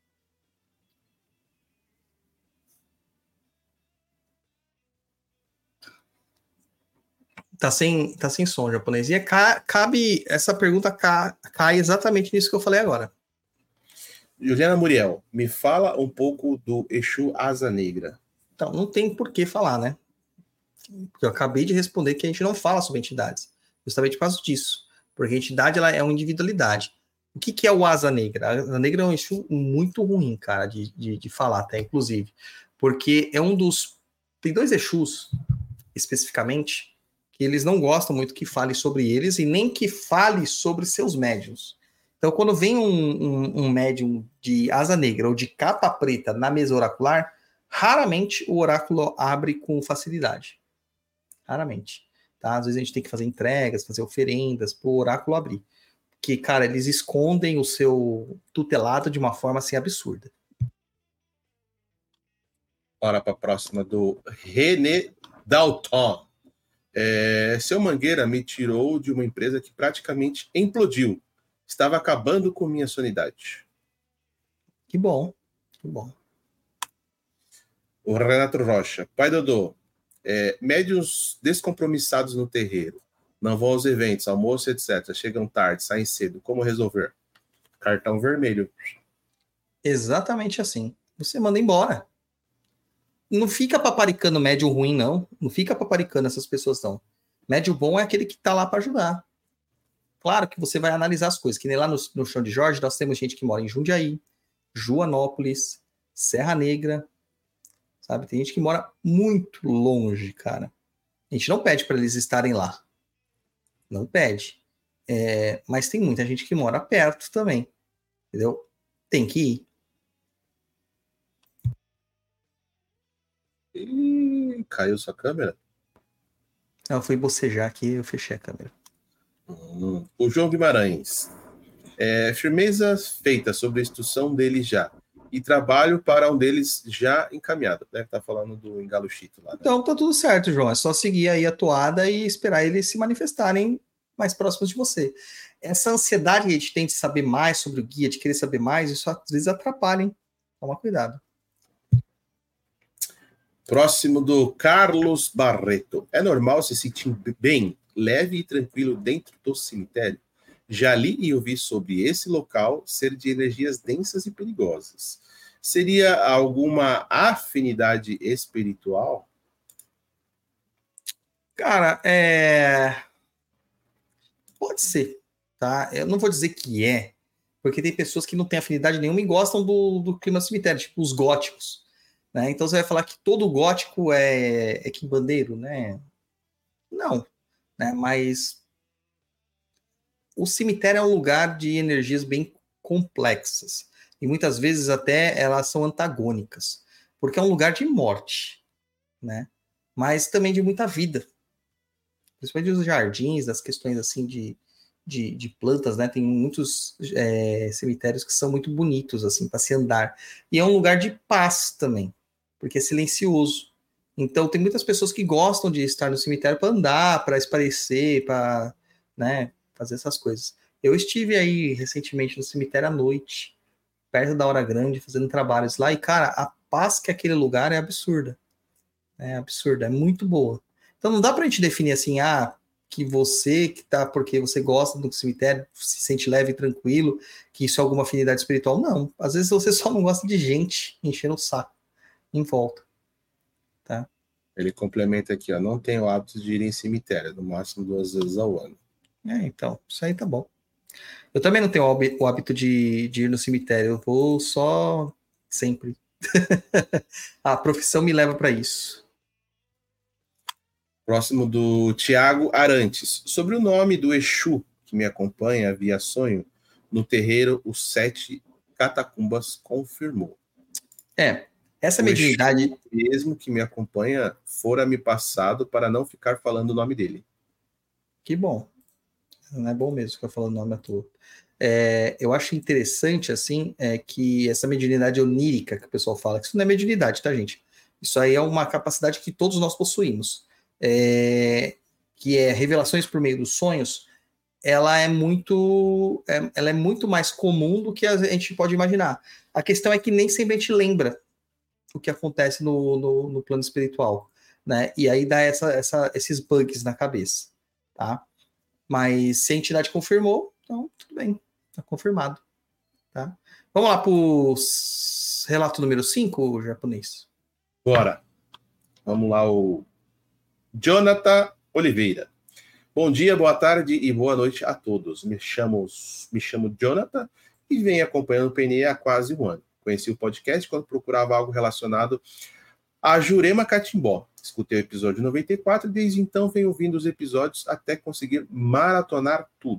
Tá sem som, japonês. E cabe, essa pergunta cai exatamente nisso que eu falei agora. Juliana Muriel, me fala um pouco do Exu Asa Negra. Então, não tem por que falar, né? Porque eu acabei de responder que a gente não fala sobre entidades. Justamente por causa disso. Porque a entidade, ela é uma individualidade. O que é o Asa Negra? A Asa Negra é um Exu muito ruim, cara, de falar até, inclusive. Porque é um dos... Tem 2 Exus, especificamente, que eles não gostam muito que fale sobre eles e nem que fale sobre seus médiums. Então, quando vem um médium de asa negra ou de capa preta na mesa oracular, raramente o oráculo abre com facilidade. Raramente. Tá? Às vezes a gente tem que fazer entregas, fazer oferendas para o oráculo abrir. Porque, cara, eles escondem o seu tutelado de uma forma assim absurda. Bora para a próxima do René Dalton. Seu Mangueira me tirou de uma empresa que praticamente implodiu. Estava acabando com minha sanidade. Que bom, que bom. O Renato Rocha. Pai Dodô, médiuns descompromissados no terreiro. Não vão aos eventos, almoço, etc. Chegam tarde, saem cedo. Como resolver? Cartão vermelho. Exatamente assim. Você manda embora. Não fica paparicando médium ruim, não. Não fica paparicando essas pessoas, não. Médium bom é aquele que tá lá para ajudar. Claro que você vai analisar as coisas, que nem lá no Chão de Jorge, nós temos gente que mora em Jundiaí, Joanópolis, Serra Negra, sabe? Tem gente que mora muito longe, cara. A gente não pede para eles estarem lá. Não pede. Mas tem muita gente que mora perto também, entendeu? Tem que ir. Caiu sua câmera? Eu fui bocejar aqui e eu fechei a câmera. O João Guimarães. Firmeza feita sobre a instrução dele já. E trabalho para um deles já encaminhado. Deve estar falando do Engalo Chito lá. Né? Então tá tudo certo, João. É só seguir aí a toada e esperar eles se manifestarem mais próximos de você. Essa ansiedade que a gente tem de saber mais sobre o guia, de querer saber mais, isso às vezes atrapalha, hein? Toma cuidado. Próximo do Carlos Barreto. É normal se sentir bem, leve e tranquilo dentro do cemitério? Já li e ouvi sobre esse local ser de energias densas e perigosas. Seria alguma afinidade espiritual? Cara, pode ser, tá? Eu não vou dizer que porque tem pessoas que não têm afinidade nenhuma e gostam do clima do cemitério, tipo os góticos. Né? Então você vai falar que todo gótico é quimbandeiro, né? Não, né? Mas o cemitério é um lugar de energias bem complexas e muitas vezes até elas são antagônicas, porque é um lugar de morte, né? Mas também de muita vida, principalmente os jardins, das questões assim de plantas, né? Tem muitos cemitérios que são muito bonitos assim para se andar e é um lugar de paz também, porque é silencioso. Então tem muitas pessoas que gostam de estar no cemitério para andar, para espairecer, para, né, fazer essas coisas. Eu estive aí recentemente no cemitério à noite, perto da hora grande, fazendo trabalhos lá, e, cara, a paz que aquele lugar é absurda. É absurda, é muito boa. Então não dá pra gente definir assim, que você que tá, porque você gosta do cemitério, se sente leve e tranquilo, que isso é alguma afinidade espiritual. Não, às vezes você só não gosta de gente enchendo o saco em volta. Tá? Ele complementa aqui, ó, não tenho o hábito de ir em cemitério, no máximo 2 vezes ao ano. Então, isso aí tá bom. Eu também não tenho o hábito de ir no cemitério, eu vou só sempre. A profissão me leva para isso. Próximo do Tiago Arantes. Sobre o nome do Exu que me acompanha via sonho, no terreiro, os 7 catacumbas confirmou. Essa mediunidade... Exu mesmo que me acompanha fora me passado para não ficar falando o nome dele. Que bom. Não é bom mesmo ficar falando o nome à toa. Eu acho interessante, assim, que essa mediunidade onírica que o pessoal fala, que isso não é mediunidade, tá, gente? Isso aí é uma capacidade que todos nós possuímos. Que é revelações por meio dos sonhos, ela é muito mais comum do que a gente pode imaginar. A questão é que nem sempre a gente lembra o que acontece no plano espiritual, né? E aí dá esses bugs na cabeça, tá? Mas se a entidade confirmou, então tudo bem, tá confirmado, tá? Vamos lá para o relato número 5, japonês. Bora. Vamos lá, o Jonathan Oliveira. Bom dia, boa tarde e boa noite a todos. Me chamo Jonathan e venho acompanhando o PNE há quase um ano. Conheci o podcast quando procurava algo relacionado a Jurema Catimbó. Escutei o episódio 94 e desde então venho ouvindo os episódios até conseguir maratonar tudo.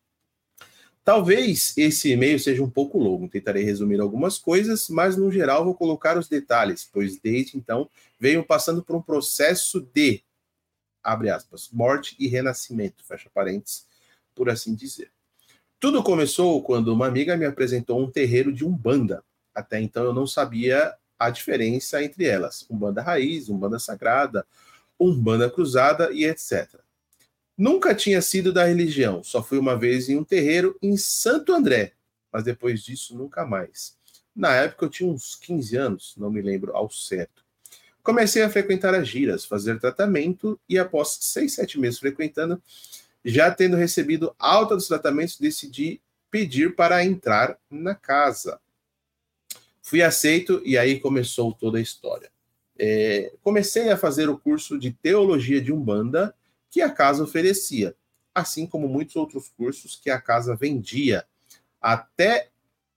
Talvez esse e-mail seja um pouco longo, tentarei resumir algumas coisas, mas no geral vou colocar os detalhes, pois desde então venho passando por um processo de, abre aspas, morte e renascimento, fecha parênteses, por assim dizer. Tudo começou quando uma amiga me apresentou um terreiro de Umbanda. Até então eu não sabia a diferença entre elas, Umbanda raiz, Umbanda sagrada, Umbanda cruzada e etc. Nunca tinha sido da religião, só fui uma vez em um terreiro em Santo André, mas depois disso nunca mais. Na época eu tinha uns 15 anos, não me lembro ao certo. Comecei a frequentar as giras, fazer tratamento e após 6, 7 meses frequentando, já tendo recebido alta dos tratamentos, decidi pedir para entrar na casa. Fui aceito e aí começou toda a história. Comecei a fazer o curso de Teologia de Umbanda que a casa oferecia, assim como muitos outros cursos que a casa vendia. Até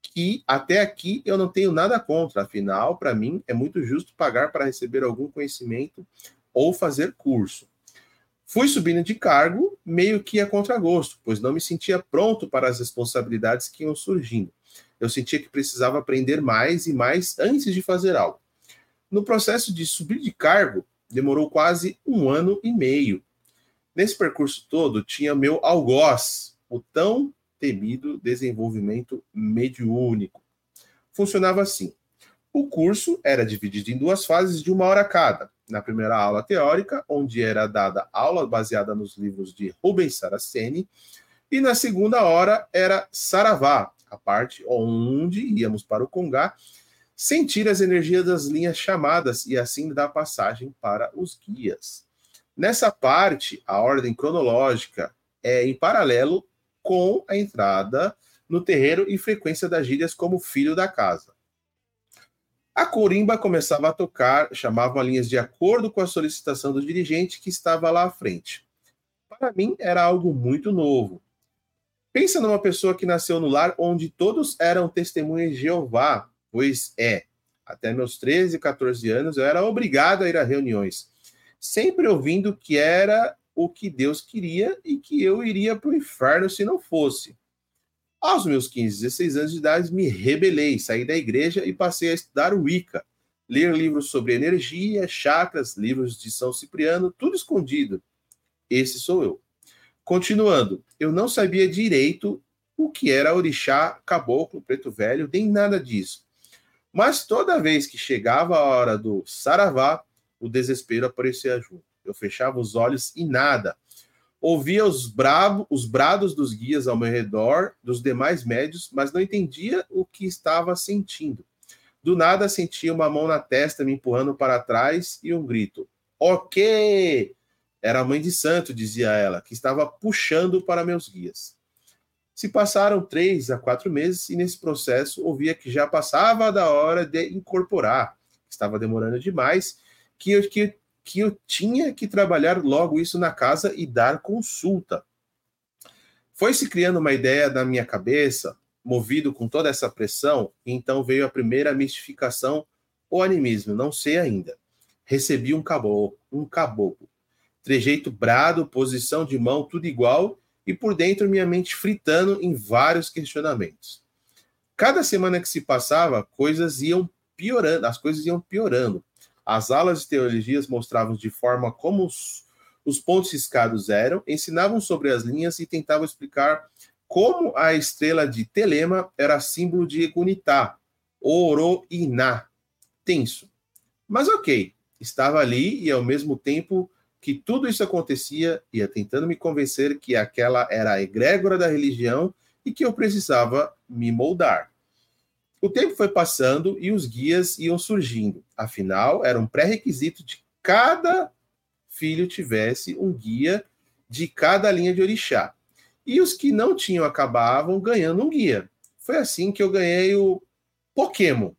aqui eu não tenho nada contra, afinal, para mim é muito justo pagar para receber algum conhecimento ou fazer curso. Fui subindo de cargo, meio que a contragosto, pois não me sentia pronto para as responsabilidades que iam surgindo. Eu sentia que precisava aprender mais e mais antes de fazer algo. No processo de subir de cargo, Demorou quase 1 ano e meio. Nesse percurso todo, tinha meu algoz, o tão temido desenvolvimento mediúnico. Funcionava assim. O curso era dividido em 2 fases de 1 hora cada. Na primeira aula teórica, onde era dada aula baseada nos livros de Rubens Saraceni, e na segunda hora era Saravá, a parte onde íamos para o Congá, sentir as energias das linhas chamadas e assim dar passagem para os guias. Nessa parte, a ordem cronológica é em paralelo com a entrada no terreiro e frequência das gírias como filho da casa. A corimba começava a tocar, chamavam linhas de acordo com a solicitação do dirigente que estava lá à frente. Para mim, era algo muito novo. Pensa numa pessoa que nasceu no lar onde todos eram testemunhas de Jeová, pois até meus 13, 14 anos, eu era obrigado a ir a reuniões, sempre ouvindo que era o que Deus queria e que eu iria para o inferno se não fosse. Aos meus 15, 16 anos de idade, me rebelei, saí da igreja e passei a estudar o Wicca, ler livros sobre energia, chakras, livros de São Cipriano, tudo escondido. Esse sou eu. Continuando, eu não sabia direito o que era orixá, caboclo, preto velho, nem nada disso. Mas toda vez que chegava a hora do saravá, o desespero aparecia junto. Eu fechava os olhos e nada. Ouvia os brados dos guias ao meu redor, dos demais médios, mas não entendia o que estava sentindo. Do nada, sentia uma mão na testa me empurrando para trás e um grito. Ok! Era a mãe de santo, dizia ela, que estava puxando para meus guias. Se passaram 3 a 4 meses e nesse processo ouvia que já passava da hora de incorporar. Estava demorando demais, que eu tinha que trabalhar logo isso na casa e dar consulta. Foi se criando uma ideia na minha cabeça, movido com toda essa pressão, e então veio a primeira mistificação, o animismo, não sei ainda. Recebi um caboclo. Trejeito brado, posição de mão, tudo igual, e por dentro minha mente fritando em vários questionamentos. Cada semana que se passava, as coisas iam piorando. As aulas de teologias mostravam de forma como os pontos riscados eram, ensinavam sobre as linhas e tentavam explicar como a estrela de Telema era símbolo de Egunitá, Oroiná, tenso. Mas ok, estava ali e ao mesmo tempo que tudo isso acontecia, ia tentando me convencer que aquela era a egrégora da religião e que eu precisava me moldar. O tempo foi passando e os guias iam surgindo. Afinal, era um pré-requisito de cada filho tivesse um guia de cada linha de orixá. E os que não tinham acabavam ganhando um guia. Foi assim que eu ganhei o Pokémon.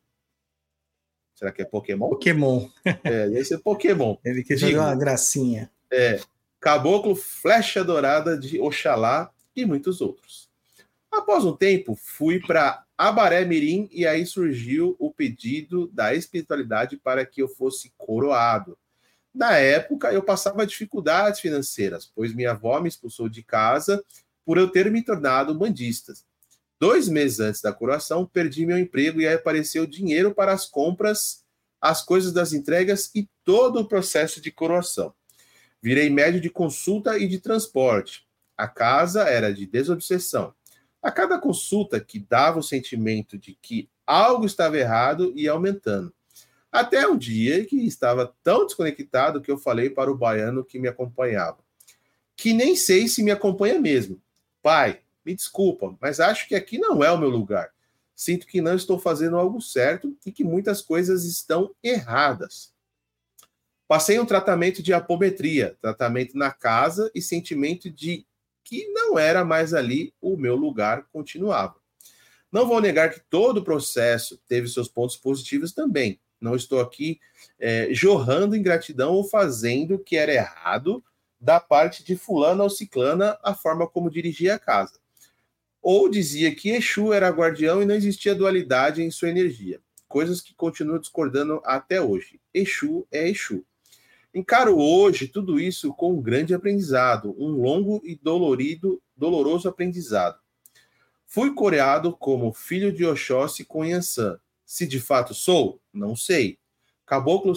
Será que é Pokémon? Pokémon. Deve ser Pokémon. Ele quis fazer uma gracinha. Caboclo, Flecha Dourada de Oxalá e muitos outros. Após um tempo, fui para Abaré Mirim e aí surgiu o pedido da espiritualidade para que eu fosse coroado. Na época, eu passava dificuldades financeiras, pois minha avó me expulsou de casa por eu ter me tornado bandista. 2 meses antes da coroação, perdi meu emprego e aí apareceu dinheiro para as compras, as coisas das entregas e todo o processo de coroação. Virei médio de consulta e de transporte. A casa era de desobsessão. A cada consulta que dava o sentimento de que algo estava errado ia aumentando. Até um dia que estava tão desconectado que eu falei para o baiano que me acompanhava, que nem sei se me acompanha mesmo. Pai, me desculpa, mas acho que aqui não é o meu lugar. Sinto que não estou fazendo algo certo e que muitas coisas estão erradas. Passei um tratamento de apometria, tratamento na casa e sentimento de que não era mais ali o meu lugar continuava. Não vou negar que todo o processo teve seus pontos positivos também. Não estou aqui jorrando ingratidão ou fazendo o que era errado da parte de fulana ou ciclana a forma como dirigia a casa. Ou dizia que Exu era guardião e não existia dualidade em sua energia. Coisas que continuo discordando até hoje. Exu é Exu. Encaro hoje tudo isso com um grande aprendizado, um longo e doloroso aprendizado. Fui coreado como filho de Oxóssi com Yansan. Se de fato sou, não sei. Caboclos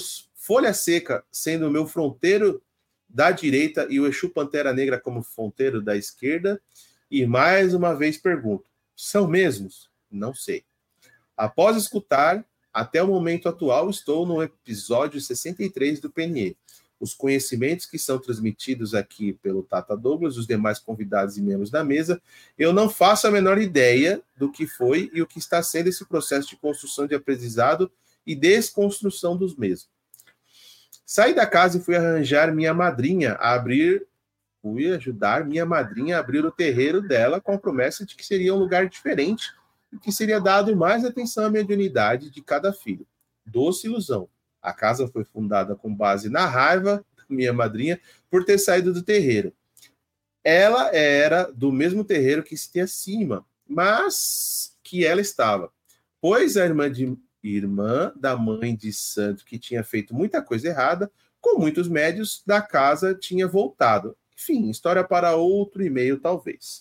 Folha Seca sendo o meu fronteiro da direita e o Exu Pantera Negra como fronteiro da esquerda? E mais uma vez pergunto, são mesmos? Não sei. Após escutar, até o momento atual, estou no episódio 63 do PNE. Os conhecimentos que são transmitidos aqui pelo Tata Douglas, os demais convidados e membros da mesa, eu não faço a menor ideia do que foi e o que está sendo esse processo de construção de aprendizado e desconstrução dos mesmos. Saí da casa e fui arranjar minha madrinha a abrir, fui ajudar minha madrinha a abrir o terreiro dela com a promessa de que seria um lugar diferente e que seria dado mais atenção à mediunidade de cada filho. Doce ilusão. A casa foi fundada com base na raiva da minha madrinha por ter saído do terreiro. Ela era do mesmo terreiro que se tem acima, mas que ela estava. Pois a irmã da mãe de santo, que tinha feito muita coisa errada, com muitos médios da casa, tinha voltado. Enfim, história para outro e-mail, talvez.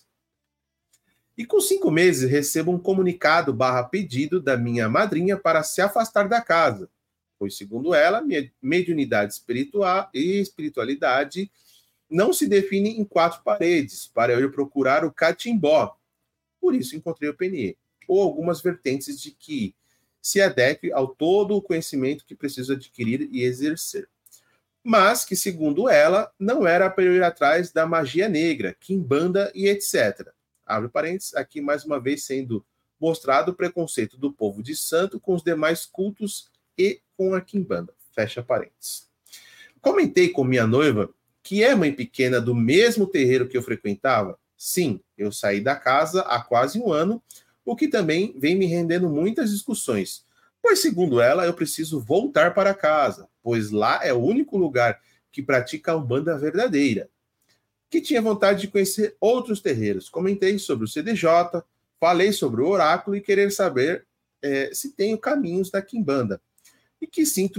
E com 5 meses recebo um comunicado / pedido da minha madrinha para se afastar da casa, pois, segundo ela, minha mediunidade espiritual e espiritualidade não se define em 4 paredes, para eu ir procurar o catimbó. Por isso encontrei o PNE, ou algumas vertentes de que se adeque ao todo o conhecimento que preciso adquirir e exercer. Mas que, segundo ela, não era para eu ir atrás da magia negra, quimbanda e etc. Abre parênteses, aqui mais uma vez sendo mostrado o preconceito do povo de santo com os demais cultos e com a quimbanda. Fecha parênteses. Comentei com minha noiva, que é mãe pequena do mesmo terreiro que eu frequentava. Sim, eu saí da casa há quase 1 ano, o que também vem me rendendo muitas discussões. Pois, segundo ela, eu preciso voltar para casa, pois lá é o único lugar que pratica a Umbanda verdadeira. Que tinha vontade de conhecer outros terreiros. Comentei sobre o CDJ, falei sobre o oráculo e querer saber se tenho caminhos da quimbanda. E que sinto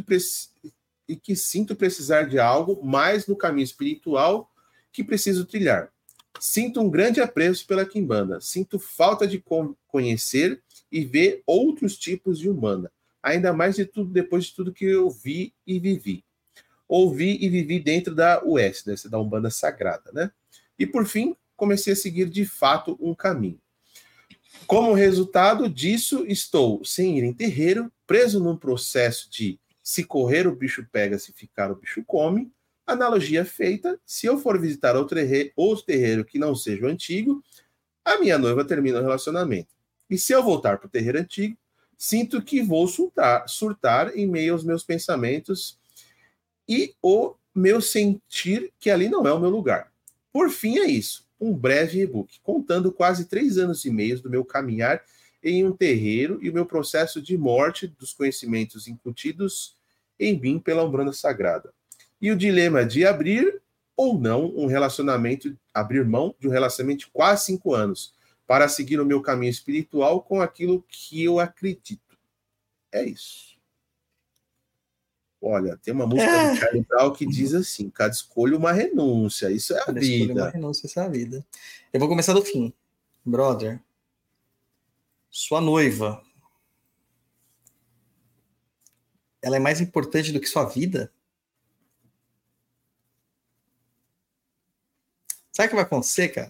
precisar de algo mais no caminho espiritual que preciso trilhar. Sinto um grande apreço pela quimbanda. Sinto falta de conhecer e ver outros tipos de umbanda. Ainda mais depois de tudo que eu vi e vivi. Ouvi e vivi dentro da US, da Umbanda Sagrada, né? E, por fim, comecei a seguir de fato um caminho. Como resultado disso, estou sem ir em terreiro, preso num processo de se correr o bicho pega, se ficar o bicho come. Analogia feita, se eu for visitar outro terreiro que não seja o antigo, a minha noiva termina o relacionamento. E se eu voltar para o terreiro antigo, sinto que vou surtar em meio aos meus pensamentos e o meu sentir que ali não é o meu lugar. Por fim, é isso. Um breve e-book, contando quase 3 anos e meio do meu caminhar em um terreiro e o meu processo de morte dos conhecimentos incutidos em mim pela Umbanda Sagrada. E o dilema de abrir ou não um relacionamento, abrir mão de um relacionamento de quase 5 anos, para seguir o meu caminho espiritual com aquilo que eu acredito. É isso. Olha, tem uma música do Charlie Brown que diz assim, cada escolha uma renúncia, isso é a vida. Cada escolha uma renúncia, isso é a vida. Eu vou começar do fim. Brother, sua noiva, ela é mais importante do que sua vida? Sabe o que vai acontecer, cara?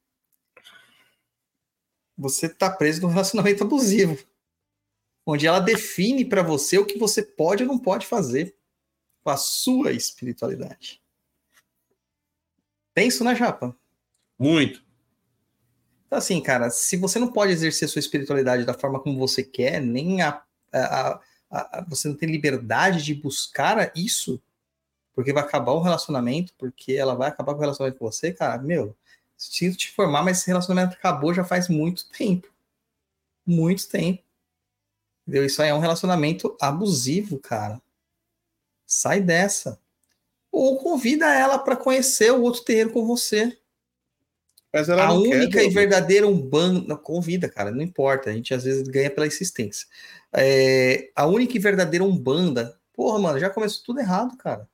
Você tá preso num relacionamento abusivo, onde ela define para você o que você pode ou não pode fazer com a sua espiritualidade. Tem isso, né, Japa? Muito. Então, assim, cara, se você não pode exercer sua espiritualidade da forma como você quer, nem você não tem liberdade de buscar isso, porque vai acabar o relacionamento, porque ela vai acabar com o relacionamento com você, cara, meu, sinto te informar, mas esse relacionamento acabou já faz muito tempo. Muito tempo. Entendeu? Isso aí é um relacionamento abusivo, cara. Sai dessa. Ou convida ela para conhecer o outro terreiro com você. Mas ela a não única quer, e verdadeira Umbanda... Não, convida, cara, não importa. A gente às vezes ganha pela insistência. A única e verdadeira Umbanda... Porra, mano, já começou tudo errado, cara.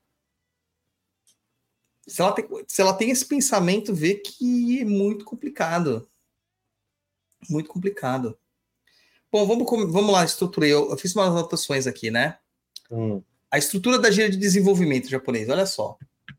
Se ela tem esse pensamento, vê que é muito complicado. Muito complicado. Bom, vamos lá, estruturei. Eu fiz umas anotações aqui, né? A estrutura da gira de desenvolvimento japonês, olha só.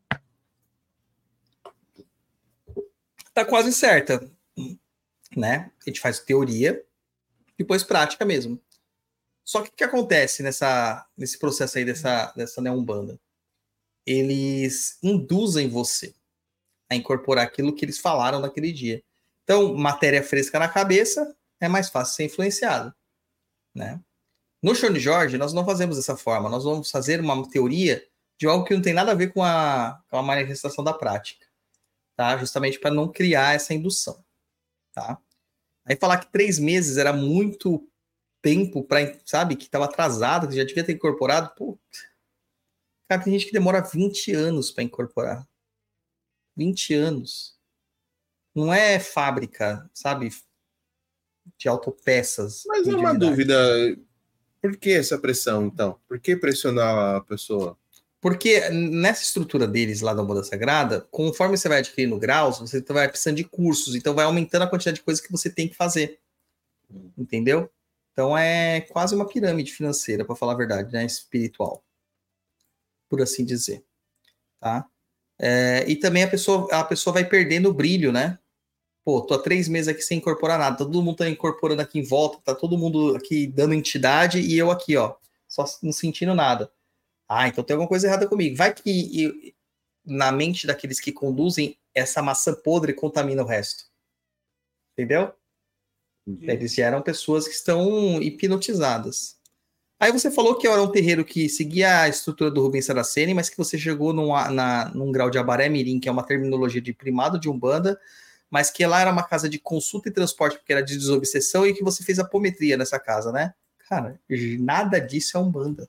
Tá quase certa, né? A gente faz teoria, depois prática mesmo. Só que o que acontece nesse processo aí dessa Neo-Umbanda? Eles induzem você a incorporar aquilo que eles falaram naquele dia. Então, matéria fresca na cabeça é mais fácil ser influenciado, né? No Shone Jorge, nós não fazemos dessa forma. Nós vamos fazer uma teoria de algo que não tem nada a ver com a manifestação da prática, tá? Justamente para não criar essa indução, tá? Aí falar que 3 meses era muito tempo para, sabe, que estava atrasado, que já devia ter incorporado, pô. Cara, tem gente que demora 20 anos para incorporar. 20 anos. Não é fábrica, sabe, de autopeças. Mas é uma dúvida. Por que essa pressão, então? Por que pressionar a pessoa? Porque nessa estrutura deles lá da Umbanda Sagrada, conforme você vai adquirindo graus, você vai precisando de cursos, então vai aumentando a quantidade de coisas que você tem que fazer. Entendeu? Então é quase uma pirâmide financeira, para falar a verdade, né? Espiritual. Por assim dizer. Tá? E também a pessoa vai perdendo o brilho, né? Pô, tô há 3 meses aqui sem incorporar nada, todo mundo tá incorporando aqui em volta, tá todo mundo aqui dando entidade e eu aqui, ó, só não sentindo nada. Ah, então tem alguma coisa errada comigo. Vai que na mente daqueles que conduzem, essa maçã podre contamina o resto. Entendeu? Eles já eram pessoas que estão hipnotizadas. Aí você falou que era um terreiro que seguia a estrutura do Rubens Saraceni, mas que você chegou num grau de Abaré Mirim, que é uma terminologia de primado de Umbanda, mas que lá era uma casa de consulta e transporte, porque era de desobsessão, e que você fez apometria nessa casa, né? Cara, nada disso é Umbanda.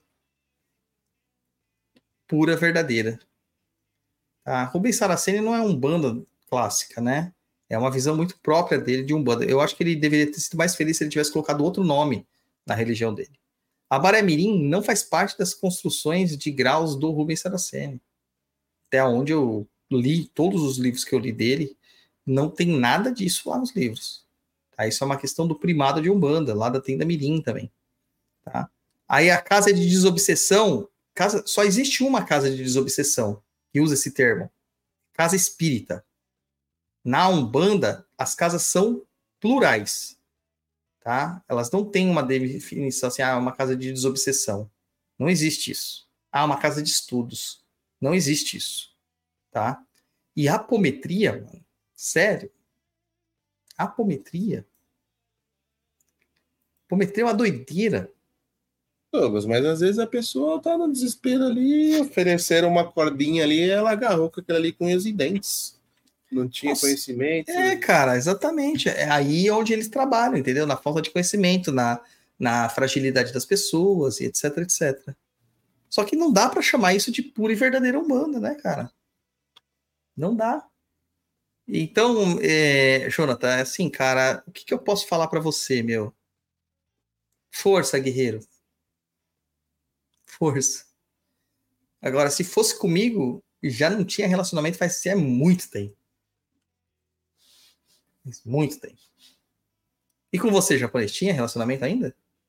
Pura verdadeira. A Rubens Saraceni não é Umbanda clássica, né? É uma visão muito própria dele de Umbanda. Eu acho que ele deveria ter sido mais feliz se ele tivesse colocado outro nome na religião dele. Abaré Mirim não faz parte das construções de graus do Rubens Saraceni. Até onde eu li, todos os livros que eu li dele, não tem nada disso lá nos livros. Tá? Isso é uma questão do primado de Umbanda, lá da Tenda Mirim também. Tá? Aí a casa de desobsessão, só existe uma casa de desobsessão que usa esse termo. Casa espírita. Na Umbanda, as casas são plurais. Tá? Elas não têm uma definição assim, uma casa de desobsessão. Não existe isso. Uma casa de estudos. Não existe isso. Tá? E a apometria, mano, sério? Apometria? Apometria é uma doideira. Douglas, mas às vezes a pessoa tá no desespero ali, ofereceram uma cordinha ali, ela agarrou com aquilo ali com unhas e dentes. Não tinha conhecimento. Cara, exatamente. É aí onde eles trabalham, entendeu? Na falta de conhecimento, na fragilidade das pessoas, e etc, etc. Só que não dá para chamar isso de pura e verdadeira Umbanda, né, cara? Não dá. Então, Jonathan, assim, cara, o que eu posso falar para você, meu? Força, guerreiro. Força. Agora, se fosse comigo, já não tinha relacionamento faz muito tempo. Muito tempo. E com você, japonês, tinha relacionamento ainda?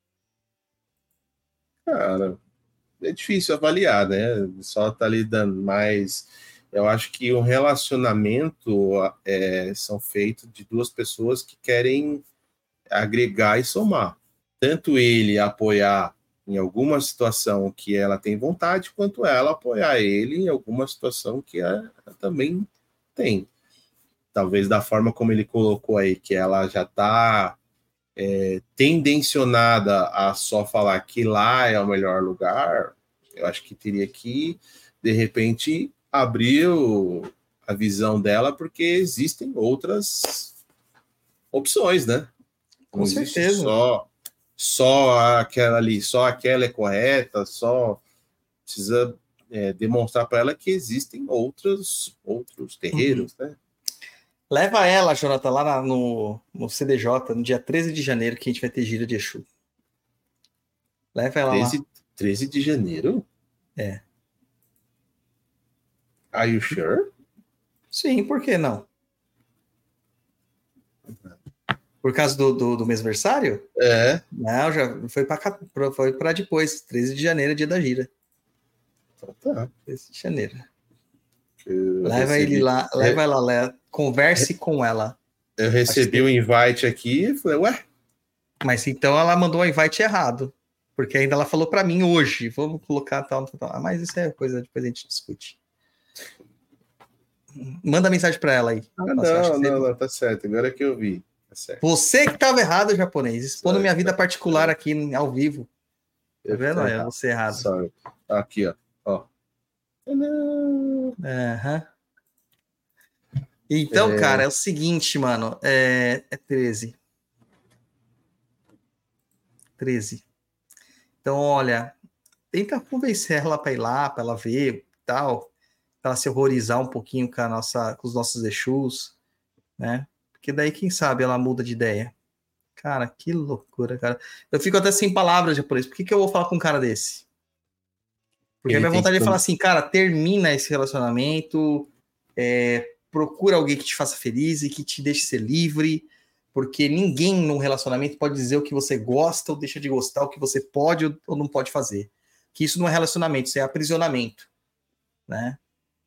Cara, é difícil avaliar, né? Só tá lidando, mas eu acho que um relacionamento são feitos de duas pessoas que querem agregar e somar. Tanto ele apoiar em alguma situação que ela tem vontade, quanto ela apoiar ele em alguma situação que ela também tem. Talvez da forma como ele colocou aí, que ela já está tendencionada a só falar que lá é o melhor lugar, eu acho que teria que, de repente, abrir a visão dela, porque existem outras opções, né? Com certeza. Só aquela ali, só aquela é correta, só precisa demonstrar para ela que existem outros terreiros, né? Leva ela, Jonathan, lá no CDJ, no dia 13 de janeiro, que a gente vai ter gira de Exu. Leva ela lá. 13 de janeiro? É. Are you sure? Sim, por que não? Por causa do mêsversário? É. Não, já foi para depois. 13 de janeiro é dia da gira. Tá. 13 de janeiro. Eu Leva recebi- ele lá, leva ela lá, converse com ela. Eu recebi o invite aqui e falei, ué? Mas então ela mandou o invite errado. Porque ainda ela falou pra mim hoje. Vamos colocar tal. Mas isso é coisa, depois a gente discute. Manda mensagem pra ela aí. Ah, Nossa, eu acho que não, tá certo. Agora que eu vi. Tá certo. Você que tava errado, japonês. Expondo Certo. minha vida particular aqui ao vivo. Tá Eu vendo? tô Olha, errado. você errado. Sorry. Aqui, ó. Não. Aham. Então, cara, é o seguinte, mano. É 13. 13. Então, olha, tenta convencer ela pra ir lá, pra ela ver e tal. Pra ela se horrorizar um pouquinho com os nossos Exus, né? Porque daí, quem sabe, ela muda de ideia. Cara, que loucura, cara. Eu fico até sem palavras, japonês. Por que eu vou falar com um cara desse? Porque a minha vontade é falar assim, cara, termina esse relacionamento, procura alguém que te faça feliz e que te deixe ser livre, porque ninguém num relacionamento pode dizer o que você gosta ou deixa de gostar, o que você pode ou não pode fazer. Que isso não é relacionamento, isso é aprisionamento, né?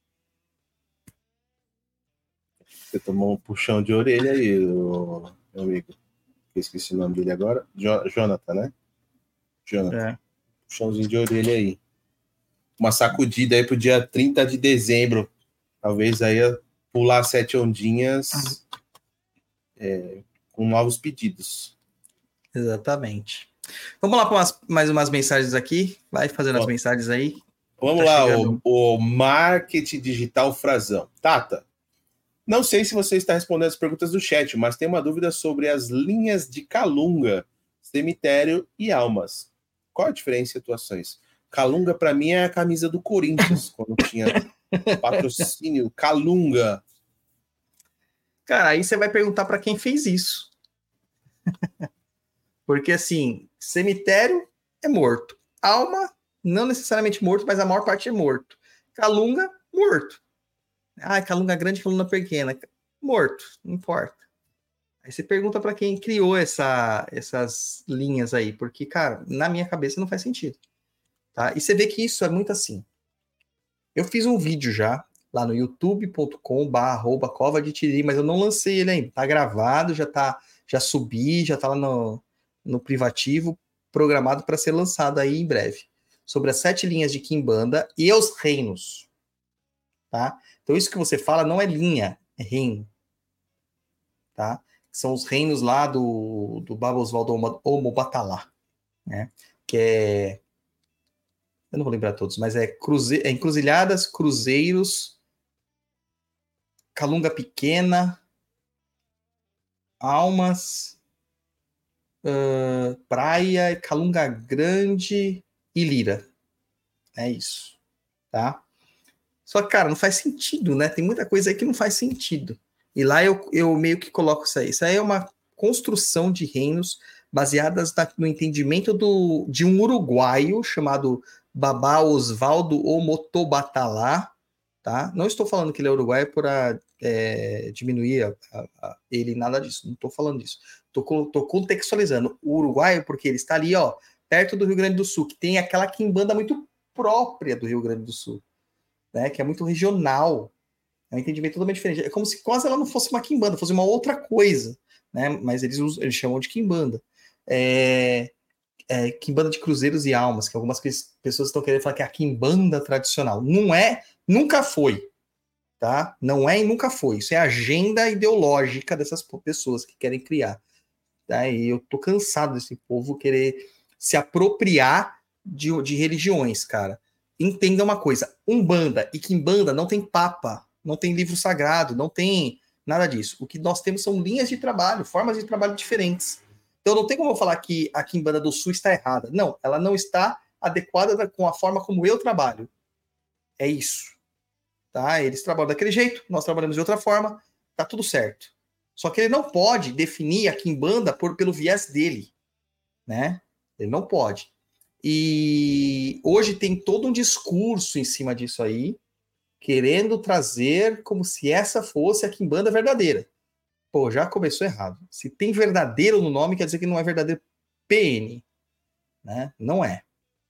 Você tomou um puxão de orelha aí, meu amigo. Eu esqueci o nome dele agora. Jonathan, né? Jonathan. Puxãozinho de orelha aí. Uma sacudida aí pro dia 30 de dezembro. Talvez aí pular 7 ondinhas com novos pedidos. Exatamente. Vamos lá para mais umas mensagens aqui. Vai fazendo as mensagens aí. Vamos lá, o marketing digital Frazão. Tata, não sei se você está respondendo as perguntas do chat, mas tem uma dúvida sobre as linhas de Calunga, Cemitério e Almas. Qual a diferença e atuações? Calunga, para mim, é a camisa do Corinthians, quando tinha patrocínio. Calunga. Cara, aí você vai perguntar para quem fez isso. Porque, assim, cemitério é morto. Alma, não necessariamente morto, mas a maior parte é morto. Calunga, morto. Ah, Calunga grande, Calunga pequena. Morto, não importa. Aí você pergunta para quem criou essas linhas aí, porque, cara, na minha cabeça não faz sentido. Tá? E você vê que isso é muito assim. Eu fiz um vídeo já, lá no youtube.com/cova de Tiriri, mas eu não lancei ele ainda. Tá gravado, já subi, já tá lá no privativo, programado para ser lançado aí em breve. Sobre as 7 linhas de Kimbanda e os reinos. Tá? Então isso que você fala não é linha, é reino. Tá? São os reinos lá do Baba Osvaldo Omobatalá, né? Que é... Eu não vou lembrar todos, mas é Encruzilhadas, Cruzeiros, Calunga Pequena, Almas, Praia, Calunga Grande e Lira. É isso, tá? Só que, cara, não faz sentido, né? Tem muita coisa aí que não faz sentido. E lá eu meio que coloco isso aí. Isso aí é uma construção de reinos baseadas no entendimento de um uruguaio chamado Baba Osvaldo Omotobatalá, tá? Não estou falando que ele é uruguaio para diminuir ele, nada disso. Não estou falando disso. Estou contextualizando o uruguaio porque ele está ali, ó, perto do Rio Grande do Sul, que tem aquela quimbanda muito própria do Rio Grande do Sul, né? Que é muito regional. É um entendimento totalmente diferente. É como se quase ela não fosse uma quimbanda, fosse uma outra coisa, né? Mas eles chamam de quimbanda. Quimbanda de cruzeiros e almas, que algumas pessoas estão querendo falar que é a quimbanda tradicional. Não é, nunca foi, tá? Não é e nunca foi. Isso é a agenda ideológica dessas pessoas que querem criar. Tá? E eu tô cansado desse povo querer se apropriar de religiões, cara. Entenda uma coisa, Umbanda e Quimbanda não tem papa, não tem livro sagrado, não tem nada disso. O que nós temos são linhas de trabalho, formas de trabalho diferentes. Então não tem como eu falar que a Quimbanda do Sul está errada. Não, ela não está adequada com a forma como eu trabalho. É isso. Tá? Eles trabalham daquele jeito, nós trabalhamos de outra forma, tá tudo certo. Só que ele não pode definir a Quimbanda pelo viés dele, né? Ele não pode. E hoje tem todo um discurso em cima disso aí, querendo trazer como se essa fosse a Quimbanda verdadeira. Pô, já começou errado. Se tem verdadeiro no nome, quer dizer que não é verdadeiro PN, né? Não é.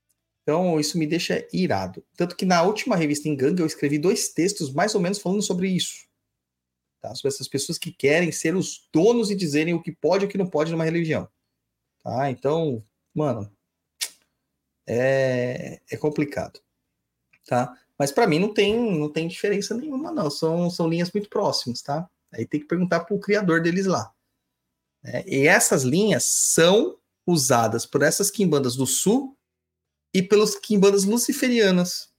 Então, isso me deixa irado. Tanto que na última revista em Ganga eu escrevi 2 textos mais ou menos falando sobre isso. Tá? Sobre essas pessoas que querem ser os donos e dizerem o que pode e o que não pode numa religião. Tá? Então, mano, é complicado. Tá? Mas para mim não tem diferença nenhuma, não. São linhas muito próximas, tá? Aí tem que perguntar pro criador deles lá. E essas linhas são usadas por essas quimbandas do sul e pelas quimbandas luciferianas,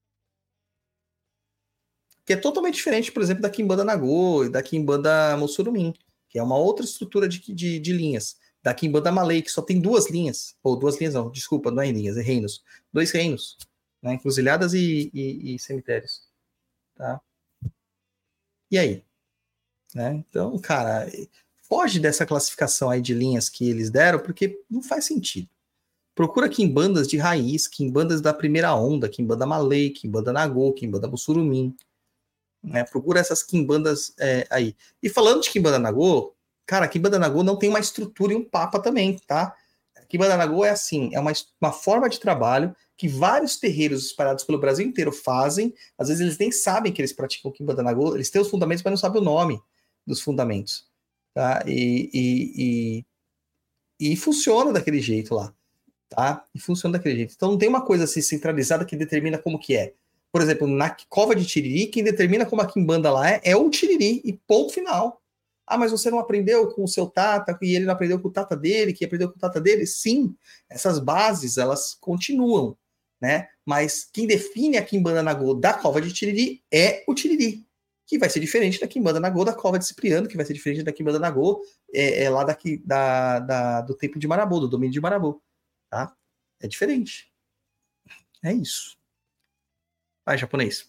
que é totalmente diferente, por exemplo, da quimbanda Nagô e da quimbanda Mussurumim, que é uma outra estrutura de linhas. Da quimbanda Malay, que só tem 2 linhas, ou 2 linhas não, desculpa, não é linhas, é reinos. 2 reinos, né? Encruzilhadas e cemitérios. Tá? E aí? Né? Então, cara, foge dessa classificação aí de linhas que eles deram, porque não faz sentido. Procura quimbandas de raiz, quimbandas da primeira onda, quimbanda Malay, quimbanda Nagô, quimbanda Mussurumim. Né? Procura essas quimbandas aí. E falando de quimbanda Nagô, cara, a quimbanda Nagô não tem uma estrutura e um papa também, tá? A quimbanda Nagô é assim, é uma forma de trabalho que vários terreiros espalhados pelo Brasil inteiro fazem. Às vezes eles nem sabem que eles praticam quimbanda Nagô, eles têm os fundamentos, mas não sabem o nome dos fundamentos. Tá? E funciona daquele jeito lá. Tá? E funciona daquele jeito. Então não tem uma coisa assim centralizada que determina como que é. Por exemplo, na cova de Tiriri, quem determina como a quimbanda lá é o Tiriri, e ponto final. Ah, mas você não aprendeu com o seu tata, e ele não aprendeu com o tata dele, que aprendeu com o tata dele? Sim, essas bases, elas continuam, né? Mas quem define a quimbanda Nagô da cova de Tiriri é o Tiriri, que vai ser diferente da quimbanda Nagô da cova de Cipriano, que vai ser diferente da quimbanda Nagô lá do templo de Marabô, do domínio de Marabô. Tá? É diferente. É isso. Vai, japonês.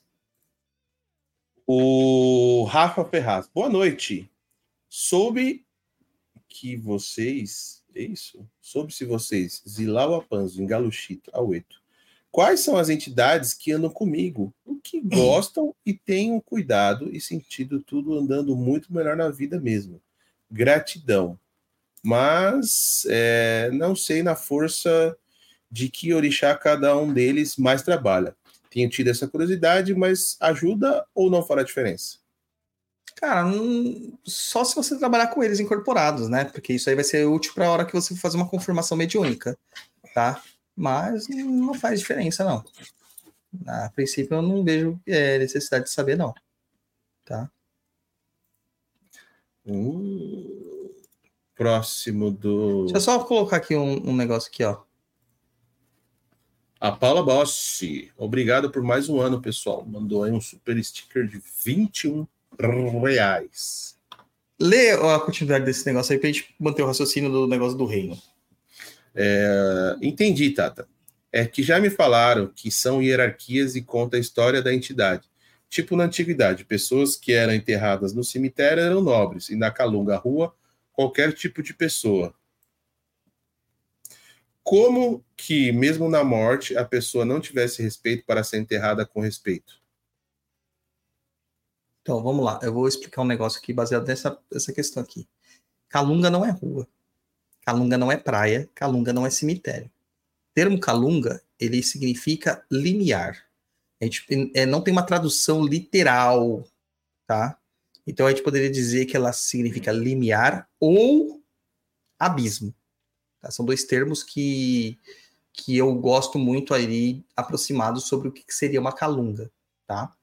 O Rafa Ferraz. Boa noite. Soube que vocês... É isso? Soube se vocês, Zilau Apanzo, Engaluchito, Aueto, quais são as entidades que andam comigo, o que gostam e tenham cuidado e sentido tudo andando muito melhor na vida mesmo. Gratidão. Mas não sei na força de que orixá cada um deles mais trabalha. Tenho tido essa curiosidade, mas ajuda ou não fará diferença? Cara, só se você trabalhar com eles incorporados, né? Porque isso aí vai ser útil para a hora que você for fazer uma confirmação mediúnica, tá? Mas não faz diferença, não. A princípio, eu não vejo necessidade de saber, não. Tá? Próximo do... Deixa eu só colocar aqui um negócio aqui, ó. A Paula Bossi. Obrigado por mais um ano, pessoal. Mandou aí um super sticker de R$21. Lê a continuidade desse negócio aí pra gente manter o raciocínio do negócio do reino. Entendi, Tata. É que já me falaram que são hierarquias e conta a história da entidade. Tipo na antiguidade, pessoas que eram enterradas no cemitério eram nobres, e na Calunga Rua, qualquer tipo de pessoa. Como que, mesmo na morte, a pessoa não tivesse respeito para ser enterrada com respeito? Então, vamos lá. Eu vou explicar um negócio aqui baseado nessa questão aqui. Calunga não é rua. Calunga não é praia. Calunga não é cemitério. O termo Calunga, ele significa limiar. A gente não tem uma tradução literal, tá? Então, a gente poderia dizer que ela significa limiar ou abismo. Tá? São 2 termos que eu gosto muito ali aproximados sobre o que seria uma calunga, tá?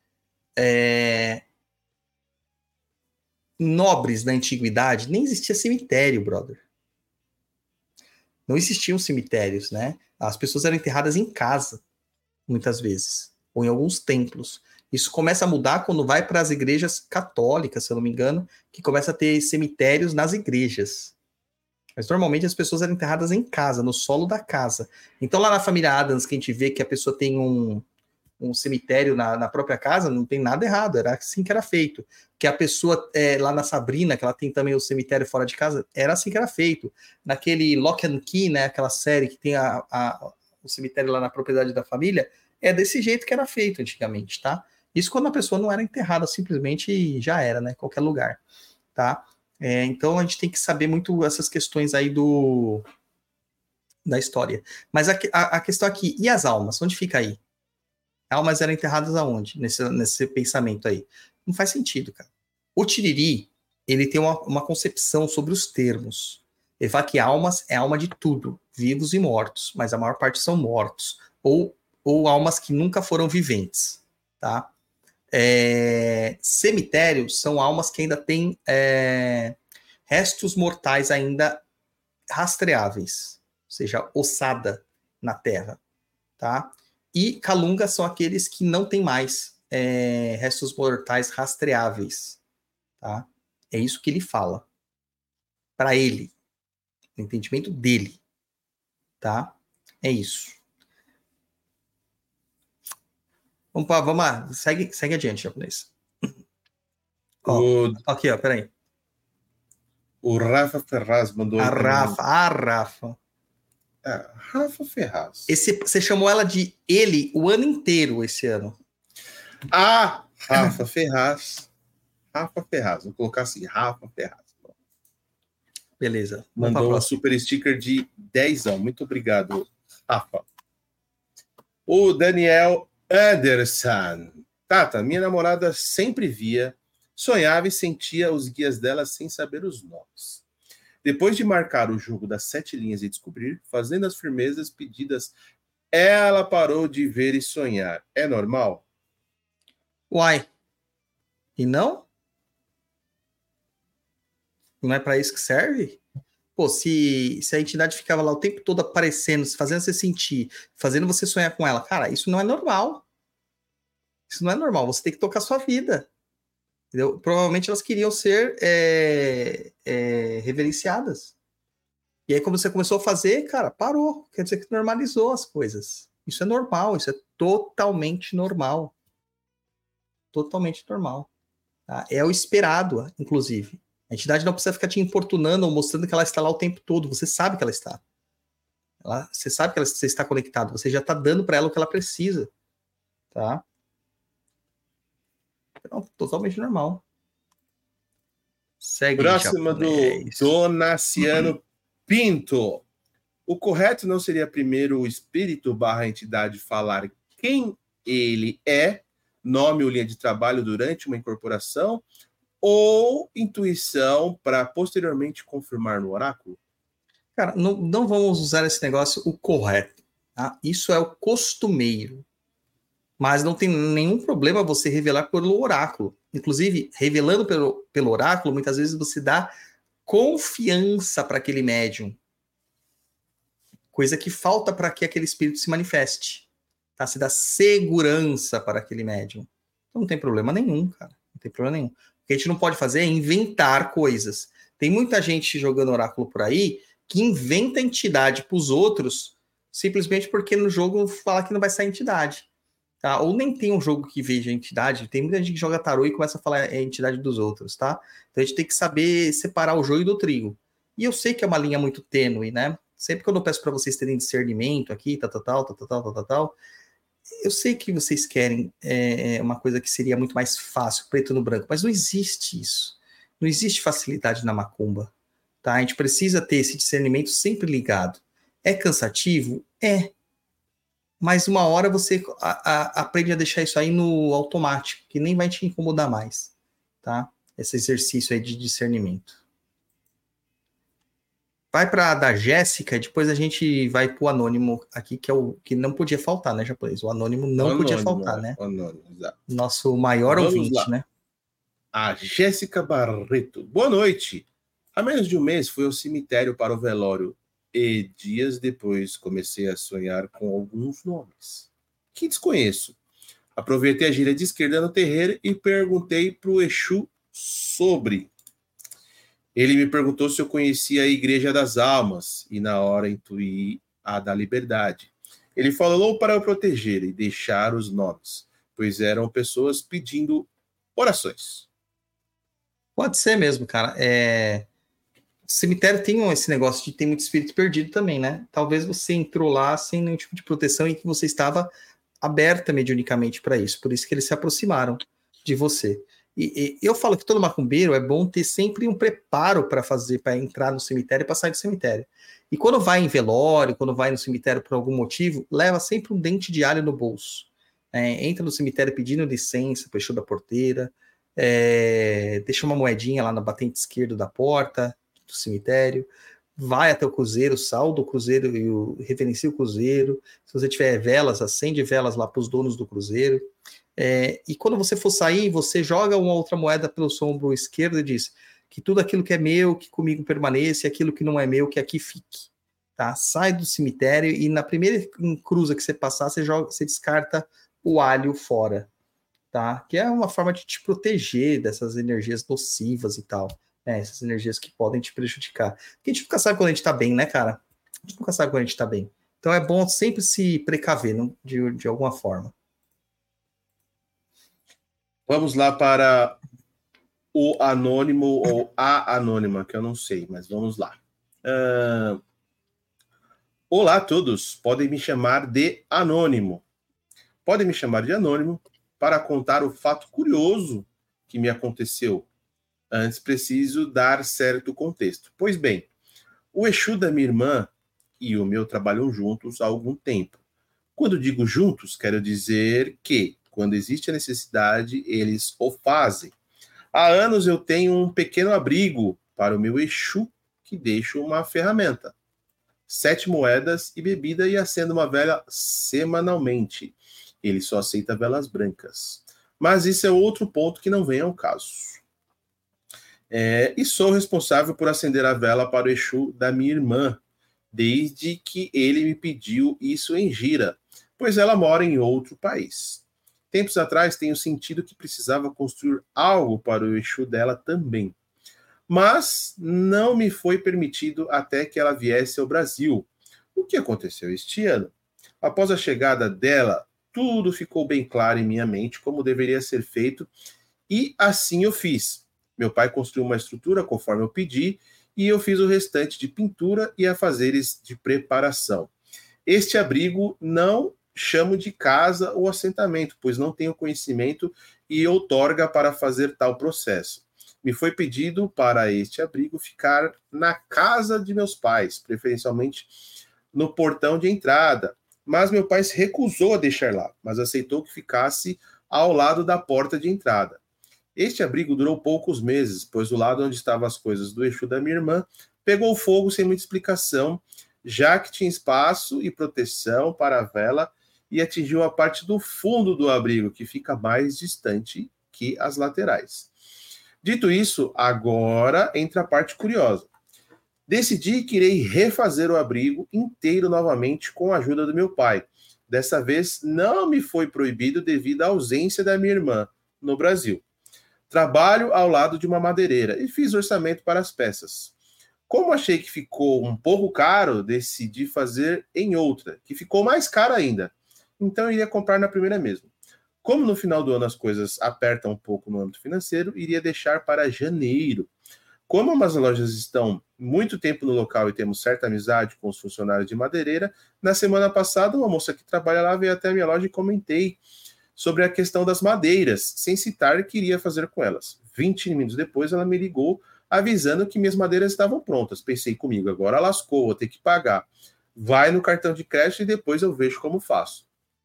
Nobres na antiguidade, nem existia cemitério, brother. Não existiam cemitérios, né? As pessoas eram enterradas em casa, muitas vezes, ou em alguns templos. Isso começa a mudar quando vai para as igrejas católicas, se eu não me engano, que começa a ter cemitérios nas igrejas. Mas normalmente as pessoas eram enterradas em casa, no solo da casa. Então lá na família Adams, que a gente vê que a pessoa tem um cemitério na própria casa, não tem nada errado, era assim que era feito. Que a pessoa, lá na Sabrina, que ela tem também o cemitério fora de casa, era assim que era feito. Naquele Lock and Key, né, aquela série que tem o cemitério lá na propriedade da família, é desse jeito que era feito antigamente, tá? Isso quando a pessoa não era enterrada, simplesmente já era, né, qualquer lugar, tá? Então a gente tem que saber muito essas questões aí da história. Mas a questão aqui, e as almas? Onde fica aí? Almas eram enterradas aonde? Nesse pensamento aí. Não faz sentido, cara. O Tiriri, ele tem uma concepção sobre os termos. Ele fala que almas é alma de tudo, vivos e mortos, mas a maior parte são mortos, ou almas que nunca foram viventes, tá? Cemitérios são almas que ainda têm restos mortais ainda rastreáveis, ou seja, ossada na terra, tá? E calungas são aqueles que não têm mais restos mortais rastreáveis, tá? É isso que ele fala. Para ele. No entendimento dele. Tá? É isso. Vamos lá. Segue adiante, japonês. Aqui, ó, peraí. O Rafa Ferraz mandou... A Rafa. Rafa Ferraz. Você chamou ela de ele o ano inteiro esse ano. Rafa Ferraz. Rafa Ferraz. Vou colocar assim, Rafa Ferraz. Beleza. Mandou um super sticker de 10 anos. Muito obrigado, Rafa. O Daniel Anderson. Tata, minha namorada sempre via, sonhava e sentia os guias dela sem saber os nomes. Depois de marcar o jogo das 7 linhas e descobrir, fazendo as firmezas pedidas, ela parou de ver e sonhar. É normal? Uai. E não? Não é para isso que serve? Pô, se a entidade ficava lá o tempo todo aparecendo, fazendo você sentir, fazendo você sonhar com ela, cara, isso não é normal. Isso não é normal. Você tem que tocar a sua vida. Entendeu? Provavelmente elas queriam ser reverenciadas. E aí, quando você começou a fazer, cara, parou. Quer dizer que normalizou as coisas. Isso é normal. Isso é totalmente normal. Totalmente normal. Tá? É o esperado, inclusive. A entidade não precisa ficar te importunando ou mostrando que ela está lá o tempo todo. Você sabe que ela está. Você sabe que você está conectado. Você já está dando para ela o que ela precisa. Tá? Então, totalmente normal. Segue. Próxima do Donaciano Pinto. O correto não seria primeiro o espírito / entidade falar quem ele é, nome ou linha de trabalho durante uma incorporação, ou intuição para posteriormente confirmar no oráculo? Cara, não vamos usar esse negócio o correto. Tá? Isso é o costumeiro. Mas não tem nenhum problema você revelar pelo oráculo. Inclusive, revelando pelo oráculo, muitas vezes você dá confiança para aquele médium. Coisa que falta para que aquele espírito se manifeste. Tá? Se dá segurança para aquele médium. Então não tem problema nenhum, cara. Não tem problema nenhum. O que a gente não pode fazer é inventar coisas. Tem muita gente jogando oráculo por aí que inventa entidade para os outros simplesmente porque no jogo fala que não vai sair entidade. Tá? Ou nem tem um jogo que veja a entidade. Tem muita gente que joga tarô e começa a falar a entidade dos outros, tá? Então a gente tem que saber separar o joio do trigo. E eu sei que é uma linha muito tênue, né? Sempre que eu peço para vocês terem discernimento aqui, tal, eu sei que vocês querem uma coisa que seria muito mais fácil, preto no branco, mas não existe isso. Não existe facilidade na macumba, tá? A gente precisa ter esse discernimento sempre ligado. É cansativo? É. Mas uma hora você aprende a deixar isso aí no automático, que nem vai te incomodar mais, tá? Esse exercício aí de discernimento. Vai para a da Jéssica, depois a gente vai para o anônimo aqui, que é o que não podia faltar, né, japonês? O anônimo não podia faltar, né? Anônimo, exato. Nosso maior ouvinte, né? A Jéssica Barreto. Boa noite. Há menos de um mês fui ao cemitério para o velório e dias depois comecei a sonhar com alguns nomes que desconheço. Aproveitei a gíria de esquerda no terreiro e perguntei para o Exu sobre. Ele me perguntou se eu conhecia a Igreja das Almas e na hora intuí a da Liberdade. Ele falou para eu proteger e deixar os nomes, pois eram pessoas pedindo orações. Pode ser mesmo, cara. O cemitério tem esse negócio de ter muito espírito perdido também, né? Talvez você entrou lá sem nenhum tipo de proteção e que você estava aberta mediunicamente para isso. Por isso que eles se aproximaram de você. E eu falo que todo macumbeiro é bom ter sempre um preparo para fazer, para entrar no cemitério e para sair do cemitério. E quando vai em velório, quando vai no cemitério por algum motivo, leva sempre um dente de alho no bolso. Entra no cemitério pedindo licença para o Exu da porteira, deixa uma moedinha lá na batente esquerda da porta do cemitério, vai até o cruzeiro, salda o cruzeiro e reverencia o cruzeiro. Se você tiver velas, acende velas lá para os donos do cruzeiro. E quando você for sair, você joga uma outra moeda pelo seu ombro esquerdo e diz que tudo aquilo que é meu, que comigo permaneça, e aquilo que não é meu, que aqui fique. Tá? Sai do cemitério e na primeira cruza que você passar, você descarta o alho fora. Tá? Que é uma forma de te proteger dessas energias nocivas e tal. Essas energias que podem te prejudicar. Porque a gente nunca sabe quando a gente tá bem, né, cara? A gente nunca sabe quando a gente tá bem. Então é bom sempre se precaver de alguma forma. Vamos lá para o anônimo ou a anônima, que eu não sei, mas vamos lá. Olá a todos, podem me chamar de anônimo. Podem me chamar de anônimo para contar o fato curioso que me aconteceu. Antes preciso dar certo contexto. Pois bem, o Exu da minha irmã e o meu trabalham juntos há algum tempo. Quando digo juntos, quero dizer que, quando existe a necessidade, eles o fazem. Há anos eu tenho um pequeno abrigo para o meu Exu, que deixo uma ferramenta. 7 moedas e bebida e acendo uma vela semanalmente. Ele só aceita velas brancas. Mas isso é outro ponto que não vem ao caso. E sou responsável por acender a vela para o Exu da minha irmã, desde que ele me pediu isso em gira, pois ela mora em outro país. Tempos atrás tenho sentido que precisava construir algo para o Exu dela também. Mas não me foi permitido até que ela viesse ao Brasil. O que aconteceu este ano? Após a chegada dela, tudo ficou bem claro em minha mente como deveria ser feito, e assim eu fiz. Meu pai construiu uma estrutura conforme eu pedi, e eu fiz o restante de pintura e afazeres de preparação. Este abrigo não chamo de casa ou assentamento, pois não tenho conhecimento e outorga para fazer tal processo. Me foi pedido para este abrigo ficar na casa de meus pais, preferencialmente no portão de entrada, mas meu pai se recusou a deixar lá, mas aceitou que ficasse ao lado da porta de entrada. Este abrigo durou poucos meses, pois o lado onde estavam as coisas do Exu da minha irmã pegou fogo sem muita explicação, já que tinha espaço e proteção para a vela, e atingiu a parte do fundo do abrigo, que fica mais distante que as laterais. Dito isso, agora entra a parte curiosa. Decidi que irei refazer o abrigo inteiro novamente com a ajuda do meu pai. Dessa vez, não me foi proibido devido à ausência da minha irmã no Brasil. Trabalho ao lado de uma madeireira e fiz orçamento para as peças. Como achei que ficou um pouco caro, decidi fazer em outra, que ficou mais cara ainda. Então eu iria comprar na primeira mesmo. Como no final do ano as coisas apertam um pouco no âmbito financeiro, iria deixar para janeiro. Como as lojas estão muito tempo no local e temos certa amizade com os funcionários de madeireira, na semana passada uma moça que trabalha lá veio até a minha loja e comentei sobre a questão das madeiras, sem citar que iria fazer com elas. 20 minutos depois ela me ligou avisando que minhas madeiras estavam prontas. Pensei comigo, agora lascou, vou ter que pagar. Vai no cartão de crédito e depois eu vejo como faço.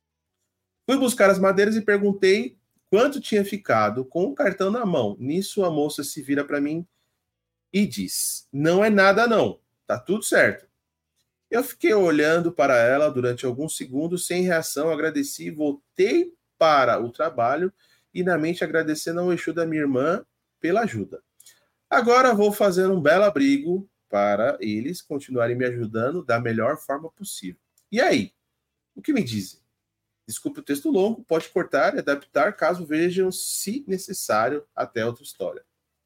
Fui buscar as madeiras e perguntei quanto tinha ficado com o cartão na mão. Nisso a moça se vira para mim e diz, não é nada não, tá tudo certo. Eu fiquei olhando para ela durante alguns segundos sem reação, agradeci e voltei para o trabalho e na mente agradecendo ao Exu da minha irmã pela ajuda. Agora vou fazer um belo abrigo para eles continuarem me ajudando da melhor forma possível. E aí? O que me dizem? Desculpe o texto longo, pode cortar e adaptar caso vejam, se necessário, até outra história.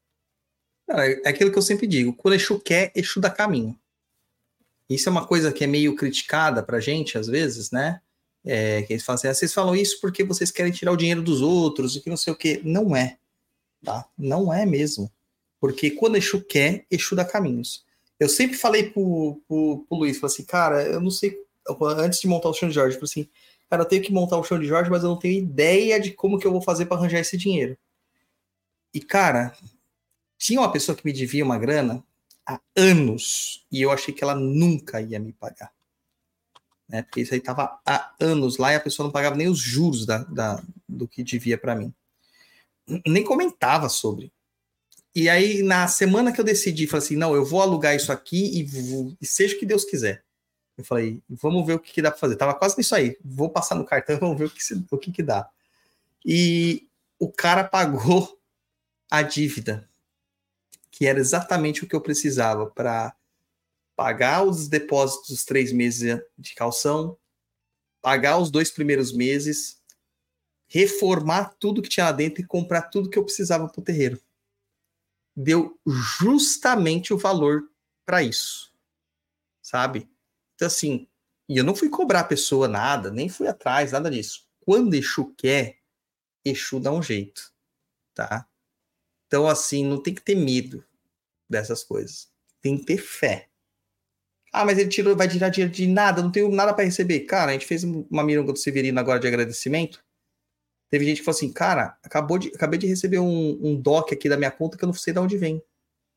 É aquilo que eu sempre digo, quando Exu quer, Exu dá caminho. Isso é uma coisa que é meio criticada pra gente, às vezes, né? Que eles falam assim, vocês falam isso porque vocês querem tirar o dinheiro dos outros, e que não sei o quê. Não é, tá? Não é mesmo. Porque quando Exu quer, Exu dá caminhos. Eu sempre falei pro Luiz, falei assim, cara, eu não sei, antes de montar o chão de Jorge, eu falei assim, cara, eu tenho que montar o chão de Jorge, mas eu não tenho ideia de como que eu vou fazer para arranjar esse dinheiro. E, cara, tinha uma pessoa que me devia uma grana há anos. E eu achei que ela nunca ia me pagar. Né? Porque isso aí estava há anos lá e a pessoa não pagava nem os juros do que devia para mim. Nem comentava sobre. E aí, na semana que eu decidi, falei assim, não, eu vou alugar isso aqui e seja o que Deus quiser. Eu falei, vamos ver o que dá para fazer. Tava quase nisso aí. Vou passar no cartão, vamos ver o que dá. E o cara pagou a dívida, que era exatamente o que eu precisava para pagar os depósitos dos 3 meses de calção, pagar os 2 primeiros meses, reformar tudo que tinha lá dentro e comprar tudo que eu precisava para o terreiro. Deu justamente o valor para isso, sabe? Então, assim, e eu não fui cobrar a pessoa nada, nem fui atrás, nada disso. Quando Exu quer, Exu dá um jeito, tá? Então, assim, não tem que ter medo dessas coisas. Tem que ter fé. Ah, mas ele vai tirar dinheiro de nada, não tenho nada para receber. Cara, a gente fez uma miranga do Severino agora de agradecimento. Teve gente que falou assim, cara, acabei de receber um DOC aqui da minha conta que eu não sei de onde vem.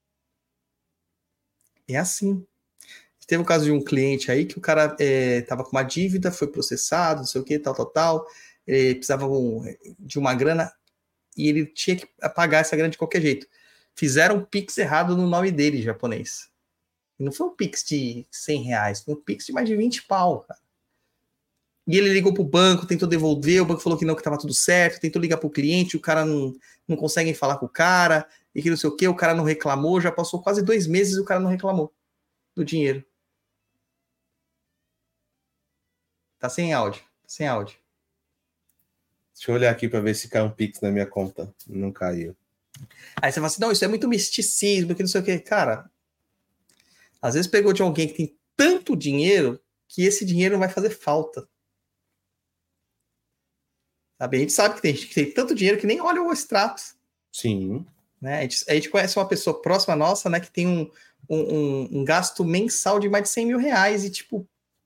É assim. Teve um caso de um cliente aí que o cara tava com uma dívida, foi processado, não sei o que, tal. Precisava de uma grana e ele tinha que pagar essa grana de qualquer jeito. Fizeram um Pix errado no nome dele, japonês. E não foi um Pix de R$100, foi um Pix de mais de 20 pau, cara. E ele ligou pro banco, tentou devolver, o banco falou que não, que tava tudo certo, tentou ligar pro cliente, o cara não consegue falar com o cara, e que não sei o que, o cara não reclamou, já passou quase 2 meses e o cara não reclamou do dinheiro. Tá sem áudio. Deixa eu olhar aqui para ver se cai um Pix na minha conta. Não caiu. Aí você fala assim, não, isso é muito misticismo, que não sei o que. Cara, às vezes pegou de alguém que tem tanto dinheiro que esse dinheiro não vai fazer falta. Sabe? A gente sabe que tem gente que tem tanto dinheiro que nem olha o extrato. Sim. Né? A gente conhece uma pessoa próxima nossa, né, que tem um gasto mensal de mais de R$100 mil e, tipo,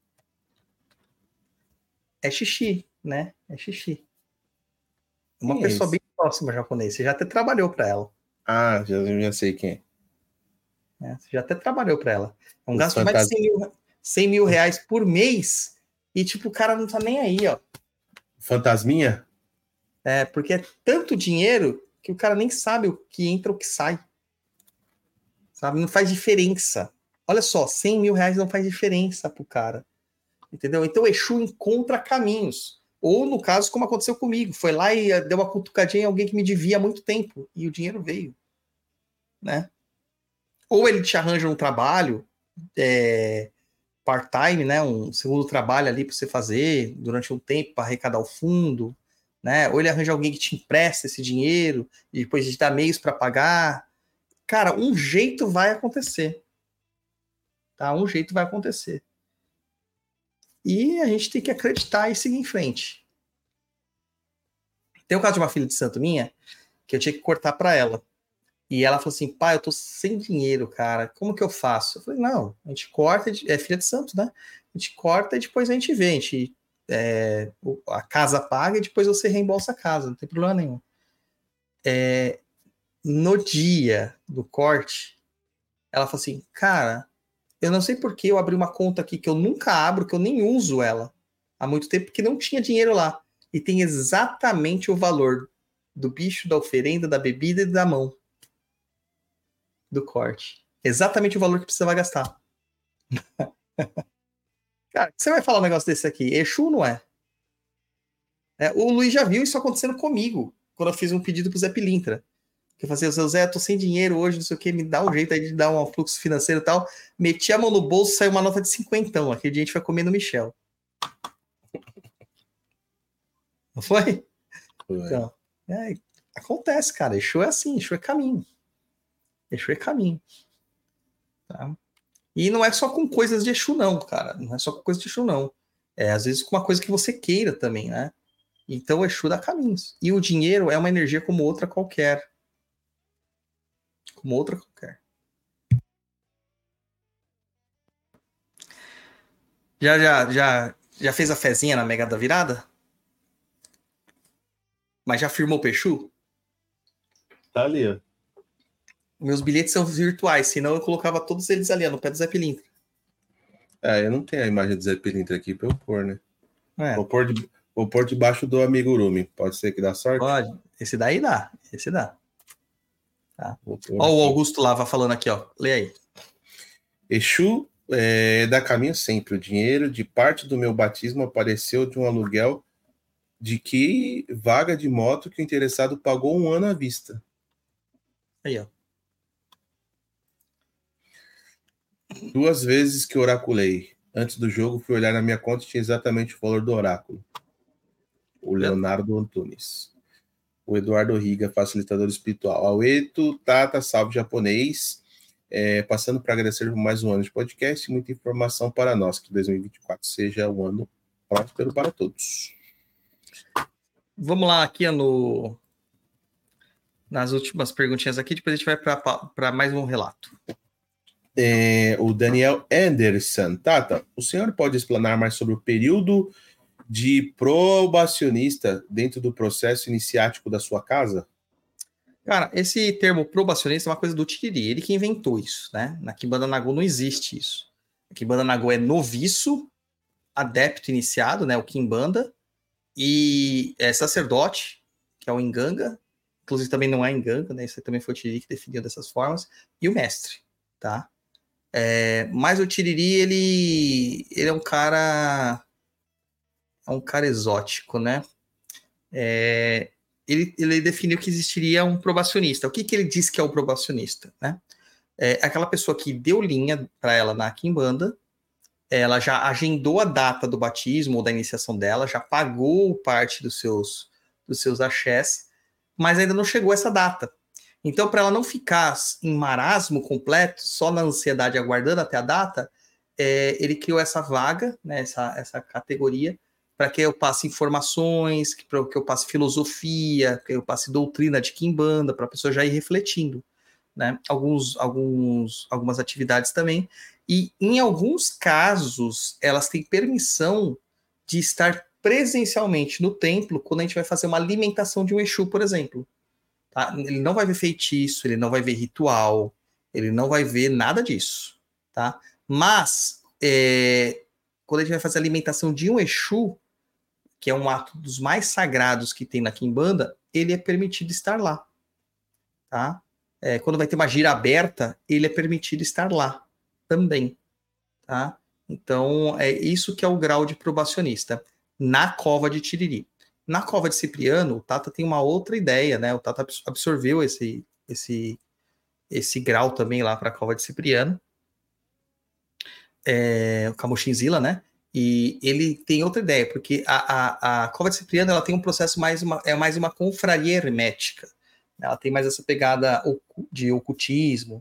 é xixi, né? É xixi. Uma pessoa bem próxima japonesa. Você já até trabalhou para ela. Ah, já sei quem é. Você já até trabalhou para ela. É um gasto de mais de R$100 mil por mês e, tipo, o cara não tá nem aí, ó. Fantasminha? Porque é tanto dinheiro que o cara nem sabe o que entra ou o que sai. Sabe? Não faz diferença. Olha só, R$100 mil não faz diferença pro cara. Entendeu? Então o Exu encontra caminhos. Ou, no caso, como aconteceu comigo. Foi lá e deu uma cutucadinha em alguém que me devia há muito tempo. E o dinheiro veio. Né? Ou ele te arranja um trabalho part-time, né? Um segundo trabalho ali para você fazer durante um tempo para arrecadar o fundo. Né? Ou ele arranja alguém que te empresta esse dinheiro e depois te dá meios para pagar. Cara, um jeito vai acontecer. Tá? Um jeito vai acontecer. E a gente tem que acreditar e seguir em frente. Tem o caso de uma filha de santo minha, que eu tinha que cortar para ela. E ela falou assim, pai, eu tô sem dinheiro, cara. Como que eu faço? Eu falei, não, a gente corta, é filha de santo, né? A gente corta e depois a gente vê. A casa paga e depois você reembolsa a casa, não tem problema nenhum. No dia do corte, ela falou assim, cara, eu não sei por que eu abri uma conta aqui que eu nunca abro, que eu nem uso ela há muito tempo, porque não tinha dinheiro lá. E tem exatamente o valor do bicho, da oferenda, da bebida e da mão do corte. Exatamente o valor que precisava gastar. Cara, você vai falar um negócio desse aqui? Exu não é? O Luiz já viu isso acontecendo comigo, quando eu fiz um pedido pro Zé Pilintra. Que eu falei assim, Zé, eu tô sem dinheiro hoje, não sei o que, me dá um jeito aí de dar um fluxo financeiro e tal. Meti a mão no bolso, saiu uma nota de 50. Aquele dia a gente foi comer no Michel. Não foi? Então, acontece, cara. Exu é assim, Exu é caminho. Exu é caminho. Tá? E não é só com coisas de Exu, não, cara. Não é só com coisas de Exu, não. Às vezes com uma coisa que você queira também, né? Então o Exu dá caminhos. E o dinheiro é uma energia como outra qualquer. Como outra qualquer. Já fez a fezinha na Mega da Virada? Mas já firmou o Exu? Tá ali, ó. Meus bilhetes são virtuais, senão eu colocava todos eles ali, ó, no pé do Zé Pilintra. Eu não tenho a imagem do Zé Pilintra aqui pra eu pôr, né? É, Vou pôr debaixo do amigurumi. Pode ser que dá sorte? pode. Esse daí dá. Esse dá. Tá. Vou pôr Ó, o aqui. Augusto Lava falando aqui, ó. Lê aí. Exu dá caminho sempre. O dinheiro de parte do meu batismo apareceu de um aluguel de que vaga de moto que o interessado pagou 1 ano à vista. Aí, ó. 2 vezes que oraculei. Antes do jogo, fui olhar na minha conta e tinha exatamente o valor do oráculo. O Leonardo Antunes. O Eduardo Riga, facilitador espiritual. Aueto, Tata, salve japonês. Passando para agradecer por mais um ano de podcast e muita informação para nós. Que 2024 seja um ano próspero para todos. Vamos lá aqui nas últimas perguntinhas aqui, depois a gente vai para mais um relato. O Daniel Anderson. Tata, o senhor pode explanar mais sobre o período de probacionista dentro do processo iniciático da sua casa? Cara, esse termo probacionista é uma coisa do Tiriri, ele que inventou isso, né? Na Kimbanda Nagô não existe isso. A Kimbanda Nagô é noviço, adepto iniciado, né? O Kimbanda, e é sacerdote, que é o Inganga, inclusive também não é Inganga, né? Isso também foi o Tiriri que definiu dessas formas, e o mestre, tá? Mas o Tiriri, ele é um cara exótico, né? Ele definiu que existiria um probacionista. O que ele diz que é o probacionista, né? É aquela pessoa que deu linha para ela na Kimbanda, ela já agendou a data do batismo ou da iniciação dela, já pagou parte dos seus axés, mas ainda não chegou essa data. Então, para ela não ficar em marasmo completo, só na ansiedade aguardando até a data, ele criou essa vaga, né, essa categoria, para que eu passe informações, para que eu passe filosofia, que eu passe doutrina de Kimbanda, para a pessoa já ir refletindo, né? Algumas atividades também. E, em alguns casos, elas têm permissão de estar presencialmente no templo quando a gente vai fazer uma alimentação de um Exu, por exemplo. Tá? Ele não vai ver feitiço, ele não vai ver ritual, ele não vai ver nada disso. Tá? Mas, quando a gente vai fazer a alimentação de um Exu, que é um ato dos mais sagrados que tem na Kimbanda, ele é permitido estar lá. Tá? Quando vai ter uma gira aberta, ele é permitido estar lá também. Tá? Então, é isso que é o grau de probacionista na cova de Tiriri. Na cova de Cipriano, o Tata tem uma outra ideia, né? O Tata absorveu esse grau também lá para a cova de Cipriano, o Camochinzila, né? E ele tem outra ideia, porque a cova de Cipriano ela tem um processo mais uma confraria hermética. Ela tem mais essa pegada de ocultismo,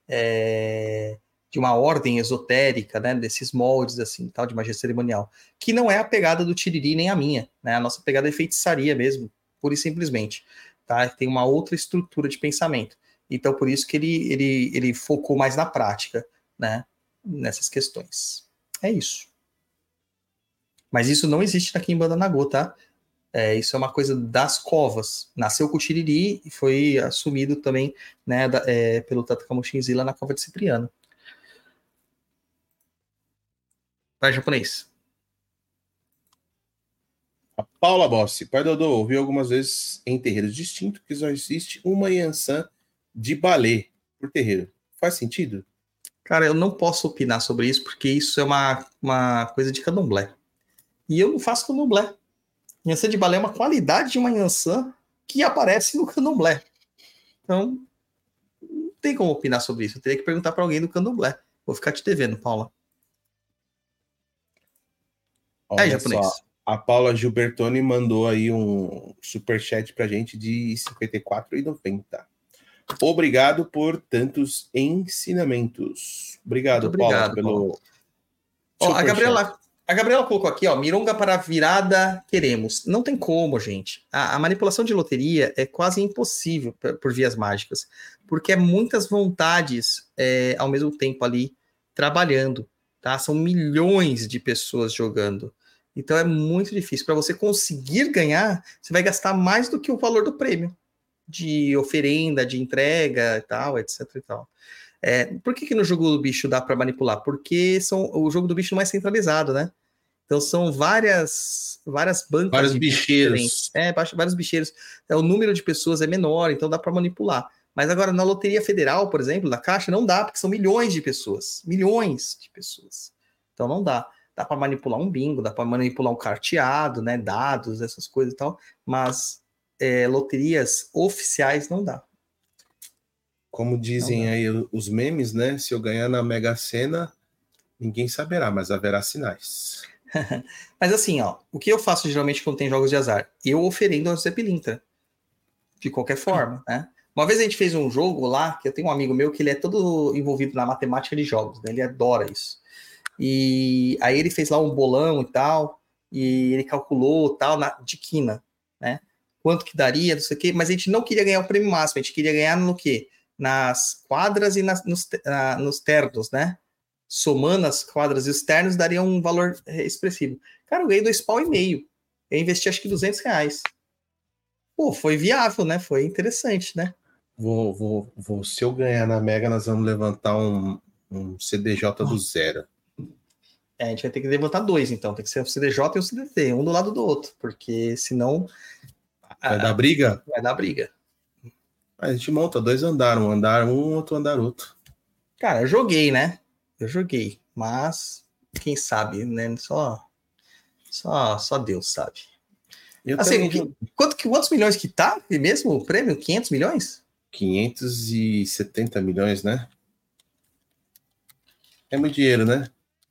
de uma ordem esotérica, né, desses moldes, assim, tal, de magia cerimonial, que não é a pegada do Tiriri nem a minha, né, a nossa pegada é feitiçaria mesmo, pura e simplesmente, tá, tem uma outra estrutura de pensamento, então por isso que ele focou mais na prática, né, nessas questões. É isso. Mas isso não existe na Kimbanda Nagô, tá? Isso é uma coisa das covas. Nasceu com o Tiriri e foi assumido também, né, pelo Tata Camochinzila na cova de Cipriano. Vai, japonês. A Paula Bossi. Pai Dodô, ouvi algumas vezes em terreiros distintos que só existe uma Yansan de balé por terreiro. Faz sentido? Cara, eu não posso opinar sobre isso, porque isso é uma coisa de candomblé. E eu não faço candomblé. Yansan de balé é uma qualidade de uma Yansan que aparece no candomblé. Então, não tem como opinar sobre isso. Eu teria que perguntar para alguém do candomblé. Vou ficar te devendo, Paula. Olha japonês. Só, a Paula Gilbertoni mandou aí um superchat pra gente de R$ 54,90. Obrigado por tantos ensinamentos. Obrigado, Paula, pelo... A Gabriela colocou aqui, mironga para virada, queremos. Não tem como, gente. A manipulação de loteria é quase impossível por vias mágicas, porque é muitas vontades ao mesmo tempo ali trabalhando, tá? São milhões de pessoas jogando. Então é muito difícil. Para você conseguir ganhar, você vai gastar mais do que o valor do prêmio. de oferenda, de entrega e tal, etc e tal. Por que no jogo do bicho dá para manipular? Porque o jogo do bicho não é centralizado, né? Então são várias bancas Vários de bichos bicheiros. diferentes. Vários bicheiros. O número de pessoas é menor, então dá para manipular. Mas agora na Loteria Federal, por exemplo, da Caixa, não dá, porque são milhões de pessoas. Milhões de pessoas. Então não dá. Dá para manipular um bingo, dá para manipular um carteado, né? Dados, essas coisas e tal. Mas loterias oficiais não dá. Como dizem aí os memes, né? Se eu ganhar na Mega Sena, ninguém saberá, mas haverá sinais. Mas assim, ó, o que eu faço geralmente quando tem jogos de azar? Eu oferendo ao Zé Pilintra. De qualquer forma, né? Uma vez a gente fez um jogo lá, que eu tenho um amigo meu que ele é todo envolvido na matemática de jogos, né? Ele adora isso. E aí ele fez lá um bolão e tal, e ele calculou tal, de quina, né? Quanto que daria, não sei o quê, mas a gente não queria ganhar o prêmio máximo, a gente queria ganhar no quê? Nas quadras e nos ternos, né? Somando as quadras e os ternos, daria um valor expressivo. Cara, eu ganhei 2,5 pau. Eu investi acho que R$200. Pô, foi viável, né? Foi interessante, né? Se eu ganhar na Mega, nós vamos levantar um CDJ do zero. A gente vai ter que levantar 2, então. Tem que ser o CDJ e o CDT, um do lado do outro, porque senão... Vai dar briga? Vai dar briga. A gente monta 2 andares, um andar um, outro andar outro. Cara, eu joguei, né? Mas quem sabe, né? Só Deus sabe. Eu assim, também quantos milhões que tá mesmo o prêmio? 500 milhões? 570 milhões, né? É muito dinheiro, né?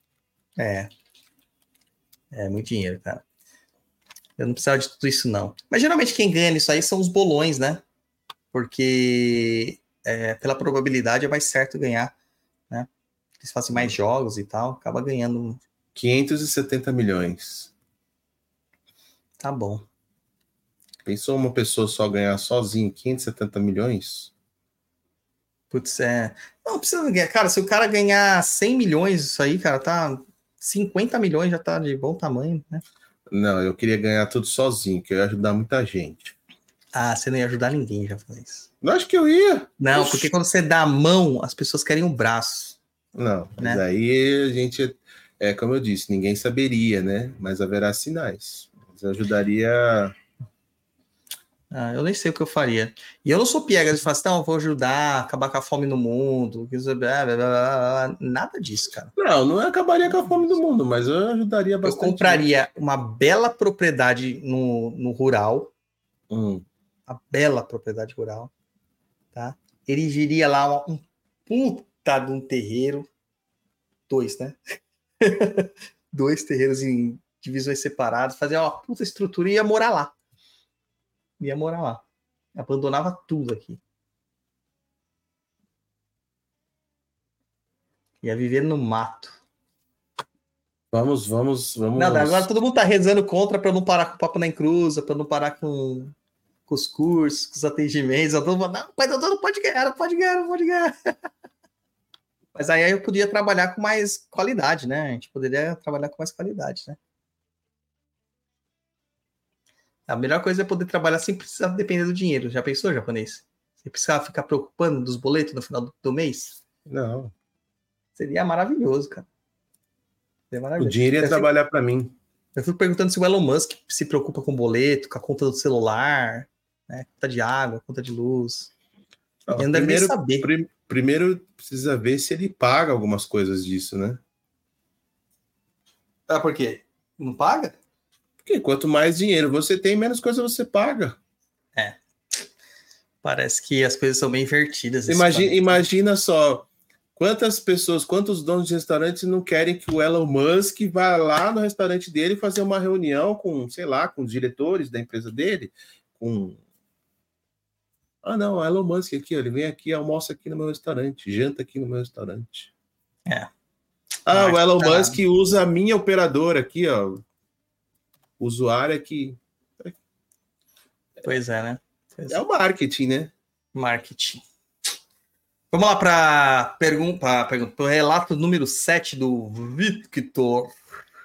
É muito dinheiro, cara. Eu não precisava de tudo isso, não. Mas geralmente quem ganha nisso aí são os bolões, né? Porque pela probabilidade é mais certo ganhar, né? Eles fazem mais jogos e tal, acaba ganhando. 570 milhões. Tá bom. Pensou uma pessoa só ganhar sozinho 570 milhões? Putz, não precisa ganhar. Cara, se o cara ganhar 100 milhões, isso aí, cara, tá... 50 milhões já tá de bom tamanho, né? Não, eu queria ganhar tudo sozinho, que eu ia ajudar muita gente. Ah, você não ia ajudar ninguém, já falei isso. Eu acho que eu ia. Não, Oxi. porque quando você dá a mão, as pessoas querem o braço. Não, mas né? aí a gente... como eu disse, ninguém saberia, né? Mas haverá sinais. Mas eu ajudaria... Eu nem sei o que eu faria. E eu não sou piegas de falar assim, não, eu vou ajudar, acabar com a fome no mundo, nada disso, cara. Não acabaria com a fome do mundo, mas eu ajudaria bastante. Eu compraria uma bela propriedade no rural, uma bela propriedade rural, tá? Erigiria lá um puta de um terreiro, 2, né? 2 terreiros em divisões separadas, fazia uma puta estrutura e ia morar lá. Abandonava tudo aqui. Ia viver no mato. Vamos. Nada, agora todo mundo tá rezando contra para não parar com o papo na encruza, para não parar com os cursos, com os atendimentos. Todo mundo, não, pai, não pode ganhar. Mas aí eu podia trabalhar com mais qualidade, né? A gente poderia trabalhar com mais qualidade, né? A melhor coisa é poder trabalhar sem precisar depender do dinheiro. Já pensou, japonês? Você precisava ficar preocupando dos boletos no final do mês? Não. Seria maravilhoso, cara. O dinheiro ia trabalhar para mim. Eu fico perguntando se o Elon Musk se preocupa com boleto, com a conta do celular, né? Conta de água, conta de luz. Não, ele não deve nem saber. Primeiro precisa ver se ele paga algumas coisas disso, né? Ah, por quê? Não paga? Porque quanto mais dinheiro você tem, menos coisa você paga. Parece que as coisas são bem invertidas. Imagina só, quantos donos de restaurantes não querem que o Elon Musk vá lá no restaurante dele fazer uma reunião com, sei lá, com os diretores da empresa dele, não, o Elon Musk aqui, ele vem aqui, almoça aqui no meu restaurante, janta aqui no meu restaurante. O Elon Musk usa a minha operadora aqui, ó. O usuário aqui. Pois é, né? É o marketing, né? Marketing. Vamos lá para o relato número 7 do Victor.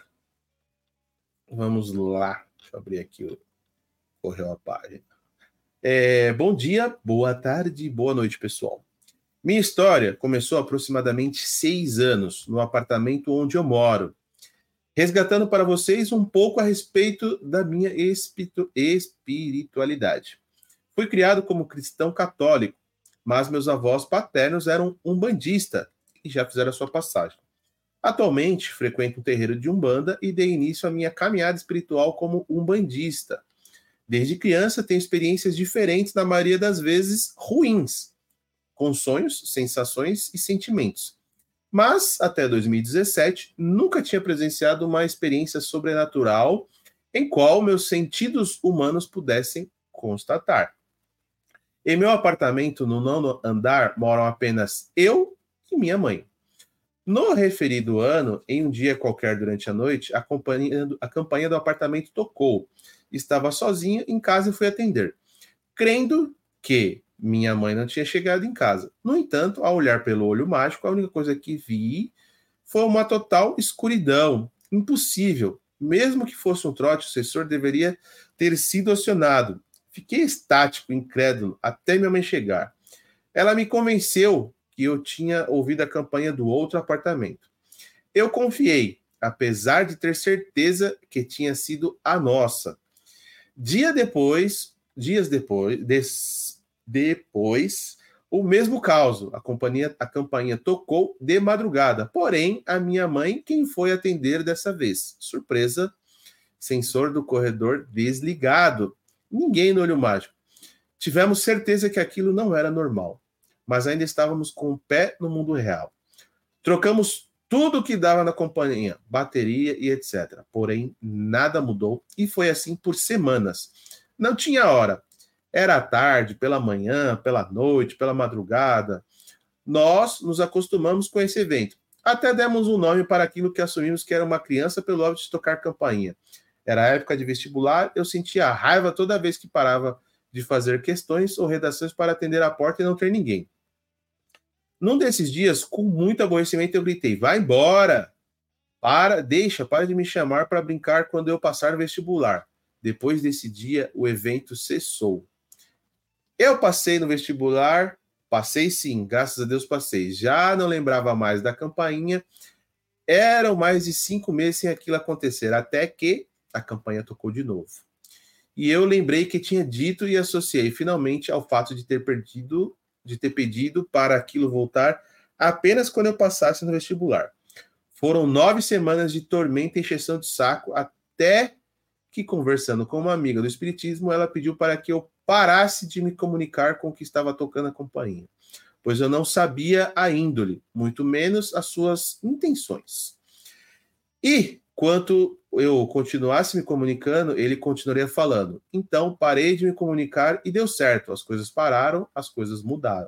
Vamos lá. Deixa eu abrir aqui correu a página. Bom dia, boa tarde, boa noite, pessoal. Minha história começou há aproximadamente 6 anos, no apartamento onde eu moro, resgatando para vocês um pouco a respeito da minha espiritualidade. Fui criado como cristão católico, mas meus avós paternos eram umbandistas e já fizeram a sua passagem. Atualmente, frequento um terreiro de Umbanda e dei início à minha caminhada espiritual como umbandista. Desde criança, tenho experiências diferentes, na maioria das vezes ruins, com sonhos, sensações e sentimentos. Mas, até 2017, nunca tinha presenciado uma experiência sobrenatural em qual meus sentidos humanos pudessem constatar. Em meu apartamento, no 9º andar, moram apenas eu e minha mãe. No referido ano, em um dia qualquer durante a noite, a campainha do apartamento tocou. Estava sozinha em casa e fui atender, crendo que minha mãe não tinha chegado em casa. No entanto, ao olhar pelo olho mágico, a única coisa que vi foi uma total escuridão. Impossível. Mesmo que fosse um trote, o sensor deveria ter sido acionado. Fiquei estático, incrédulo, até minha mãe chegar. Ela me convenceu que eu tinha ouvido a campainha do outro apartamento. Eu confiei, apesar de ter certeza que tinha sido a nossa. Dias depois, o mesmo caos. A campainha tocou de madrugada. Porém, a minha mãe quem foi atender dessa vez. Surpresa, sensor do corredor desligado. Ninguém no olho mágico. Tivemos certeza que aquilo não era normal, mas ainda estávamos com o pé no mundo real. Trocamos tudo que dava na companhia, bateria e etc. Porém, nada mudou e foi assim por semanas. Não tinha hora. Era tarde, pela manhã, pela noite, pela madrugada. Nós nos acostumamos com esse evento. Até demos um nome para aquilo que assumimos que era uma criança pelo hábito de tocar campainha. Era a época de vestibular, eu sentia raiva toda vez que parava de fazer questões ou redações para atender a porta e não ter ninguém. Num desses dias, com muito aborrecimento, eu gritei: vai embora! Para de me chamar para brincar quando eu passar no vestibular. Depois desse dia, o evento cessou. Eu passei no vestibular, passei sim, graças a Deus passei. Já não lembrava mais da campainha. Eram mais de 5 meses sem aquilo acontecer, até que a campainha tocou de novo. E eu lembrei que tinha dito e associei finalmente ao fato de ter pedido para aquilo voltar apenas quando eu passasse no vestibular. Foram 9 semanas de tormenta e encheção de saco, até que, conversando com uma amiga do espiritismo, ela pediu para que eu parasse de me comunicar com o que estava tocando a campainha, pois eu não sabia a índole, muito menos as suas intenções. E, quanto eu continuasse me comunicando, ele continuaria falando. Então, parei de me comunicar e deu certo. As coisas pararam, as coisas mudaram.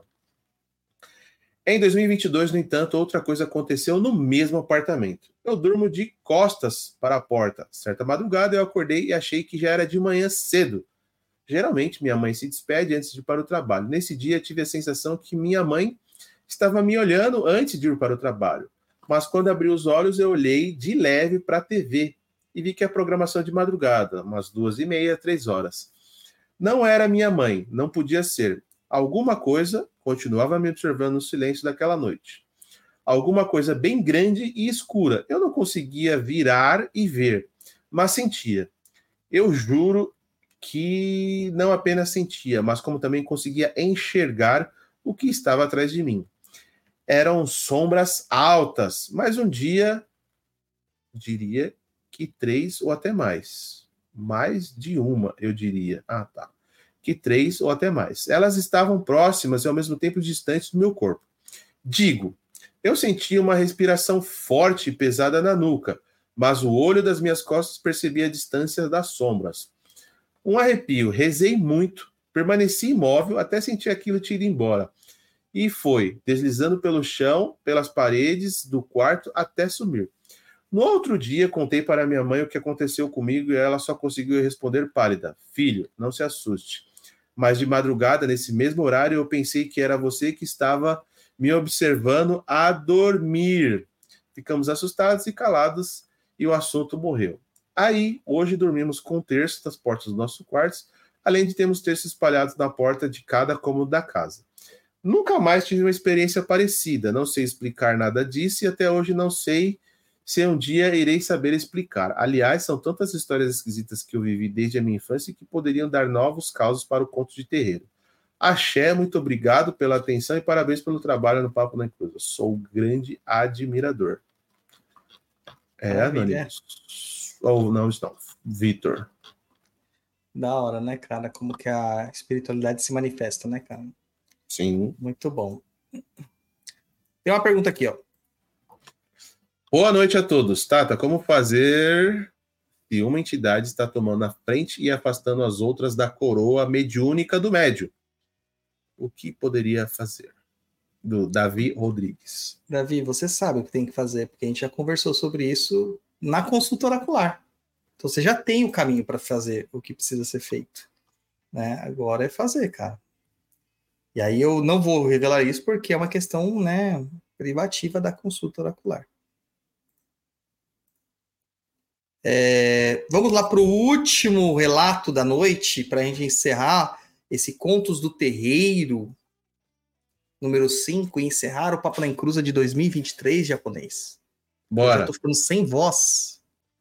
Em 2022, no entanto, outra coisa aconteceu no mesmo apartamento. Eu durmo de costas para a porta. Certa madrugada, eu acordei e achei que já era de manhã cedo. Geralmente, minha mãe se despede antes de ir para o trabalho. Nesse dia, tive a sensação que minha mãe estava me olhando antes de ir para o trabalho. Mas quando abri os olhos, eu olhei de leve para a TV e vi que a programação de madrugada, umas 2h30, 3h. Não era minha mãe, não podia ser. Alguma coisa continuava me observando no silêncio daquela noite. Alguma coisa bem grande e escura. Eu não conseguia virar e ver, mas sentia. Eu juro que não apenas sentia, mas como também conseguia enxergar o que estava atrás de mim. Eram sombras altas, mas um dia, diria que 3 ou até mais. Mais de uma, eu diria. Que 3 ou até mais. Elas estavam próximas e ao mesmo tempo distantes do meu corpo. Digo, eu sentia uma respiração forte e pesada na nuca, mas o olho das minhas costas percebia a distância das sombras. Um arrepio, rezei muito, permaneci imóvel até sentir aquilo ter ido embora. E foi, deslizando pelo chão, pelas paredes do quarto, até sumir. No outro dia, contei para minha mãe o que aconteceu comigo e ela só conseguiu responder pálida. Filho, não se assuste. Mas de madrugada, nesse mesmo horário, eu pensei que era você que estava me observando a dormir. Ficamos assustados e calados e o assunto morreu. Aí, hoje dormimos com um terço das portas do nosso quarto, além de termos terços espalhados na porta de cada cômodo da casa. Nunca mais tive uma experiência parecida, não sei explicar nada disso e até hoje não sei se um dia irei saber explicar. Aliás, são tantas histórias esquisitas que eu vivi desde a minha infância que poderiam dar novos causos para o conto de terreiro. Axé, muito obrigado pela atenção e parabéns pelo trabalho no Papo na Cruz. Eu sou um grande admirador. Anônimos. Ou não, Vitor. Da hora, né, cara? Como que a espiritualidade se manifesta, né, cara? Sim. Muito bom. Tem uma pergunta aqui, ó. Boa noite a todos. Tata, como fazer se uma entidade está tomando a frente e afastando as outras da coroa mediúnica do médio? O que poderia fazer? Do Davi Rodrigues. Davi, você sabe o que tem que fazer, porque a gente já conversou sobre isso na consulta oracular. Então você já tem o caminho para fazer o que precisa ser feito, né? Agora é fazer, cara. E aí eu não vou revelar isso porque é uma questão, né, privativa da consulta oracular. Vamos lá para o último relato da noite, para a gente encerrar esse Contos do Terreiro, número 5, e encerrar o Papo na Encruza de 2023, japonês. Bora. Eu já tô ficando sem voz.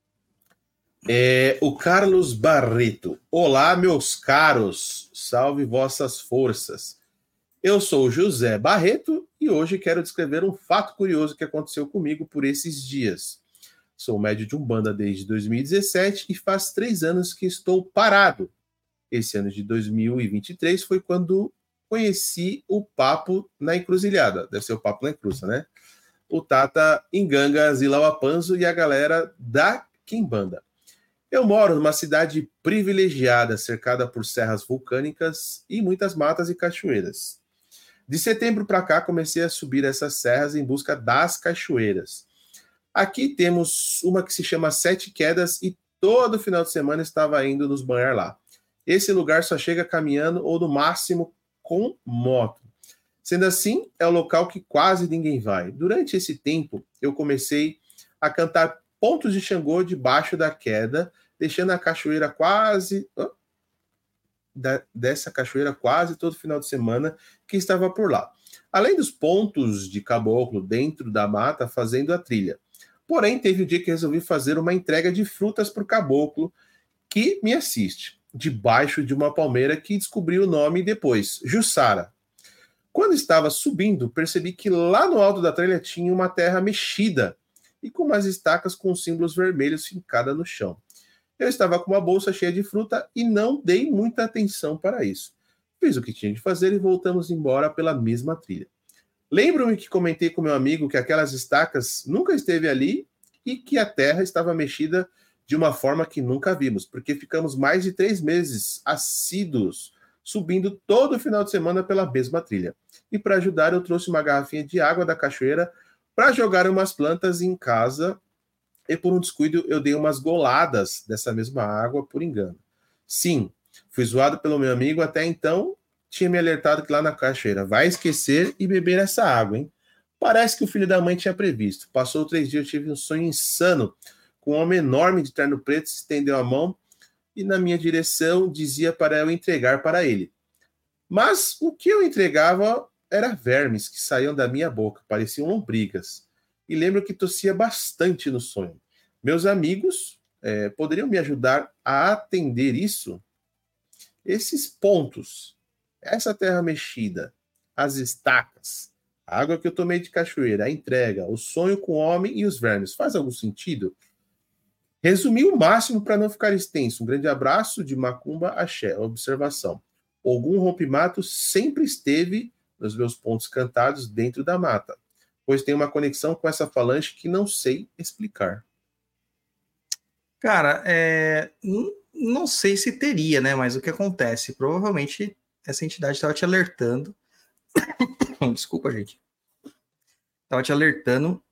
O Carlos Barreto. Olá, meus caros. Salve vossas forças. Eu sou o José Barreto e hoje quero descrever um fato curioso que aconteceu comigo por esses dias. Sou médio de Umbanda desde 2017 e faz 3 anos que estou parado. Esse ano de 2023 foi quando conheci o Papo na Encruzilhada. Deve ser o Papo na Encruza, né? O Tata Inganga Zilauapanzo e a galera da Quimbanda. Eu moro numa cidade privilegiada, cercada por serras vulcânicas e muitas matas e cachoeiras. De setembro para cá, comecei a subir essas serras em busca das cachoeiras. Aqui temos uma que se chama Sete Quedas e todo final de semana estava indo nos banhar lá. Esse lugar só chega caminhando ou no máximo com moto. Sendo assim, é o local que quase ninguém vai. Durante esse tempo, eu comecei a cantar pontos de Xangô debaixo da queda, deixando a cachoeira dessa cachoeira quase todo final de semana que estava por lá. Além dos pontos de caboclo dentro da mata, fazendo a trilha. Porém, teve um dia que resolvi fazer uma entrega de frutas para o caboclo que me assiste, debaixo de uma palmeira que descobri o nome depois, Jussara. Quando estava subindo, percebi que lá no alto da trilha tinha uma terra mexida e com umas estacas com símbolos vermelhos fincadas no chão. Eu estava com uma bolsa cheia de fruta e não dei muita atenção para isso. Fiz o que tinha de fazer e voltamos embora pela mesma trilha. Lembro-me que comentei com meu amigo que aquelas estacas nunca esteve ali e que a terra estava mexida de uma forma que nunca vimos, porque ficamos mais de 3 meses assíduos, subindo todo final de semana pela mesma trilha. E para ajudar, eu trouxe uma garrafinha de água da cachoeira para jogar umas plantas em casa e por um descuido eu dei umas goladas dessa mesma água por engano. Sim, fui zoado pelo meu amigo, até então tinha me alertado que lá na cachoeira vai esquecer e beber essa água, hein? Parece que o filho da mãe tinha previsto. Passou 3 dias, eu tive um sonho insano, com um homem enorme de terno preto se estendeu a mão e na minha direção dizia para eu entregar para ele. Mas o que eu entregava era vermes que saíam da minha boca, pareciam lombrigas. E lembro que tossia bastante no sonho. Meus amigos poderiam me ajudar a atender isso? Esses pontos, essa terra mexida, as estacas, a água que eu tomei de cachoeira, a entrega, o sonho com o homem e os vermes, faz algum sentido? Resumi o máximo para não ficar extenso. Um grande abraço de Macumba Axé. Observação. Ogum Rompimato sempre esteve nos meus pontos cantados dentro da mata, pois tem uma conexão com essa falange que não sei explicar. Cara, não sei se teria, né? Mas o que acontece? Provavelmente essa entidade estava te alertando. Desculpa, gente. Estava te alertando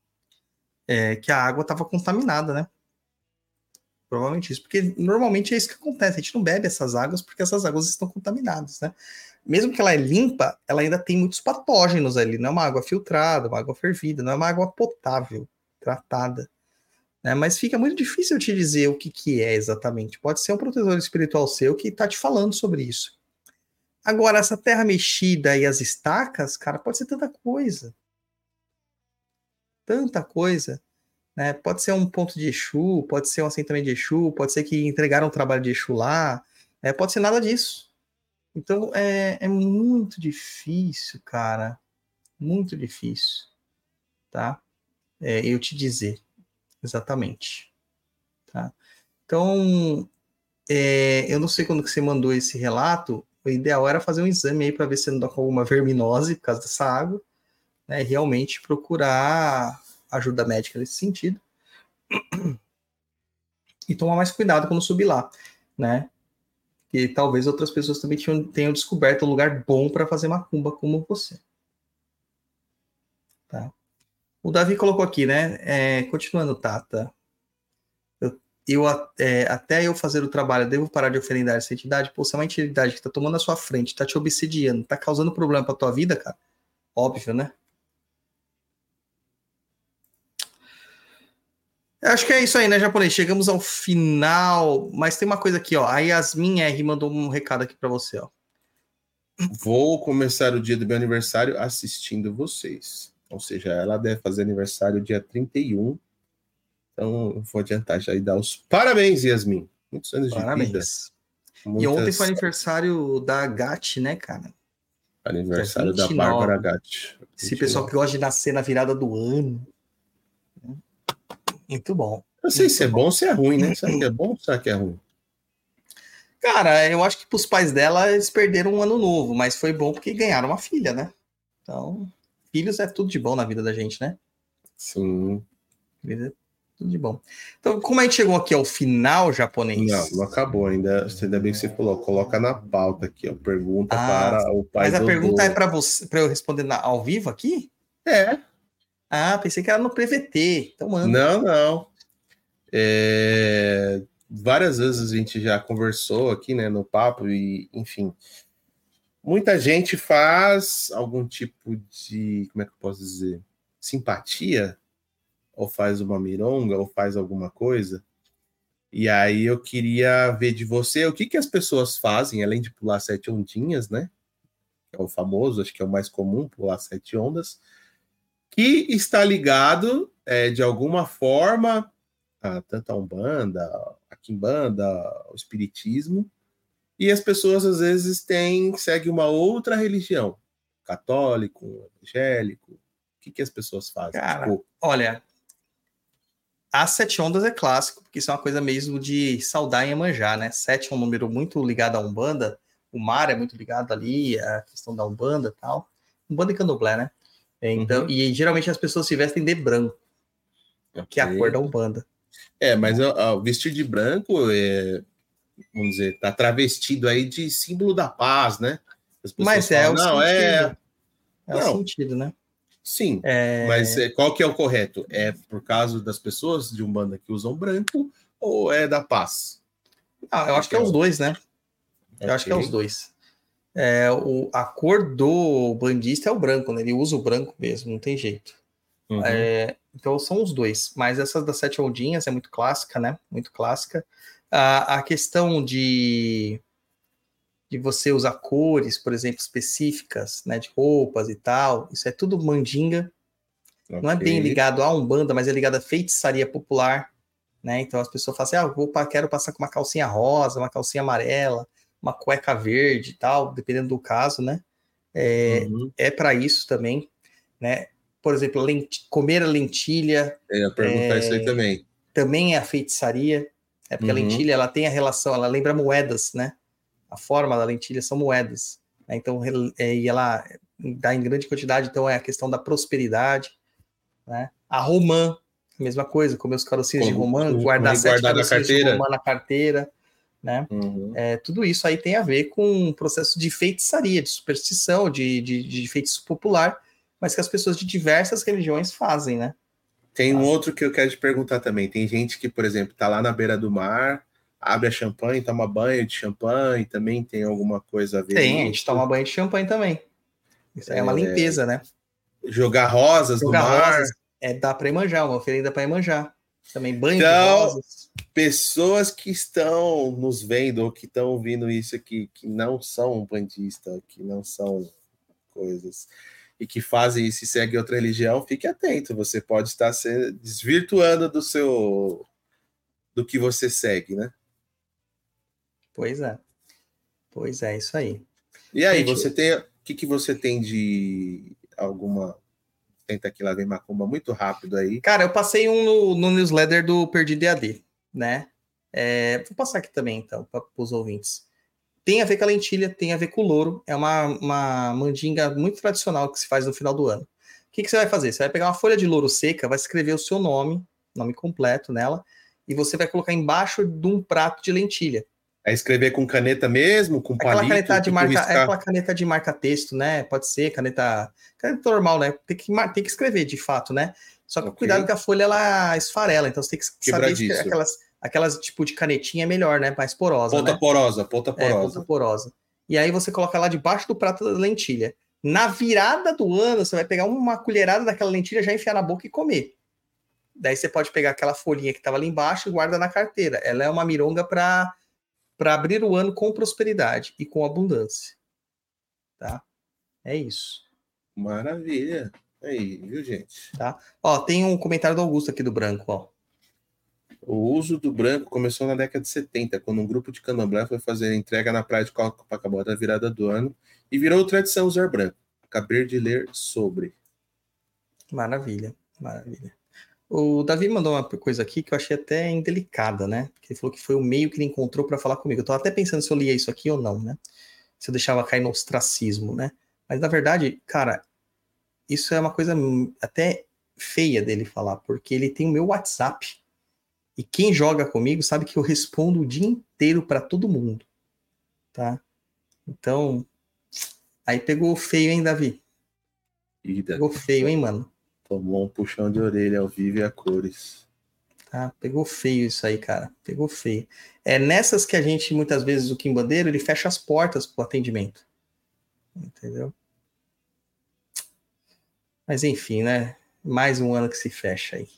que a água estava contaminada, né? Provavelmente isso, porque normalmente é isso que acontece. A gente não bebe essas águas porque essas águas estão contaminadas, né? Mesmo que ela é limpa, ela ainda tem muitos patógenos ali. Não é uma água filtrada, uma água fervida, não é uma água potável, tratada. né? Mas fica muito difícil eu te dizer o que é exatamente. Pode ser um protetor espiritual seu que está te falando sobre isso. Agora, essa terra mexida e as estacas, cara, pode ser tanta coisa. Tanta coisa. Né? Pode ser um ponto de Exu, pode ser um assentamento de Exu, pode ser que entregaram um trabalho de Exu lá, pode ser nada disso. Então, é muito difícil, cara. Muito difícil, tá? Eu te dizer exatamente, tá? Então, eu não sei quando que você mandou esse relato, o ideal era fazer um exame aí para ver se não dá com alguma verminose por causa dessa água, né? E realmente procurar ajuda médica nesse sentido. E tomar mais cuidado quando subir lá, né? E talvez outras pessoas também tenham descoberto um lugar bom para fazer macumba como você. Tá? O Davi colocou aqui, né? Continuando, Tata. Até eu fazer o trabalho, devo parar de oferendar essa entidade? Pô, se é uma entidade que tá tomando a sua frente, tá te obsidiando, tá causando problema pra tua vida, cara? Óbvio, né? Eu acho que é isso aí, né, japonês? Chegamos ao final, mas tem uma coisa aqui, ó. A Yasmin R mandou um recado aqui pra você, ó. Vou começar o dia do meu aniversário assistindo vocês. Ou seja, ela deve fazer aniversário dia 31. Então, eu vou adiantar já e dar os parabéns, Yasmin. Muitos anos de vida. E ontem foi aniversário da Gatti, né, cara? Aniversário da Bárbara Gatti. Esse pessoal que gosta de nascer na virada do ano. Muito bom. Eu sei se é bom ou se é ruim, né? Será que é bom ou será que é ruim? Cara, eu acho que pros pais dela, eles perderam um ano novo, mas foi bom porque ganharam uma filha, né? Então, filhos é tudo de bom na vida da gente, né? Sim. Tudo de bom. Então, como a gente chegou aqui ao final, japonês? Não acabou ainda. Ainda bem que você falou. Coloca na pauta aqui, ó. Pergunta para o pai do... Mas a pergunta é para você, para eu responder ao vivo aqui? É. Ah, pensei que era no PVT. Então manda. Não. Várias vezes a gente já conversou aqui, né, no papo e, enfim, muita gente faz algum tipo de, como é que eu posso dizer, simpatia, ou faz uma mironga, ou faz alguma coisa, e aí eu queria ver de você o que as pessoas fazem, além de pular 7 ondinhas, né, que é o famoso, acho que é o mais comum, pular 7 ondas, que está ligado, de alguma forma, tanto a Umbanda, a Quimbanda, o Espiritismo, e as pessoas às vezes seguem uma outra religião, católico, evangélico. O que as pessoas fazem? Cara, olha, as 7 ondas é clássico, porque isso é uma coisa mesmo de saudar e Iemanjá, né? 7 é um número muito ligado à Umbanda, o mar é muito ligado ali, a questão da Umbanda e tal. Umbanda e Candomblé, né? Então, E geralmente as pessoas se vestem de branco, que é a cor da Umbanda. Mas o vestir de branco vamos dizer, tá travestido aí de símbolo da paz, né? Mas falam, o sentido, né? Sim, mas qual que é o correto? É por causa das pessoas de Umbanda que usam branco ou é da paz? Eu acho que é os dois, né? Eu acho que é os dois. A cor do bandista é o branco, né? Ele usa o branco mesmo, não tem jeito. Então são os dois. Mas essa das 7 ondinhas é muito clássica, né? Muito clássica. A questão de você usar cores, por exemplo, específicas, né? De roupas e tal, isso é tudo mandinga. Não é bem ligado à Umbanda, mas é ligado à feitiçaria popular, né? Então as pessoas falam assim, quero passar com uma calcinha rosa, uma calcinha amarela, uma cueca verde e tal, dependendo do caso, né? É para isso também, né? Por exemplo, comer a lentilha. Eu ia perguntar isso aí também. Também é a feitiçaria, porque a lentilha ela tem a relação, ela lembra moedas, né? A forma da lentilha são moedas, né? Então, e ela dá em grande quantidade, então é a questão da prosperidade, né? A romã, a mesma coisa, comer os carocinhos de romã, guardar 7 carocinhos de romã na carteira, né? Tudo isso aí tem a ver com um processo de feitiçaria, de superstição, de feitiço popular, mas que as pessoas de diversas religiões fazem, né? Tem um outro que eu quero te perguntar também. Tem gente que, por exemplo, tá lá na beira do mar, abre a champanhe, toma banho de champanhe, também tem alguma coisa a ver? Tem, a gente toma banho de champanhe também. Isso aí é uma limpeza, né? Jogar rosas no mar. Dá para Iemanjá, uma oferenda para Iemanjá. Também banho de Então, rosas. pessoas que estão nos vendo ou que estão ouvindo isso aqui, que não são bandistas, que não são coisas, e que fazem isso e seguem outra religião, fique atento. Você pode estar se desvirtuando do que você segue, né? Pois é, isso aí. E aí, Gente, você tem. O que você tem de alguma. Tenta aqui lá vem macumba muito rápido aí. cara, eu passei no newsletter do Perdido EAD, né? Vou passar aqui também, então, para os ouvintes. Tem a ver com a lentilha, tem a ver com o louro. É uma mandinga muito tradicional que se faz no final do ano. O que você vai fazer? Você vai pegar uma folha de louro seca, vai escrever o seu nome completo nela, e você vai colocar embaixo de um prato de lentilha. É escrever com caneta mesmo, com Aquela palito, caneta de tipo marca, riscar. aquela caneta de marca-texto, né? Pode ser caneta normal, né? Tem que escrever, de fato, né? Só que Ok. cuidado que a folha ela esfarela, então você tem que saber que Quebradiço. aquelas tipo de canetinha é melhor, né? Mais porosa, Ponta né? porosa, ponta Ponta porosa. porosa. E aí você coloca lá debaixo do prato da lentilha. Na virada do ano, você vai pegar uma colherada daquela lentilha, já enfiar na boca e comer. Daí você pode pegar aquela folhinha que estava ali embaixo e guarda na carteira. Ela é uma mironga para abrir o ano com prosperidade e com abundância. Tá? É isso. Maravilha. Aí, viu, gente? Tá? Ó, tem um comentário do Augusto aqui do Branco, ó. O uso do branco começou na década de 70, quando um grupo de candomblé foi fazer entrega na praia de Copacabana na virada do ano e virou tradição usar branco. Acabei de ler sobre. Maravilha, maravilha. O Davi mandou uma coisa aqui que eu achei até indelicada, né? Porque ele falou que foi o meio que ele encontrou para falar comigo. Eu tô até pensando se eu lia isso aqui ou não, né? Se eu deixava cair no ostracismo, né? Mas na verdade, cara, isso é uma coisa até feia dele falar, porque ele tem o meu WhatsApp. E quem joga comigo sabe que eu respondo o dia inteiro para todo mundo, tá? Então, aí pegou feio, hein, Davi? Ida. Pegou feio, hein, mano? Tomou um puxão de orelha ao vivo e a cores. Tá? Pegou feio isso aí, cara. Pegou feio. É nessas que a gente, muitas vezes, o quimbandeiro, ele fecha as portas pro atendimento. Entendeu? Mas enfim, né? Mais um ano que se fecha aí.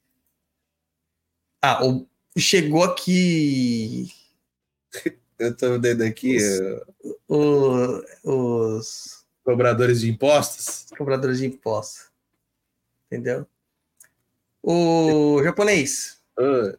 Ah, chegou aqui Eu tô vendo aqui os cobradores de impostos. cobradores de impostos. Entendeu? O japonês, Ah,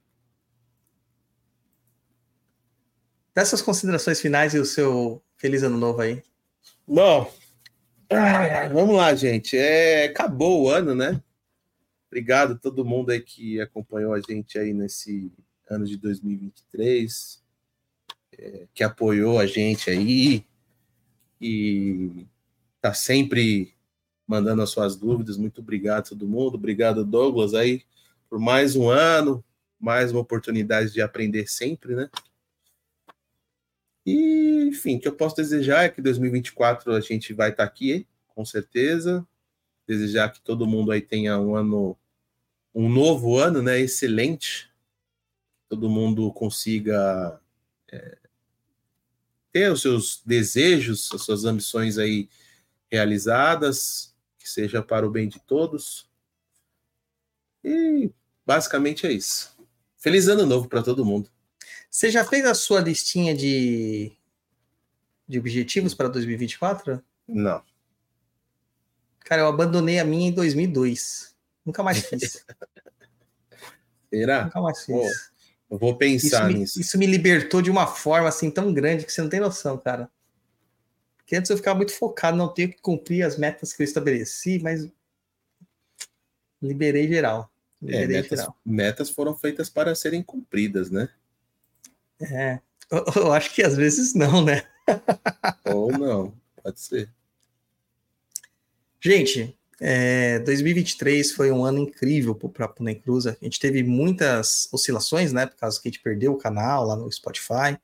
dá suas considerações finais e o seu feliz ano novo aí. bom, vamos lá, gente. Acabou o ano, né? Obrigado a todo mundo aí que acompanhou a gente aí nesse ano de 2023, que apoiou a gente aí e tá sempre mandando as suas dúvidas. Muito obrigado a todo mundo. Obrigado, Douglas, aí, por mais um ano, mais uma oportunidade de aprender sempre, né? E, enfim, o que eu posso desejar é que 2024 a gente vai estar aqui, com certeza. Desejar que todo mundo aí tenha um novo ano, né? Excelente. Todo mundo consiga ter os seus desejos, as suas ambições aí realizadas, que seja para o bem de todos. E basicamente é isso. Feliz ano novo para todo mundo. Você já fez a sua listinha de objetivos para 2024? Não. Cara, eu abandonei a minha em 2002. Nunca mais fiz. Será? Nunca mais fiz. Eu vou pensar nisso. Isso me libertou de uma forma assim tão grande que você não tem noção, cara. Porque antes eu ficava muito focado, não tenho que cumprir as metas que eu estabeleci, mas liberei geral. Metas foram feitas para serem cumpridas, né? Eu acho que às vezes não, né? Ou não, pode ser. Gente, 2023 foi um ano incrível para a Punta Cruz. A gente teve muitas oscilações, né? Por causa que a gente perdeu o canal lá no Spotify.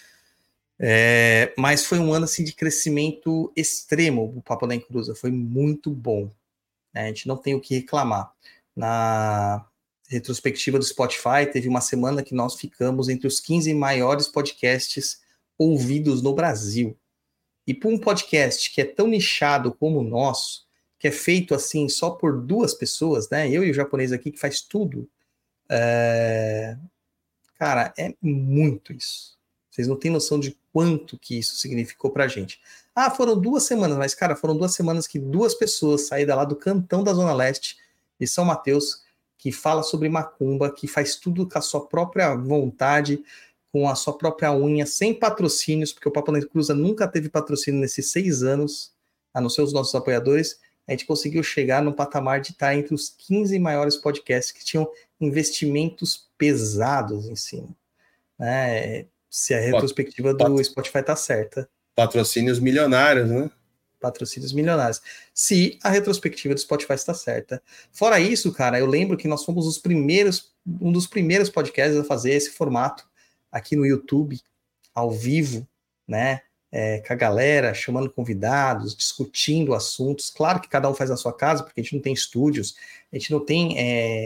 Mas foi um ano assim, de crescimento extremo para o Papo da Encruza. Foi muito bom. Né? A gente não tem o que reclamar. Na retrospectiva do Spotify, teve uma semana que nós ficamos entre os 15 maiores podcasts ouvidos no Brasil. E para um podcast que é tão nichado como o nosso, que é feito assim só por duas pessoas, né? Eu e o japonês aqui que faz tudo, Cara, é muito isso. Vocês não têm noção de quanto que isso significou pra gente. Ah, foram 2 semanas, mas, cara, foram 2 semanas que 2 pessoas saíram lá do cantão da Zona Leste de São Mateus, que fala sobre macumba, que faz tudo com a sua própria vontade, com a sua própria unha, sem patrocínios, porque o Papo na Cruza nunca teve patrocínio nesses 6 anos, a não ser os nossos apoiadores. A gente conseguiu chegar no patamar de estar entre os 15 maiores podcasts que tinham investimentos pesados em cima, né? Se a retrospectiva do Spotify tá certa. Patrocínios milionários, né? Patrocínios milionários. Se a retrospectiva do Spotify está certa. Fora isso, cara, eu lembro que nós fomos um dos primeiros podcasts a fazer esse formato aqui no YouTube, ao vivo, né? Com a galera, chamando convidados, discutindo assuntos. Claro que cada um faz na sua casa, porque a gente não tem estúdios, a gente não tem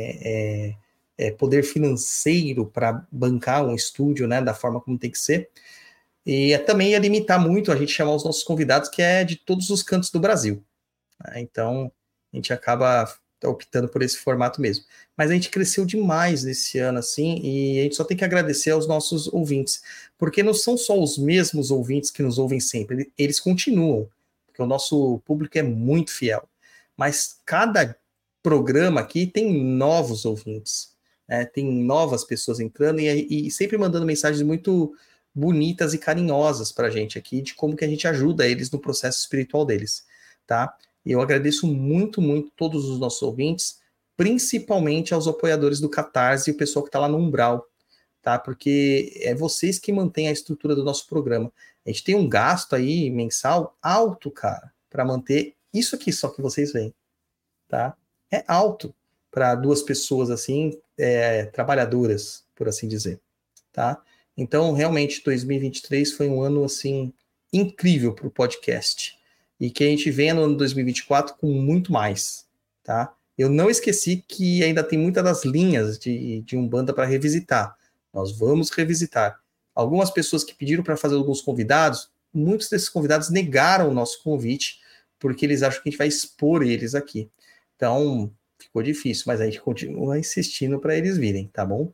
poder financeiro para bancar um estúdio, né, da forma como tem que ser. E também ia limitar muito a gente chamar os nossos convidados, que é de todos os cantos do Brasil. Né? Então, a gente acaba optando por esse formato mesmo. Mas a gente cresceu demais nesse ano, assim, e a gente só tem que agradecer aos nossos ouvintes, porque não são só os mesmos ouvintes que nos ouvem sempre, eles continuam, porque o nosso público é muito fiel. Mas cada programa aqui tem novos ouvintes, né? Tem novas pessoas entrando e sempre mandando mensagens muito bonitas e carinhosas para a gente aqui, de como que a gente ajuda eles no processo espiritual deles, tá? E eu agradeço muito, muito todos os nossos ouvintes, principalmente aos apoiadores do Catarse e o pessoal que está lá no Umbral, tá? Porque é vocês que mantêm a estrutura do nosso programa. A gente tem um gasto aí mensal alto, cara, para manter isso aqui só que vocês veem, tá? É alto para 2 pessoas assim, trabalhadoras, por assim dizer, tá? Então, realmente, 2023 foi um ano, assim, incrível para o podcast. E que a gente venha no ano 2024 com muito mais, tá? Eu não esqueci que ainda tem muitas das linhas de Umbanda para revisitar. Nós vamos revisitar. Algumas pessoas que pediram para fazer alguns convidados, muitos desses convidados negaram o nosso convite, porque eles acham que a gente vai expor eles aqui. Então, ficou difícil, mas a gente continua insistindo para eles virem, tá bom?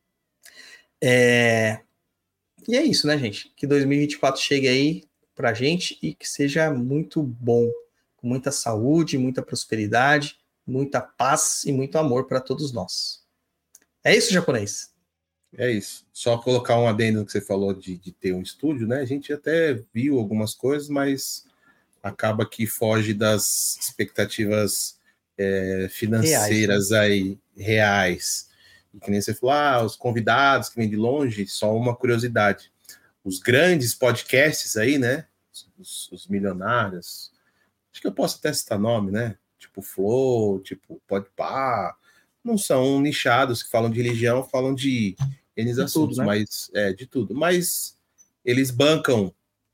E é isso, né, gente? Que 2024 chegue aí pra gente e que seja muito bom, com muita saúde, muita prosperidade, muita paz e muito amor para todos nós. É isso, japonês? É isso. Só colocar um adendo no que você falou de ter um estúdio, né? A gente até viu algumas coisas, mas acaba que foge das expectativas financeiras reais. E que nem você falou, os convidados que vêm de longe, só uma curiosidade. Os grandes podcasts aí, né? Os milionários, acho que eu posso até citar nome, né? Tipo Flow, tipo Podpah, não são nichados que falam de religião, falam de N assuntos, tudo, né? Mas de tudo. Mas eles bancam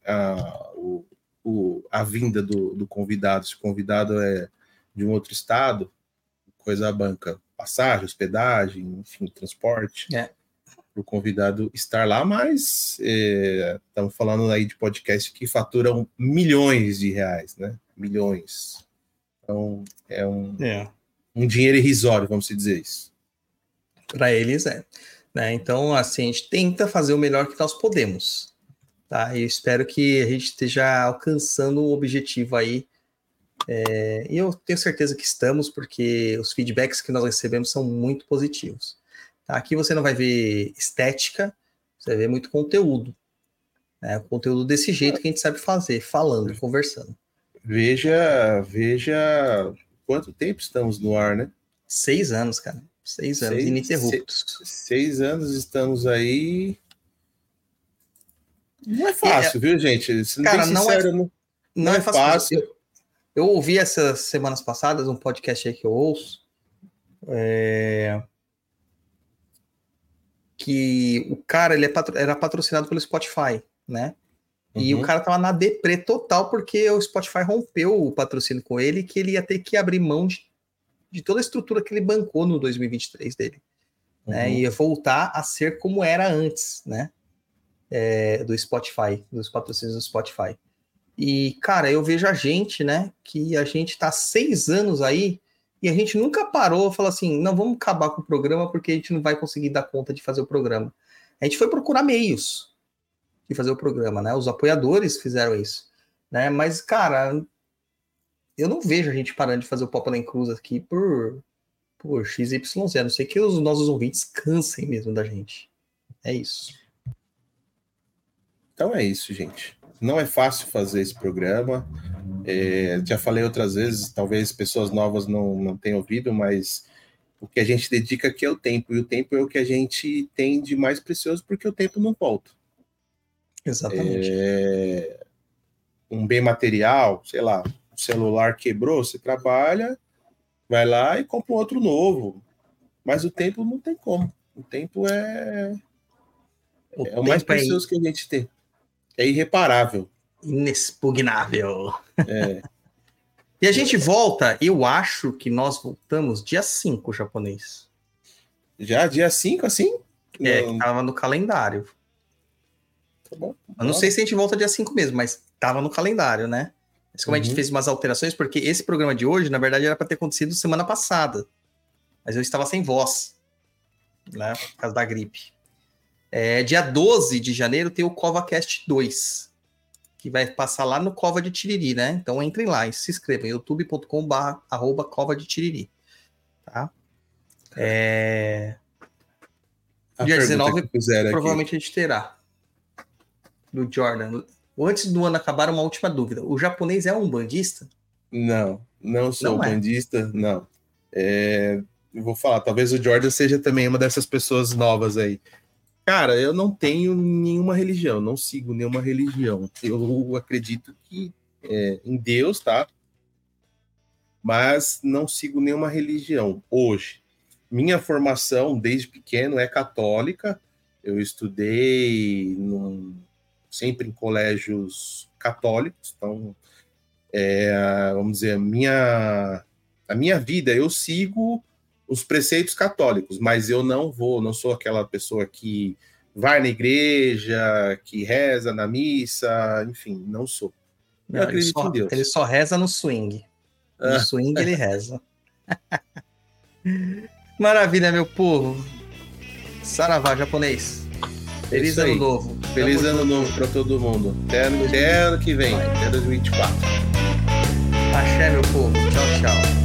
a vinda do convidado. Se o convidado é de um outro estado, coisa banca passagem, hospedagem, enfim, transporte, para o convidado estar lá, mas estamos falando aí de podcast que faturam milhões de reais, né? Milhões. Então, é um dinheiro irrisório, vamos dizer isso. Para eles né? Então, assim, a gente tenta fazer o melhor que nós podemos, tá? E eu espero que a gente esteja alcançando o objetivo aí. E eu tenho certeza que estamos, porque os feedbacks que nós recebemos são muito positivos. Tá? Aqui você não vai ver estética, você vai ver muito conteúdo. Né? Conteúdo desse jeito que a gente sabe fazer, falando, conversando. Veja quanto tempo estamos no ar, né? 6 anos, cara. 6 anos ininterruptos. 6 anos estamos aí. Não é fácil, viu, gente? Sendo cara, bem sincero, não é fácil. Eu ouvi essas semanas passadas um podcast aí que eu ouço, que o cara ele era patrocinado pelo Spotify, né? E o cara tava na deprê total porque o Spotify rompeu o patrocínio com ele, que ele ia ter que abrir mão de toda a estrutura que ele bancou no 2023 dele. Né? E ia voltar a ser como era antes, né? Do Spotify, dos patrocínios do Spotify. E, cara, eu vejo a gente, né, que a gente tá 6 anos aí E a gente nunca parou e falou assim, não, vamos acabar com o programa porque a gente não vai conseguir dar conta de fazer o programa. A gente foi procurar meios de fazer o programa, né? Os apoiadores fizeram isso, né? Mas, cara, eu não vejo a gente parando de fazer o Papo na Encruza aqui por XYZ. A não sei que os nossos ouvintes cansem mesmo da gente. É isso. Então é isso, gente. Não é fácil fazer esse programa. Já falei outras vezes, talvez pessoas novas não tenham ouvido, mas o que a gente dedica aqui é o tempo. E o tempo é o que a gente tem de mais precioso, porque o tempo não volta. Exatamente. Um bem material, sei lá, o celular quebrou, você trabalha, vai lá e compra um outro novo. Mas o tempo não tem como. O tempo é o mais precioso que a gente tem. É irreparável. Inexpugnável. E a gente volta, eu acho que nós voltamos dia 5, japonês. Já dia 5, assim? Que tava no calendário. Tá bom. Eu não sei se a gente volta dia 5 mesmo, mas tava no calendário, né? Mas como a gente fez umas alterações, porque esse programa de hoje, na verdade, era para ter acontecido semana passada. Mas eu estava sem voz, né? Por causa da gripe. Dia 12 de janeiro tem o CovaCast 2, que vai passar lá no Cova de Tiriri, né? Então entrem lá e se inscrevam, youtube.com/Cova de Tiriri, tá? Dia 19 provavelmente a gente terá do Jordan. Antes do ano acabar, uma última dúvida. O japonês é um bandista? Não sou bandista, não. Eu vou falar, talvez o Jordan seja também uma dessas pessoas novas aí. Cara, eu não tenho nenhuma religião, não sigo nenhuma religião. Eu acredito que em Deus, tá? Mas não sigo nenhuma religião hoje. Minha formação desde pequeno é católica. Eu estudei sempre em colégios católicos. Então, vamos dizer, a minha vida, eu sigo os preceitos católicos, mas eu não sou aquela pessoa que vai na igreja, que reza na missa, enfim, não sou. Eu acredito em Deus. Ele só reza no swing. No swing ele reza. Maravilha, meu povo. Saravá, japonês. Feliz ano novo. Feliz ano novo para todo mundo. Até ano que vem, até 2024. Axé, meu povo. Tchau, tchau.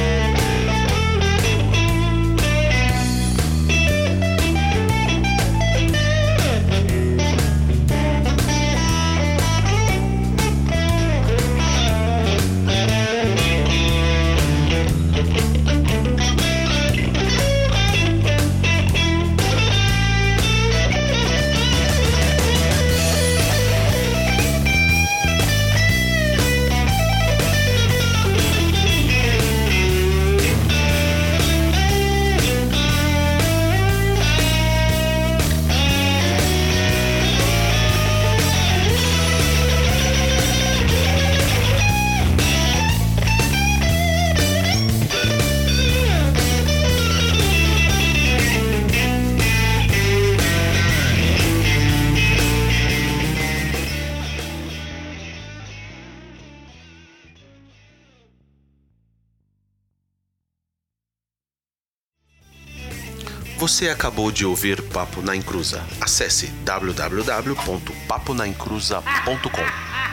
Você acabou de ouvir Papo na Encruza. Acesse www.paponaencruza.com.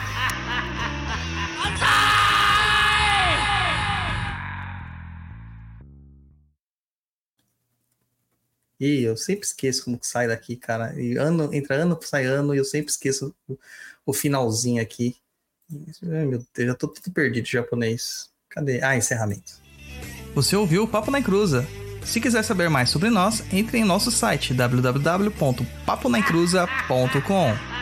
E eu sempre esqueço como que sai daqui, cara. E entra ano, sai ano, e eu sempre esqueço o finalzinho aqui. Ai, meu Deus, já tô tudo perdido japonês. Cadê? Encerramento. Você ouviu o Papo na Encruza. Se quiser saber mais sobre nós, entre em nosso site www.paponaencruza.com.